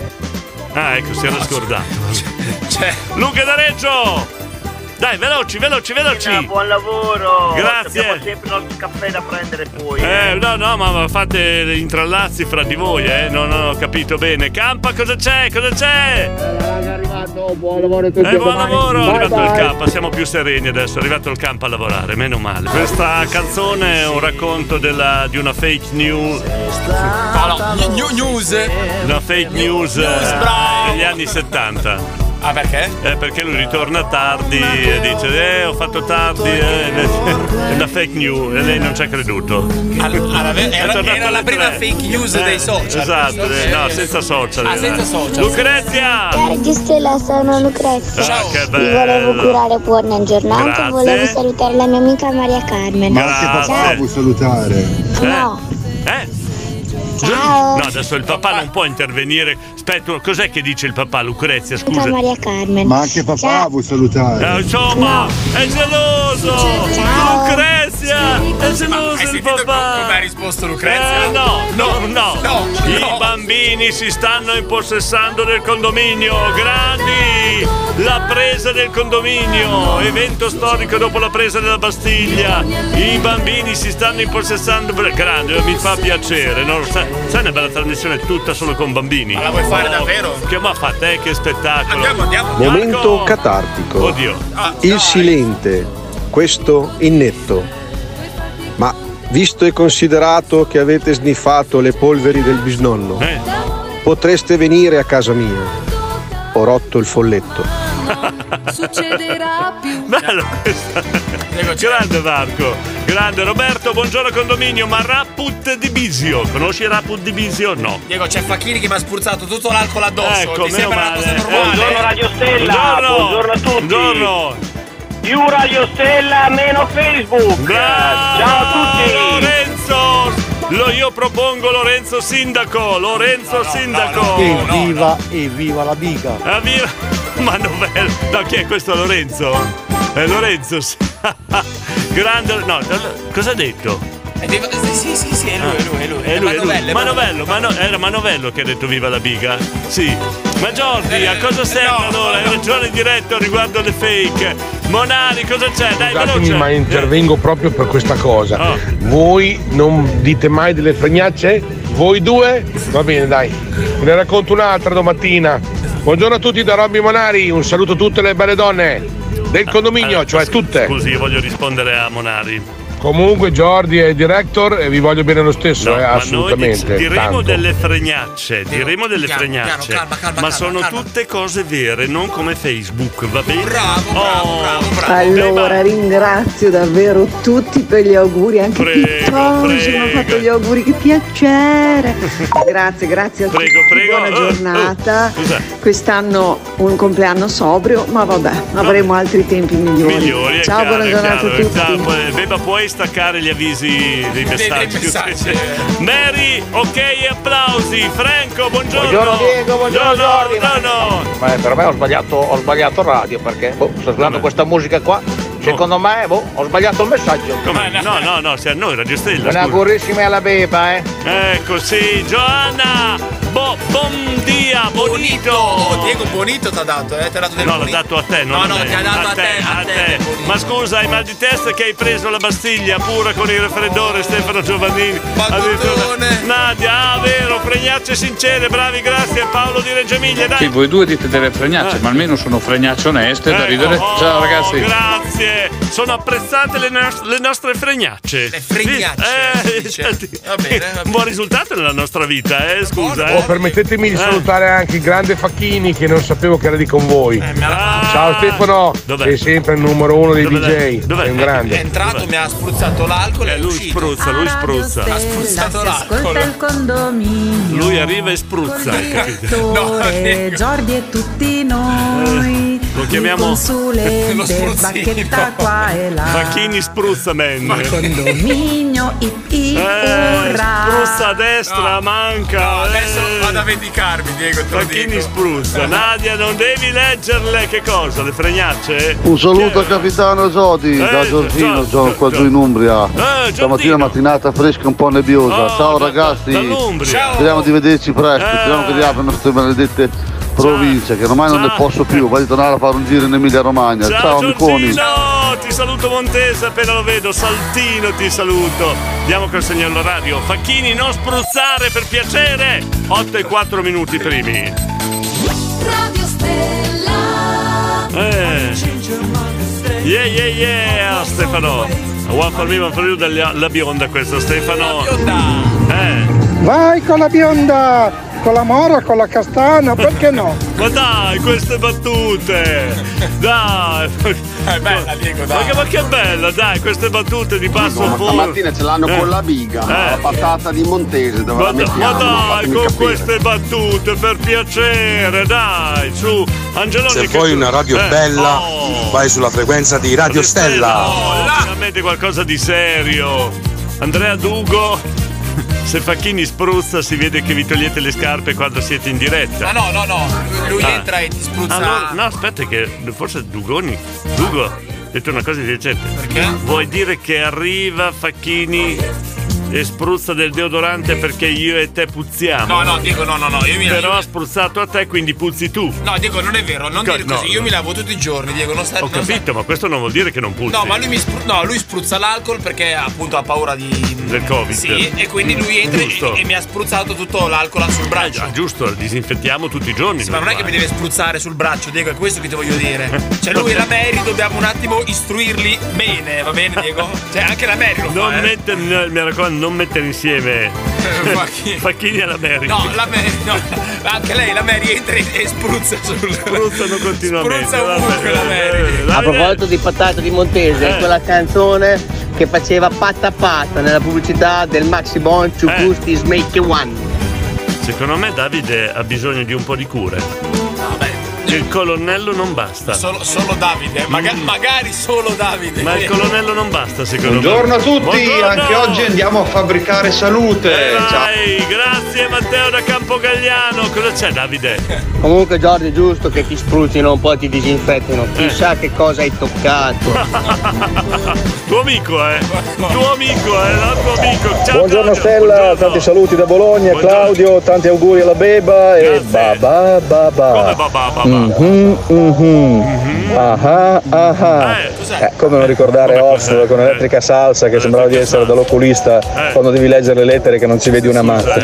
Ah, ecco, si era scordato. C'è Luca da Reggio! Dai, veloci, veloci, veloci! No, buon lavoro! Grazie! Abbiamo sempre il nostro caffè da prendere poi. Eh, eh. no, no, ma fate gli intrallazzi fra di voi, eh? Non ho capito bene. Campa, cosa c'è? Cosa c'è? Eh, è arrivato, buon lavoro a tutti. Eh, buon lavoro! È bye arrivato bye. il Campa, siamo più sereni adesso. È arrivato il Campa a lavorare, meno male. Questa canzone è un racconto della, di una fake news. No, no, new news! Una fake news, news eh, degli anni settanta. Ah, perché? Eh, perché lui ritorna tardi e dice eh ho fatto tardi, eh. È una fake news e lei non ci ha creduto. Allora, era, era la prima fake news eh, dei social. Esatto, eh, no, senza social. Ah, senza social. Lucrezia! Ciao Stella, sono Lucrezia. Ciao, che bello. Vi volevo curare buona giornata. Grazie. Volevo salutare la mia amica Maria Carmen. Ma anche papà vuoi salutare? No. Eh? Ciao. No, adesso il papà non può intervenire. Aspetta, cos'è che dice il papà, Lucrezia? Scusa. Maria Carmen. Ma anche papà Ciao. vuoi salutare? Eh, insomma, no. è geloso! Ciao. Lucrezia! È geloso il papà! Come ha risposto Lucrezia? Eh, no, no, no, no, I no. bambini si stanno impossessando del condominio. Grandi! La presa del condominio, evento storico dopo la presa della Bastiglia. I bambini si stanno impossessando. Grande, mi fa piacere, no? Sai, sai una bella trasmissione tutta solo con bambini? Ma la vuoi fare davvero? Che ma fa te, che spettacolo! Andiamo, andiamo. Momento Marco. catartico. Oddio. Ah, Il dai. silente, questo innetto. Ma visto e considerato che avete sniffato le polveri del bisnonno, Eh. potreste venire a casa mia. Ho rotto il folletto. Succederà più. Bello questa. Grande Marco, grande Roberto, buongiorno condominio, ma Rapput di Bisio, conosci Rapput di Bisio? No. Diego, c'è Facchini che mi ha spruzzato tutto l'alcol addosso. Ecco, Ti sembra una cosa male. normale? Buongiorno Radio Stella. Buongiorno. Buongiorno a tutti. Buongiorno. Più Radio Stella, meno Facebook. Bravo. Ciao a tutti. Lorenzo. Lo, io propongo Lorenzo Sindaco, Lorenzo No, no, Sindaco. no, no, E no, viva, e viva la biga. Ah, viva. Ma novello. No, chi è questo Lorenzo? È Lorenzo. Grande. No, cosa ha detto? Sì, sì, sì, è lui, è lui, è lui. È lui, è lui. Manovelle, Manovello, Mano- era Manovello che ha detto viva la biga? Sì. Ma Giordi, a cosa serve no, allora? Hai no. ragione diretto riguardo le fake. Monari, cosa c'è? Dai, Scusatemi, veloce. ma intervengo proprio per questa cosa. Oh. Voi non dite mai delle fregnacce? Voi due? Va bene, dai. Ve ne racconto un'altra domattina. Buongiorno a tutti da Robby Monari, un saluto a tutte le belle donne del condominio, Allora, cioè tutte. Scusi, io voglio rispondere a Monari. Comunque Jordi è director e vi voglio bene lo stesso, No, eh, ma assolutamente. noi diremo tanto. delle fregnacce, diremo delle piano, fregnacce, piano, calma, calma, ma calma, sono calma. tutte cose vere, non come Facebook, va bene? Bravo, bravo, Oh. bravo, bravo. Allora ringrazio davvero tutti per gli auguri, anche Prego, Pitonci mi ha prego. fatto gli auguri, che piacere. Grazie, grazie a tutti, Prego, prego. buona Oh, giornata. oh, scusa. Quest'anno un compleanno sobrio, ma vabbè, avremo altri tempi migliori. Migliori, è Ciao, chiaro, buona è giornata chiaro, a tutti. Ciao, Beba, puoi staccare gli avvisi dei messaggi? messaggi. Mary, ok, applausi. ragazzi. Franco, buongiorno. Buongiorno Diego, buongiorno Jordi. Buongiorno. Ma per me ho sbagliato, ho sbagliato radio perché boh, sto ascoltando questa musica qua. Secondo me, boh, ho sbagliato il messaggio. Come? No, no, no, sei a noi, Radio Stella. Una augurissime alla beba, eh. Ecco, sì, Giovanna. Bo, buon dia, bonito. Oh, Diego Bonito ti ha dato, eh? Ti ha dato del No, l'ho bonito. dato a te, non No, a no, me. ti ha dato a, a te, a te. Ma scusa, hai mal di testa che hai preso la Bastiglia pure con il raffreddore, Stefano Giovannini. Addirittura- Nadia, ah, vero, fregnacce sincere, bravi, grazie. Paolo di Reggio Emilia, dai. Sì, voi due dite delle fregnacce, Eh. ma almeno sono fregnacce oneste da Ecco, ridere. oh, Ciao ragazzi. Grazie, sono apprezzate le, nos- le nostre fregnacce. Le fregnacce, Eh, dice. Va bene, va bene. Buon risultato nella nostra vita, eh, scusa. Oh, Eh. permettetemi di Eh. salutare anche il grande Facchini che non sapevo che era di con voi. Ciao Stefano, Dov'è? sei sempre il numero uno dei Dov'è? D J. Dov'è? Sei un È grande. entrato, mi ha spruzzato l'alcol e è lui uscito. spruzza, lui spruzza. Ha spruzzato Ascolta l'alcol. il condominio. Lui arriva e spruzza, hai capito? Direttore, Jordi e tutti noi. Eh, lo chiamiamo- Il Lo consulente, spruzzino. bacchetta qua e là. Facchini spruzza, man. Condominio, ip, ip, Eh, urrà. spruzza a destra, manca. No, adesso eh. vado a vendicarmi, Diego, te lo Facchini dico. spruzza. Nadia, non devi leggerle. Che cosa? Le fregnacce? Un saluto al capitano Esodi da Eh, Giorgino, Gio- sono qua Gio- giù in Umbria. Eh, Stamattina Giordino. mattinata fresca un po' nebbiosa. Oh, Ciao da- ragazzi, dall'Umbria. Ciao. speriamo di vederci presto, Eh. speriamo che riaprano queste maledette province, che ormai non ne Ciao. posso più, voglio tornare a fare un giro in Emilia Romagna. Ciao, Ciao amiconi. Giorgino, ti saluto Montese appena lo vedo. Saltino, ti saluto. Andiamo col segnale orario. Facchini, non spruzzare per piacere. otto e quattro minuti primi. Radio Stella. Eh. Yeah, yeah, yeah, Stefano. One for me, one for you, della- la bionda questa, Stefano. Eh. Vai con la bionda, con la mora, con la castana, perché no? Ma dai, queste battute! Dai! È bella, Diego, Ma dai. che, ma che bella, dai, queste battute di basso No, ma fuori. stamattina ce l'hanno Eh. con la biga, Eh. la patata di Montese, dove Ma, la da- mettiamo? ma dai, Fatemi con capire. queste battute, per piacere, dai, su, Angeloni. Se che vuoi tu- una radio eh, bella, oh, vai sulla frequenza di Radio Stella. Oh, finalmente qualcosa di serio. Andrea Dugo, se Facchini spruzza si vede che vi togliete le scarpe quando siete in diretta. Ma no, no, no, lui Ah. entra e ti spruzza. Ah, no, no, aspetta che forse Dugoni. Dugo, hai detto una cosa intelligente. Perché? Vuoi dire che arriva Facchini e spruzza del deodorante perché io e te puzziamo? No, no, Diego, no, no, no, io mi Però io- ha spruzzato a te, quindi puzzi tu. No, Diego, non è vero, non Co- dire così. no, Io no. mi lavo tutti i giorni, Diego, non sta Ho non sta- capito, ma questo non vuol dire che non puzzi. No, ma lui mi spru- no, lui spruzza l'alcol perché appunto ha paura di Del Covid. Sì, e quindi lui entra e, Giusto. e mi ha spruzzato tutto l'alcol sul braccio. Ah, giusto, disinfettiamo tutti i giorni. Sì, ma non è che mi deve spruzzare sul braccio, Diego, è questo che ti voglio dire. Cioè lui e la Mary dobbiamo un attimo istruirli bene, va bene, Diego? Cioè anche la Mary lo Non fa, eh. mettere, no, mi raccomando, non mettere insieme Facchini. Facchini alla Mary. No, la Mary, no, anche lei, la Mary entra e e spruzza sul. Spruzzano continuamente. Spruzza ovunque la Mary. A proposito di patata di Montese, Eh. è quella canzone che faceva patta patta nella pubblicità del Maxi Bon Ciù Eh. Gusti Smake One. Secondo me Davide ha bisogno di un po' di cure. Che il colonnello non basta. Solo, solo Davide, maga- magari solo Davide. Ma il colonnello non basta, secondo Buongiorno me. a tutti, Buongiorno. anche oggi andiamo a fabbricare salute. Eh, Ciao. vai, grazie Matteo da Campogagliano. Cosa c'è, Davide? Comunque Giorgio è giusto che ti spruzzino un po' e ti disinfettino. Eh. Chissà che cosa hai toccato. Tuo amico, eh? Tuo amico, eh? No, tuo amico. Ciao, Buongiorno Claudio. Stella, tanti saluti da Bologna, Claudio, tanti auguri alla beba e ba ba ba ba. Come ba ba ba ba? Mhm, mhm. Ah ah. Eh, come non ricordare Off con Elettrica Salsa che sembrava di essere dall'oculista quando devi leggere le lettere che non ci vedi una mazza.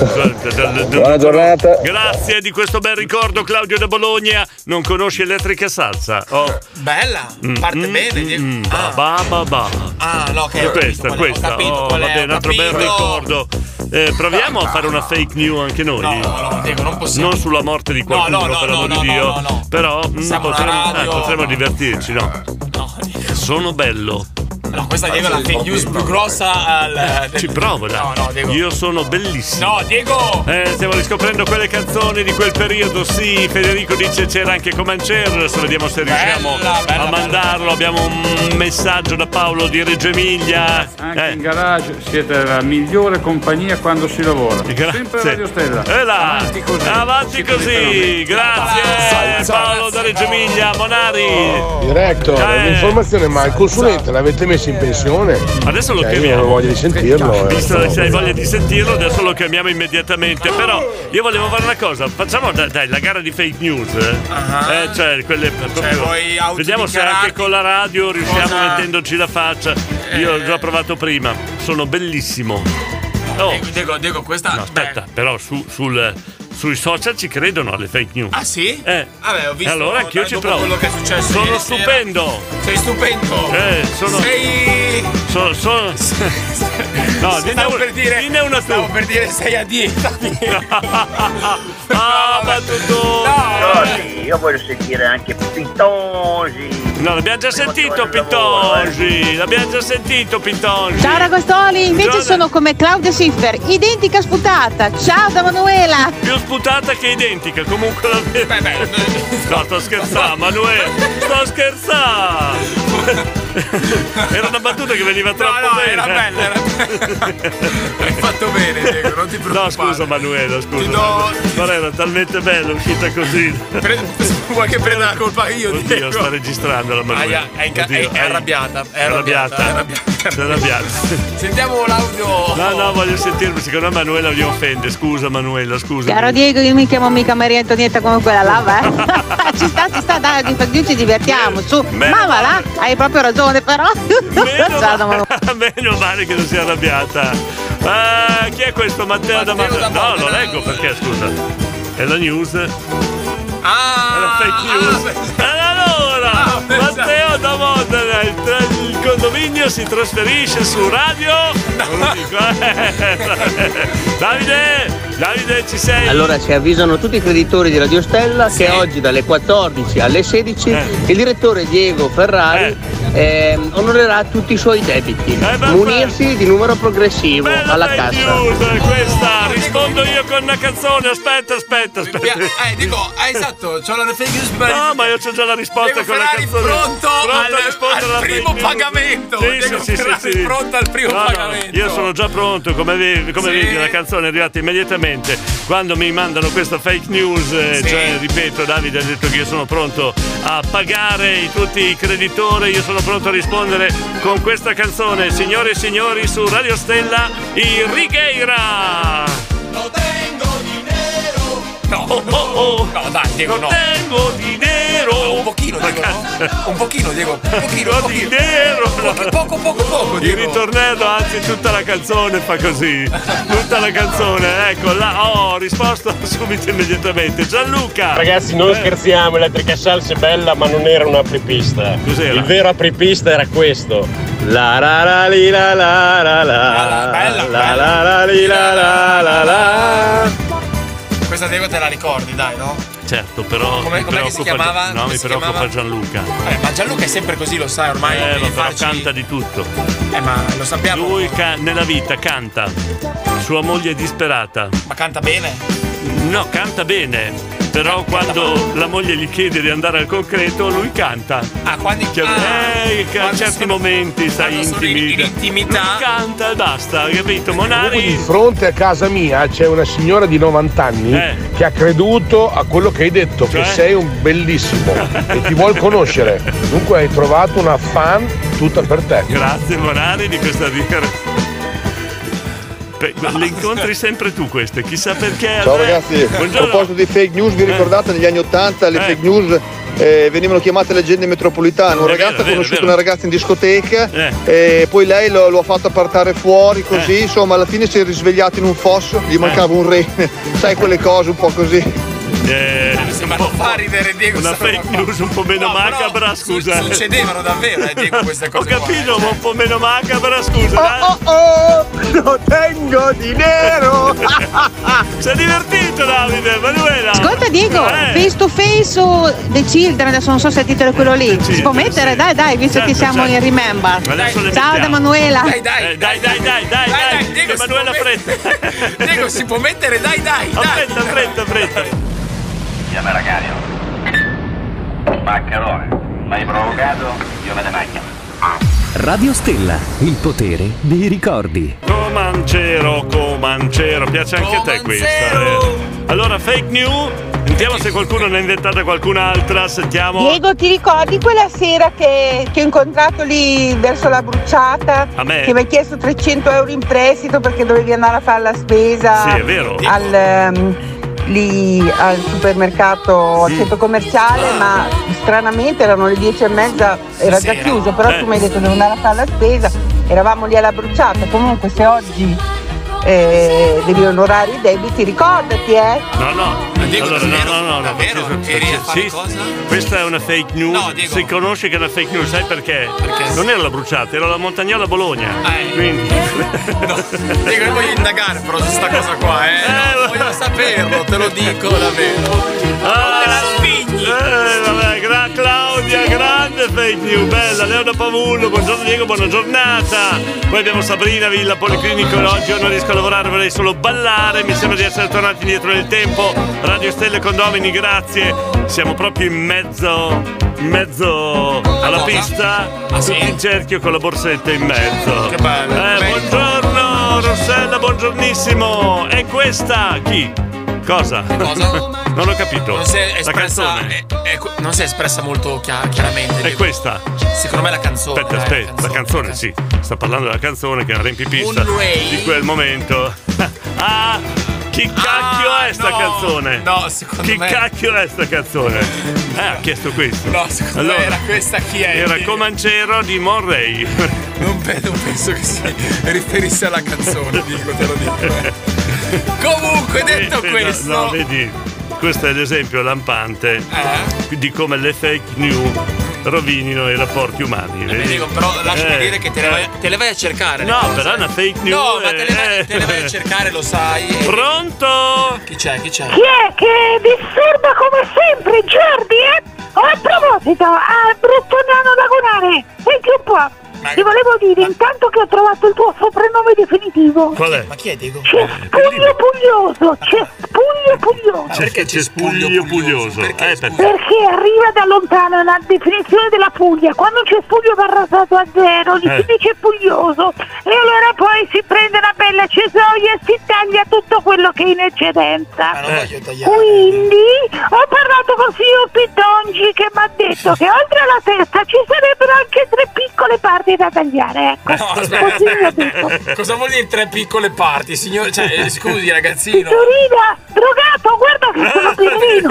Buona giornata. Grazie di questo bel ricordo, Claudio da Bologna. Non conosci Elettrica Salsa? Oh. Bella, parte bene. Diego. Ba ba ba ba. Ah, no, ok. E ho questa, capito qual è, questa. ho capito Oh, qual è, vabbè, ho un altro bel capito. ricordo. Eh, proviamo a fare una fake news anche noi. No, no, Diego, non possiamo. Non sulla morte di qualcuno, No, no, no, per amor no, di no, Dio. no, no. Però mm, Siamo una potremmo, radio. eh, potremmo divertirci, no? Sono bello. No, questa Diego è la fake news più grossa al. Ci provo, dai. No, no, Diego. Io sono bellissimo. No, Diego! Eh, stiamo riscoprendo quelle canzoni di quel periodo, sì. Federico dice c'era anche Comancer. Adesso vediamo se riusciamo Bella, bella, a mandarlo. Abbiamo un messaggio da Paolo di Reggio Emilia. Anche Eh. in garage siete la migliore compagnia quando si lavora. Grazie. Sempre Radio Stella. E là. Avanti così. Avanti Siete così. dei fenomeni. Grazie Paolo da Reggio Emilia. Monari. Director, Eh. l'informazione, ma il consulente l'avete messo in pensione? Adesso lo Cioè, chiamiamo. Io non ho voglia di sentirlo. eh. Visto che hai voglia di sentirlo, adesso lo chiamiamo immediatamente. Però io volevo fare una cosa. Facciamo dai, dai, la gara di fake news. Eh, Ah. eh cioè quelle proprio- vuoi vediamo se autodichiararti? anche con la radio riusciamo Cosa? mettendoci la faccia. Io ho già provato prima. Sono bellissimo. Oh. Diego, Diego, Diego, questa. No, aspetta, però su, sul, sui social ci credono alle fake news. Ah sì? Eh. Vabbè, ho visto. Allora anch'io dai, ci dopo provo. quello che è successo Sono ieri sera. stupendo. Sei stupendo. Eh, sono. Sei. Sono. sono... No, dinne stavo una, per dire. dinne una tu. Stavo per dire sei a dieta. Ah, ma tutto. No, sì, io voglio sentire anche Pintosi. No, l'abbiamo già sentito Pintongi. L'abbiamo già sentito Pintongi. Ciao ragostoli, invece Buongiorno. sono come Claudia Schiffer, identica sputata. Ciao da Manuela. Più sputata che identica, comunque la vedo. No, sto scherzando, Manuele. Sto scherzando. Era una battuta che veniva troppo no, bene. era bella, era bella. Hai fatto bene, Diego, non ti preoccupare. No, scusa Manuela, scusa. Ti do- Ma era talmente bella uscita così. Vuoi che prenda la colpa io, Oddio, Diego? sta registrando la Manuela. Aia, è, inca- Oddio, è- è ai- arrabbiata. È È arrabbiata. arrabbiata. È arrabbiata. Sentiamo l'audio. No, no, voglio sentirmi. Secondo me Manuela mi offende. Scusa Manuela, scusa. Caro Diego, io mi chiamo mica Maria Antonietta come quella là, eh. Ci sta, ci sta, dai, di più ci divertiamo, su. Ma va là, hai proprio ragione però. Meno, Ciao, da Manuela. meno male che non sia arrabbiata. Ah, chi è questo? Matteo, da Modena? No, lo leggo perché, scusa. È la news. Ah, è la fake news. E allora, Ah, Matteo da Modena, il, tra- il condominio si trasferisce su radio. Non lo dico, eh. Davide, Davide, ci sei? Allora ci avvisano tutti i creditori di Radio Stella che oggi dalle quattordici alle sedici il direttore Diego Ferrari ehm, onorerà tutti i suoi debiti. Munirsi di numero progressivo alla Fake cassa. news, è questa. Rispondo io con una canzone. Aspetta, aspetta, aspetta. Eh, dico, eh, esatto, c'ho la fake news. No, ma io c'ho già la risposta Diego con la Ferrari canzone. pronto, Pronto a al, rispondere al alla primo fake news. pagamento. Sì, Diego sì, sì, Ferrari sì, sì. pronto al primo No, no, pagamento. io sono già pronto, come vedi, come Sì. vedi la canzone è arrivata immediatamente. Quando mi mandano questa fake news, eh, Sì. cioè, ripeto, Davide ha detto che io sono pronto a pagare i- tutti i creditori, io sono pronto a rispondere con questa canzone. Signore e signori, su Radio Stella, i Righeira. Lo tengo dinero. No, Oh, oh, oh. no, dai, Diego, no. Tengo dinero. Un pochino, Diego, no? Un pochino, Diego. Un pochino, un pochino. Dinero. Poco, poco, poco, poco, Il Diego. ritornello, anzi tutta la canzone fa così. Tutta la canzone, ecco là. Oh, risposta subito immediatamente. Gianluca. Ragazzi, non Eh, scherziamo, Elettrica Salsa è bella, ma non era un apripista. Cos'era? Il vero apripista era questo. La la la li la la la la. bella, La la la li la la la la. Questa Diego te la ricordi, dai, no? Certo, però Come- mi com'è che si preoccupa chiamava? No, Come mi si preoccupa chiamava? Gianluca. Eh, ma Gianluca è sempre così, lo sai, ormai. Eh, non ma devi però farci- canta di tutto. Eh, ma lo sappiamo. Lui ca- nella vita canta. Sua moglie è disperata. Ma canta bene. No, canta bene. Però quando la moglie gli chiede di andare al concreto, lui canta. Ah, quando Cioè, eh, che a quando certi sono- momenti, sai, quando sono in- intimi. in intimità. Lui canta e basta, capito? Comunque di Monari. fronte a casa mia c'è una signora di novanta anni Eh. che ha creduto a quello che hai detto, Cioè? che sei un bellissimo e ti vuol conoscere. Dunque hai trovato una fan tutta per te. Grazie Monari di questa dichiarazione. Pe- Le incontri sempre tu queste, chissà perché. Ciao Andrea. ragazzi, a Buongiorno. proposito di fake news, vi ricordate negli anni ottanta le Eh. fake news eh, venivano chiamate leggende metropolitane? Un È ragazzo vero, è ha vero, conosciuto è vero. una ragazza in discoteca Eh. e poi lei lo, lo ha fatto appartare fuori così, Eh. insomma alla fine si è risvegliato in un fosso, gli mancava un rene, sai quelle cose un po' così. Eh, Ma non fa ridere Diego. Una sta fake roba qua. news un po' meno No, però macabra, su- scusa. Succedevano davvero, eh, Diego, queste Ho cose. capito, qua, ma eh. un po' meno macabra, scusa. dai. Oh oh, lo tengo dinero! Si è divertito Davide, Manuela. Ascolta Diego, Eh. face to face o The Children, adesso non so se il titolo è quello lì. Si può mettere? Dai, dai, visto Certo, che siamo certo. in Remember. Adesso le Ciao da mettiamo. Manuela. Dai, dai, Eh, dai, dai, dai, dai, dai, Diego, che si Manuela può fretta. Diego, si può mettere? Dai, dai, dai. Fretta, fretta, fretta. Chiama ragazzi. Maccherone, m'hai provocato? Io me ne macchino. Radio Stella, il potere dei ricordi. Comancero, Comancero, piace anche a te questa. eh. Allora, fake news. Sentiamo se qualcuno ne ha inventata qualcun'altra. Sentiamo. Diego, ti ricordi quella sera che, che ho incontrato lì verso la bruciata? A me? Che mi hai chiesto trecento euro in prestito perché dovevi andare a fare la spesa. Sì, è vero. Al, ehm, lì al supermercato, al centro commerciale, ma stranamente erano le dieci e mezza, era già Sera. chiuso, però Eh. tu mi hai detto devo andare a fare la spesa, eravamo lì alla bruciata. Comunque se oggi eh, devi onorare i debiti, ricordati, eh. No, no. Diego, allora, no, davvero? no, no, no. Davvero? perché- Eri a perché- fare sì, cosa? Questa è una fake news. No, Diego. Si conosce che è una fake news, sai perché? Perché? Non era la bruciata, era la Montagnola a Bologna. Eh. Quindi. Diego, io voglio indagare però su sta cosa qua, eh. No, voglio saperlo, te lo dico davvero. Ah, te la spigni. Eh, vabbè, gra- Claudia, grande fake news, bella, Leona Pavullo, buongiorno Diego, buona giornata. Poi abbiamo Sabrina Villa Policlinico, oggi io non riesco a lavorare, vorrei solo ballare, mi sembra di essere tornati indietro nel tempo. Radio Stelle Condomini, grazie. Siamo proprio in mezzo, in mezzo alla pista, tutti in cerchio con la borsetta in mezzo. Che bello. Eh, Bello. buongiorno Rossella, buongiornissimo. E questa chi? Cosa? Cosa? Non ho capito. Non si è La espressa, canzone. è- è- non si è espressa molto chia- chiaramente. È Diego. questa. Secondo me è la canzone. Aspetta, eh, aspetta, la canzone, sì. Sta parlando della canzone che era riempipista Moonray. di quel momento. Ah, chi cacchio Ah, è sta no. canzone? No, secondo Chi me- cacchio è sta canzone? Eh, ha chiesto questo. No, secondo me era questa chi è? Era Diego. Comancero di Monray. Non, pe- non penso che si riferisse alla canzone, dico, te lo dico. eh. Comunque, detto Eh, no, questo. No, vedi, questo è l'esempio lampante Eh? di come le fake news rovinino i rapporti umani. Eh, vedi? Diego, però lasciami Eh, dire che te le, vai, te le vai a cercare. le No, cose. però è una fake news. No, ma te le vai, eh. te le vai a cercare, lo sai. e- Pronto? Chi c'è? Chi c'è? Chi è che disturba come sempre, Jordi, eh? Oh, a proposito, al brutto nano lagunare, senti un po', ti volevo dire intanto che ho trovato il tuo soprannome definitivo. Qual è? Ma chi è, Diego? C'è Spuglio Puglioso, c'è Spuglio Puglioso. Perché c'è Spuglio Puglioso? Eh, perché? Perché arriva da lontano la definizione della Puglia. Quando c'è Spuglio va rasato a zero, gli Eh. si dice Puglioso. E allora poi si prende una bella cesoia e si taglia tutto quello che è in eccedenza. Ma non voglio tagliare. Quindi ho parlato con signor Pitongi che mi ha detto che oltre alla testa ci sarebbero anche tre piccole parti da tagliare. Ecco, No, così mi ha detto. aspetta. Cosa vuol dire tre piccole parti, signore? Cioè, eh, scusi, ragazzino. Dorina, drogato, guarda che sono pigrino.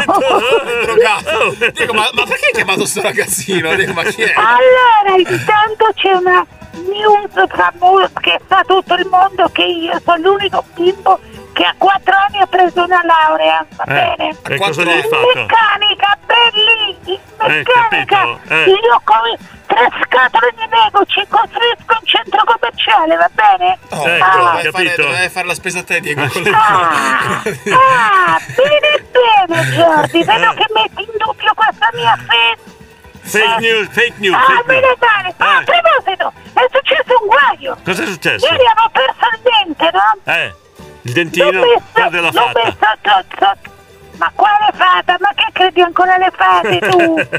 Drogato. Dico, ma, ma perché hai chiamato sto ragazzino? Dico, ma chi è? Allora, intanto c'è una news famosa che sa tutto il mondo che io sono l'unico bimbo che a quattro anni ha preso una laurea, va Eh, bene? e cosa gli hai In fatto? meccanica, belli, in Eh, meccanica. capito, eh. Io come tre scatole di Lego ci costruisco un centro commerciale, va bene? Oh, Ecco, ah, vai, a fare, capito. vai a fare la spesa a te, Diego. con le- ah, ah, bene bene Giordi, vedo che metti in dubbio questa mia fede. Fake news, fake news, Ah, fake bene news. bene, ah, a Eh. proposito, è successo un guaio. Cosa è successo? Ieri avevo perso il dente, no? Eh, il L'ho dentino, messo, quello della l'ho fata. messo sotto, sotto. Ma quale fata? Ma che credi ancora alle fate tu?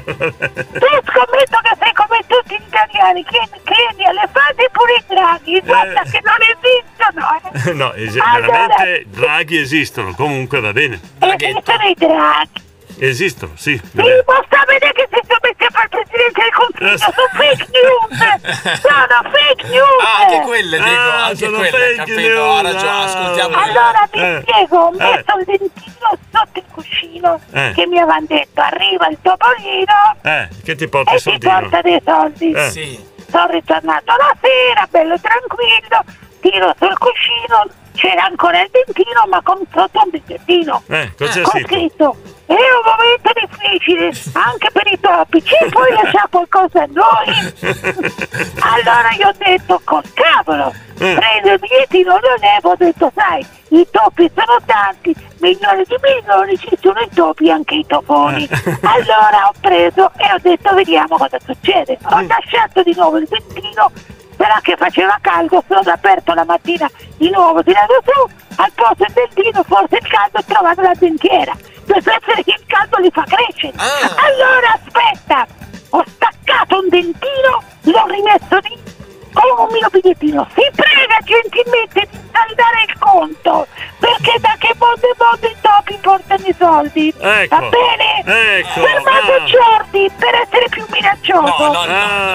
Tu scommetto che sei come tutti gli italiani, che credi alle fate pure i draghi, guarda che non esistono, eh. No, es- Allora- veramente draghi esistono, comunque va bene. Esistono i draghi. Esistono, sì. Sì, basta vedere che si sono messi a fare il presidente del consiglio, sono fake news, sono fake news. Ah, anche quelle, Diego, Ah, anche sono quelle, fake capito? news, Ha ragione, ah. ascoltiamo. Allora vi Eh. spiego, ho Eh. messo il dentino sotto il cuscino Eh. che mi avevano detto arriva il topolino Eh, che ti porti e il ti soldino? porta dei soldi. Eh. Sì. Sono ritornato la sera, bello tranquillo, tiro sul cuscino, c'era ancora il dentino, ma con sotto un bigliettino. Eh, cosa c'è Con scritto? scritto: è un momento difficile anche per i topi, ci puoi lasciare qualcosa a noi? Allora io ho detto: col cavolo, prendo il bigliettino, lo levo, ho detto: sai, i topi sono tanti, milioni di milioni, ci sono i topi, anche i toponi. Allora ho preso e ho detto: vediamo cosa succede. Ho lasciato di nuovo il dentino, sarà che faceva caldo, sono aperto la mattina di nuovo, tirato su, al posto del dentino, forse il caldo, ho trovato la dentiera. Deve essere che il caldo li fa crescere. Allora aspetta, ho staccato un dentino, l'ho rimesso lì con un mio bigliettino. Si prega gentilmente di saldare il conto, perché da che mondo e mondo i topi portano i soldi. Ecco. Va bene? Ecco, Fermato ah. Jordi per essere più minaccioso. No, no,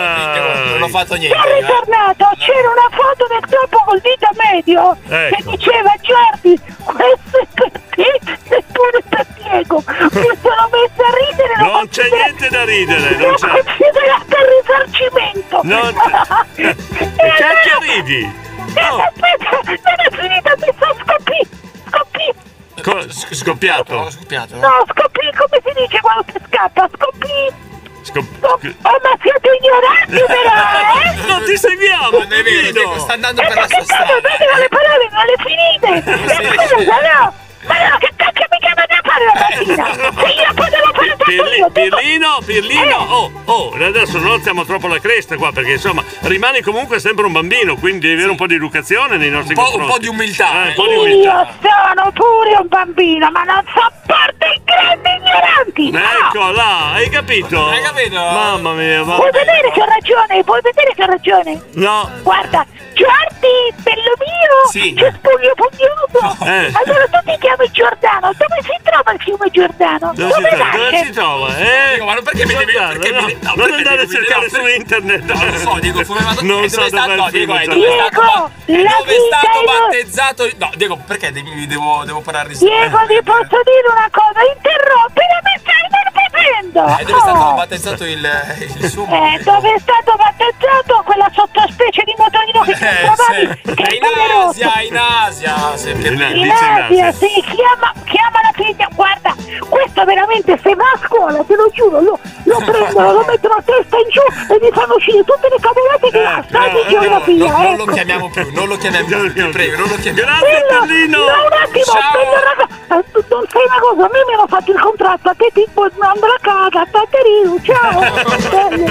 no, non ho fatto niente. Sono ritornato, c'era una foto del topo col dito medio Ecco. che diceva: Jordi, questo è per te e pure per Diego. Mi sono messa a ridere. l'ho Non c'è considera- niente da ridere, non l'ho c'è. considerato il risarcimento. Non E Che cacchio ridi? Eh, aspetta, non è finita, mi sono scopì. Scopì. Co- s- scoppiato? Scoppiato? No, scopì, come si dice quando si scappa? Scopì. Scop- Oh, ma siete ignoranti però, eh? Non ti seguiamo, Non è vero, Diego, sta andando per la sua strada. Vedete le parole, non le finite! E scusa, no! Ma no, che cacchio mi chiamate a fare la mattina? Se io potevo fare tutto Pirli- io, dico- Pirlino, Pirlino, Eh. oh, oh, adesso non alziamo troppo la cresta qua, perché insomma rimani comunque sempre un bambino, quindi devi avere un po' di educazione nei nostri Un po', un confronti. po' di umiltà. Eh, un po' di Io umiltà. sono pure un bambino, ma non sopporto i grandi ignoranti! No! Ecco là, hai capito? Hai capito? Mamma mia, mamma Vuoi vedere che ho ragione? Vuoi vedere che ho ragione? No, Guarda, Giordi, bello mio! Sì. C'è spuglio pugnoso! Eh. Allora tu ti chiami Giordano, dove si trova il fiume Giordano? dove si, trova? dove nasce? si trova? Eh? Diego, ma non perché mi devi- Guarda, perché no, mi- no, non perché andare a mi- cercare no, su per- internet. No, lo so, Diego, come vado- Non è so dove è stato, dov'è no, il Diego, è fiume dove è Giordano. stato, ba- è Diego, dove è la stato vita è- battezzato. No, Diego, perché devi- devo, devo parlare di Diego, ti posso dire una cosa? Interrompi, mi stai nervosendo! Eh, dove è stato Oh. battezzato il, il suo Eh, dove è stato battezzato quella sottospecie di motorino che ti Eh, trovavi? sì. Che È è in poderoso? Asia, in Asia. Se per In lì. In Dice in Asia, Asia. sì, chiama, chiama la figlia, guarda, questo veramente, se va a scuola, te lo giuro, lo, lo prendono, lo mettono a testa in giù e gli fanno uscire tutte le cavolate che ha, sai di No, geografia, non, non lo ecco. chiamiamo più, non lo chiamiamo più, ti prego, non lo chiamiamo. Grazie Pirlino. No, un attimo, Ciao. aspetta, raga, eh, tu non sai una cosa, a me mi hanno fatto il contratto, a te ti mando la caga, tatterino, ciao, bello.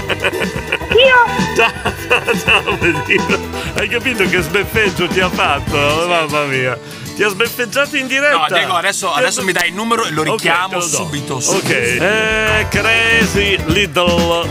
Io, Ciao, ciao, ciao, Pirlino. Hai capito che sbeffeggio ti ha fatto? Mamma mia. Ti ha sbeffeggiato in diretta. No, Diego, adesso, adesso mi dai il numero e lo Ok, richiamo te lo do. subito. Ok. subito. Eh, Crazy Little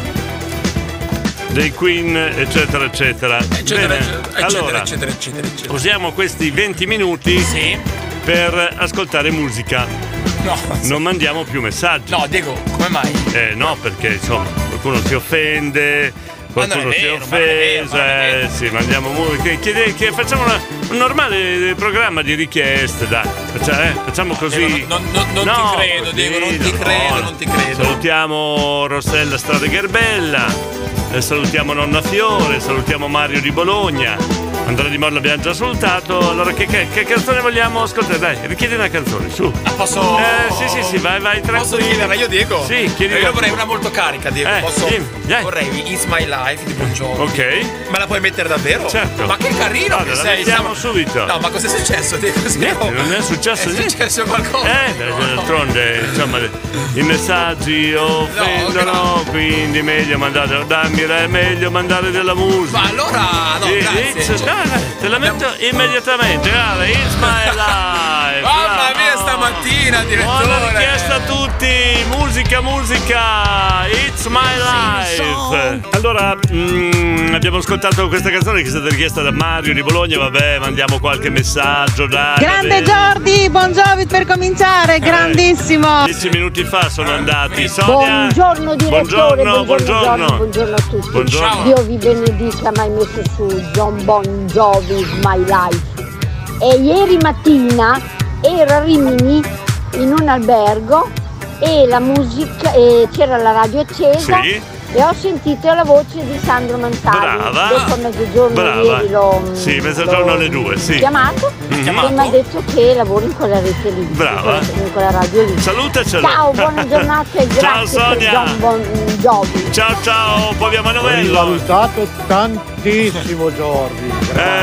dei Queen, eccetera, eccetera. Eccetera, Bene. eccetera, Allora, eccetera, eccetera, eccetera. usiamo questi venti minuti Sì. per ascoltare musica. No, Non mandiamo più messaggi. no, Diego, come mai? Eh no, perché insomma qualcuno si offende, Ma non è qualcuno si è vero, ma non è vero, offeso, ma non è eh vero. sì, mandiamo musica. Chiede, che facciamo una- un normale programma di richieste, dai. Faccia- eh, facciamo così. Diego, non, non- non No, ti credo, così, Diego, non ti no, credo, no. non ti credo. Salutiamo Rossella Strade Gerbella, eh, salutiamo Nonna Fiore, salutiamo Mario di Bologna. Andrea Di Morla abbiamo già salutato. Allora che, che, che canzone vogliamo ascoltare? Dai, richiedi una canzone, su. Ah, posso. Eh sì sì sì, vai vai Posso tranquillo. chiederla io, Diego? Sì, chiedi. Eh, Io vorrei una molto carica, Diego. Eh, Posso. dimmi, dai. Vorrei It's My Life di Bon Jovi. Ok. Me la puoi mettere davvero? Certo. Ma che carino Guarda, che la sei. mettiamo siamo- subito. No, ma cos'è successo, Diego? Niente, non è successo È niente. successo qualcosa. Eh, d'altronde, insomma, i messaggi offendono, quindi meglio mandare, dammi, è meglio mandare della musica. Ma allora, no, Sì, grazie. it's- Cioè- no, no, te la metto immediatamente, guarda, it's my life. Mamma mia, Oh. stamattina, direttore. Buona richiesta a tutti, musica, musica, it's my life. Allora, mm, abbiamo ascoltato questa canzone che è stata richiesta da Mario di Bologna, vabbè, mandiamo qualche messaggio, dai. Grande vabbè. Jordi, Bon Jovi per cominciare, grandissimo. Dieci minuti fa sono andati. Sonia. Buongiorno direttore, Buongiorno, buongiorno, buongiorno. Giorgio, buongiorno a tutti. Buongiorno. Dio vi benedica, mai messo su John Bon Jovi My Life. E ieri mattina ero a Rimini in un albergo e la musica e c'era la radio accesa. Sì. E ho sentito la voce di Sandro Manzari. Brava. Dopo mezzogiorno Brava. ieri l'ho, Sì, mezzogiorno l'ho alle due, sì. chiamato Mm. che mi ha detto che lavori in quella rete lì. Brava. In quella radio lì. Salutacelo. Ciao, buona giornata e grazie. Ciao Sonia. Per John Bon Jovi. Ciao ciao, poi abbiamo Ho Novello. rivalutato tantissimo Jordi.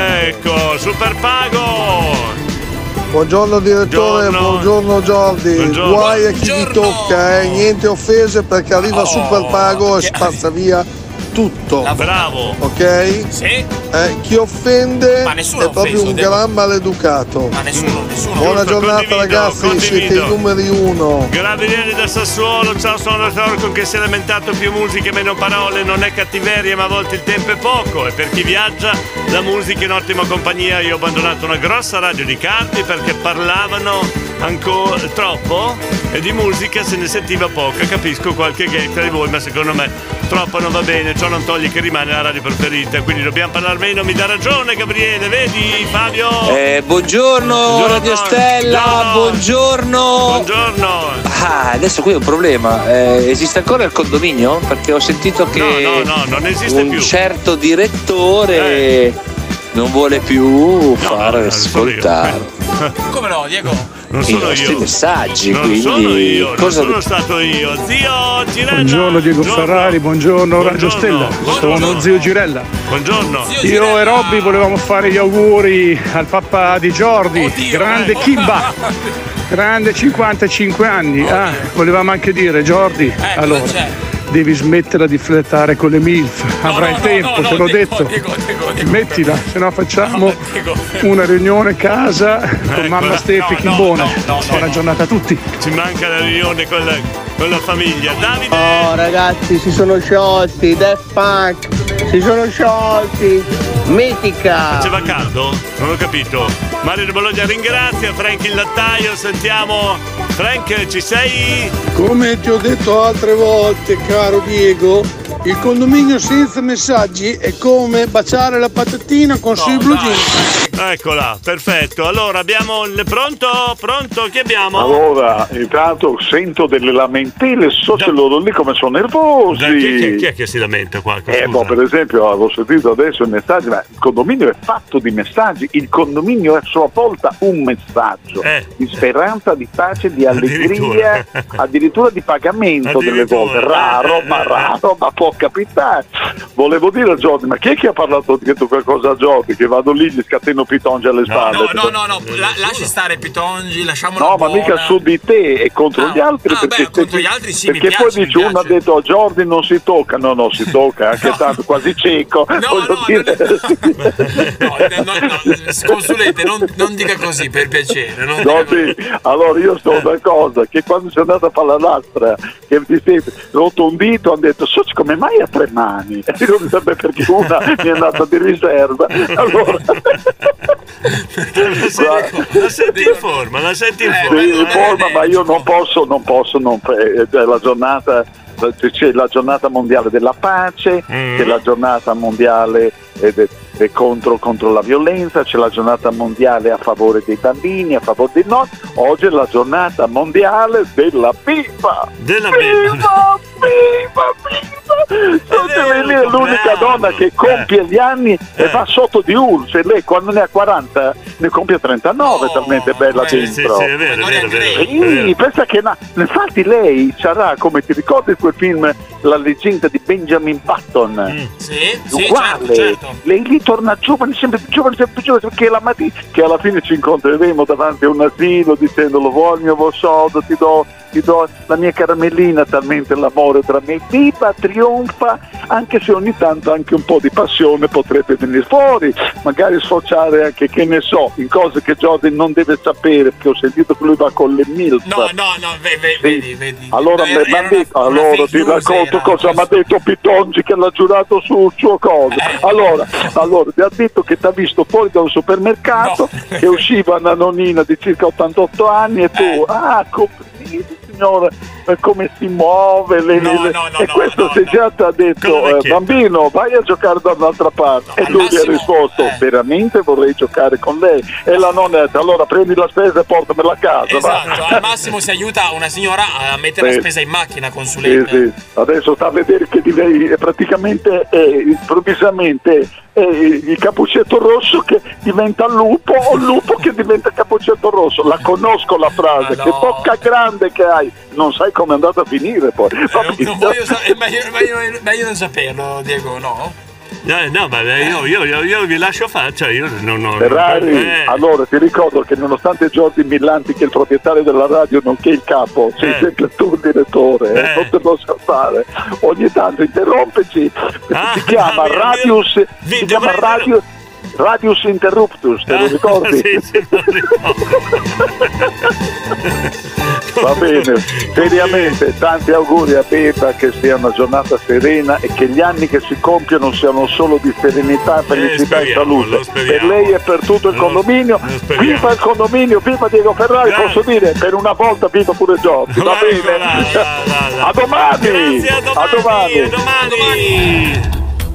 Ecco, super pago. Buongiorno direttore, Buongiorno, buongiorno Jordi. Buongiorno. Guai a chi vi tocca, eh. Niente offese perché arriva Oh, super pago e spazza via tutto. Bravo. Ok? Sì. Eh, chi offende Ma nessuno è ha proprio offeso, un devo- gran maleducato. Ma nessuno, nessuno. Buona Giusto, giornata condivido, ragazzi, condivido. siete i numeri uno. Gabriele da Sassuolo, ciao, sono Torco che si è lamentato più musica e meno parole, non è cattiveria ma a volte il tempo è poco e per chi viaggia la musica è in ottima compagnia. Io ho abbandonato una grossa radio di Carpi perché parlavano ancora troppo e di musica se ne sentiva poco. Capisco qualche gay tra di voi ma secondo me troppo non va bene, ciò non toglie che rimane la radio preferita, quindi dobbiamo parlare meno. Mi dà ragione Gabriele, vedi Fabio? Eh, buongiorno, Buongiorno. Radio Stella, buongiorno. Buongiorno. Ah, adesso qui è un problema. Eh, esiste ancora il condominio? Perché ho sentito che No, no, no, non esiste un più. certo direttore non vuole più far ascoltare Come no, Diego? Non i sono nostri io. messaggi. Non quindi sono io, cosa non sono stato io. Zio Girella. Buongiorno Diego Ferrari, buongiorno Radio Stella, sono zio Girella. Buongiorno. Io e Robby volevamo fare gli auguri al papà di Jordi, grande Kimba, grande cinquantacinque anni. Ah, volevamo anche dire Jordi, allora devi smetterla di flirtare con le MILF, avrai no, tempo, no, te l'ho Diego, detto. Diego, Diego, Diego. Smettila, se no facciamo una riunione a casa con Ecco, mamma Steffi no, Chimbone. no, no, no, Buona no. giornata a tutti. Ci manca la riunione con la, con la famiglia. Davide. Oh ragazzi, si sono sciolti, Daft Punk, si sono sciolti, mitica. Faceva caldo? Non ho capito. Mario di Bologna ringrazia, Frank il lattaio, sentiamo. Frank, ci sei? Come ti ho detto altre volte, caro Diego, il condominio senza messaggi è come baciare la patatina con sui blue jeans. Eccola, perfetto. Allora abbiamo il pronto? Pronto? Chi abbiamo? Allora, intanto sento delle lamentele, so se loro lì come sono nervosi. Dai, chi, chi- chi è che si lamenta qua? Eh, Scusa. boh, per esempio, avevo sentito adesso i messaggi, ma il condominio è fatto di messaggi, il condominio è a sua volta un messaggio di speranza, di pace, di allegria, addirittura di pagamento delle volte. Raro, ma raro, ma può capitare. Volevo dire a Jordi, ma chi è che ha parlato di qualcosa a Jordi? Che vado lì, gli scateno Pitongi alle spalle. No, no, no, no, la- lasci stare Pitongi, lasciamolo No, ma mica su di te e contro gli altri. ah, perché beh, contro gli altri sì, mi perché piace, poi mi dice uno ha detto oh, Jordi non si tocca. No, no, si tocca, anche tanto quasi cieco. voglio dire. Consulente, non, non dica così per piacere. Non dica Jordi, allora io sto una cosa, che quando sei andato a fare la lastra, che ti sei rotto un dito, hanno detto, so come mai ha tre mani? E io non sapevo perché una mi è andata di riserva. Allora... La senti, la senti in forma, la senti in forma. Sì, in forma, ma io non posso, non posso, non, è la giornata, c'è la giornata mondiale della pace, c'è la giornata mondiale eh, de- de- contro, contro la violenza, c'è la giornata mondiale a favore dei bambini, a favore dei nonni, oggi è la giornata mondiale della pipa. Della pipa, pipa, pipa. Lei è l'unica donna che compie gli anni e va sotto di U R S S e lei quando ne ha quaranta ne compie trentanove, talmente bella Sì, dentro. sì, sì, è vero, è vero, è vero, è Sì, vero. pensa che na- infatti lei sarà, come ti ricordi quel film La leggenda di Benjamin Button? Sì, sì, uguale, certo, certo. lei lì torna giovane, sempre più giovane, sempre più giovane, perché la mattina che alla fine ci incontreremo davanti a un asilo dicendo lo vuoi il mio soldo, ti do, ti do la mia caramellina, talmente l'amore tra me. Viva, trionfa, anche se ogni tanto anche un po' di passione potrebbe venire fuori, magari sfociare anche, che ne so, in cose che Jordan non deve sapere, perché ho sentito che lui va con le MILF. No, no, no, ve- ve- vedi, vedi. Allora, Era- mi ha era detto, una- una allora fake ti news, racconto era- cosa mi ha detto Pitongi che l'ha giurato sul suo coso. Allora, allora ti ha detto che ti ha visto fuori da un supermercato, che usciva una nonnina di circa ottantotto anni e tu, ah, complimenti signore, eh, come si muove, le, le- le- e questo se già ti ha detto, eh, bambino, vai a giocare da un'altra parte. e lui gli ha risposto, veramente vorrei giocare con lei. E la nonna ha detto, allora prendi la spesa e portamela a casa. va." Esatto, al massimo si aiuta una signora a mettere Sì. la spesa in macchina, Sì, consulente. sì. Adesso sta a vedere che di lei è praticamente, eh, improvvisamente è il Cappuccetto Rosso che diventa lupo o il lupo che diventa Cappuccetto Rosso. La conosco la frase, Ah, no. che bocca grande che hai, non sai come è andata a finire poi. Eh, non, non voglio sa- è meglio, è meglio, è meglio non saperlo, Diego, no? Eh, no, ma io, io, io, io vi lascio fare, cioè io non ho. Ferrari, eh. allora ti ricordo che nonostante Giorgi Millanti, che è il proprietario della radio nonché il capo, sei Eh. sempre tu il direttore, eh. Eh. non te lo so fare. Ogni tanto interrompeci, Ah, si chiama ah, mio Radius, Dio. si Vi- chiama dovrei- Radius, Radius Interruptus, te lo Ah, ricordi? sì, sì, lo ricordo. Va bene, seriamente tanti auguri a Beta, che sia una giornata serena e che gli anni che si compiono siano solo di serenità, felicità e speriamo, lo salute speriamo. per lei e per tutto il Lo- condominio. lo speriamo. Viva il condominio, viva Diego Ferrari, Grazie. posso dire per una volta viva pure Giorgi, va Ecco, bene? là, là, là, là. A domani! Grazie, a domani, A domani. a domani.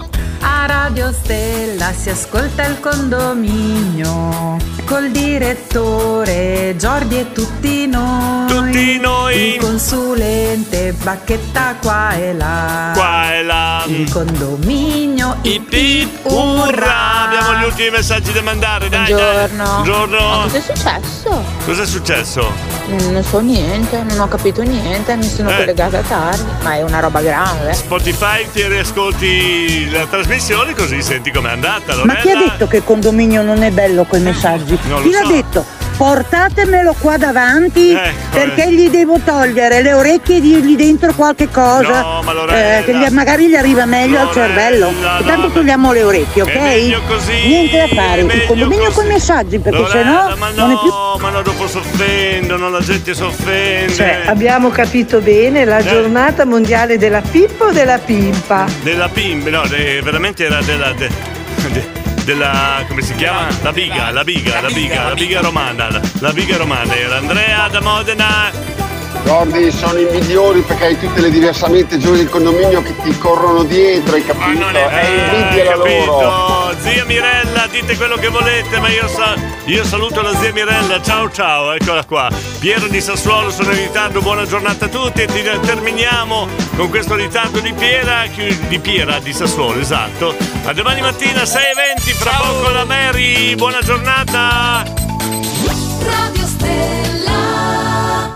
A Radio Stella si ascolta il condominio col direttore Giordi e tutti noi. Tutti noi. Il consulente Bacchetta qua e là. Qua e là. Il condominio ip ip Urrà! urrà. Abbiamo gli ultimi messaggi da mandare, dai, Buongiorno. dai. Buongiorno. Ma cosa è successo? Cosa è successo? Mm, Non so niente, non ho capito niente, mi sono Eh. collegata tardi, ma è una roba grave. Spotify, ti riascolti la trasmissione così senti com'è andata, Ma chi ha Lorella? detto che il condominio non è bello coi messaggi? Non lo Chi l'ha so. detto? Portatemelo qua davanti Ecco, perché eh. gli devo togliere le orecchie e dirgli dentro qualche cosa No, ma Lorella. eh, che gli- magari gli arriva meglio al Lorella, cervello. no, E tanto ma- togliamo le orecchie, ok? È meglio così, Niente da fare, è meglio il condominio così. con i messaggi perché Lorella, sennò ma no, non è più. ma no, dopo si offendono, la gente si offende. Cioè, abbiamo capito bene la Eh. giornata mondiale della pippa o della pimpa? Della pimba, no, de- veramente era della. de- de- della. come si chiama? La biga, la biga, la biga, la biga romana. La, la biga romana era Andrea da Modena. Jordi, sono i migliori perché hai tutte le diversamente giù del condominio che ti corrono dietro, hai capito? È invidia la loro. capito? Zia Mirella, dite quello che volete, ma io, sa- io saluto la zia Mirella. Ciao ciao, eccola qua. Piero di Sassuolo, sono in ritardo, buona giornata a tutti e ti- terminiamo con questo ritardo di Piera, chi- di Piera di Sassuolo, esatto. A domani mattina sei e venti, fra poco la Mary, buona giornata. Radio Stella.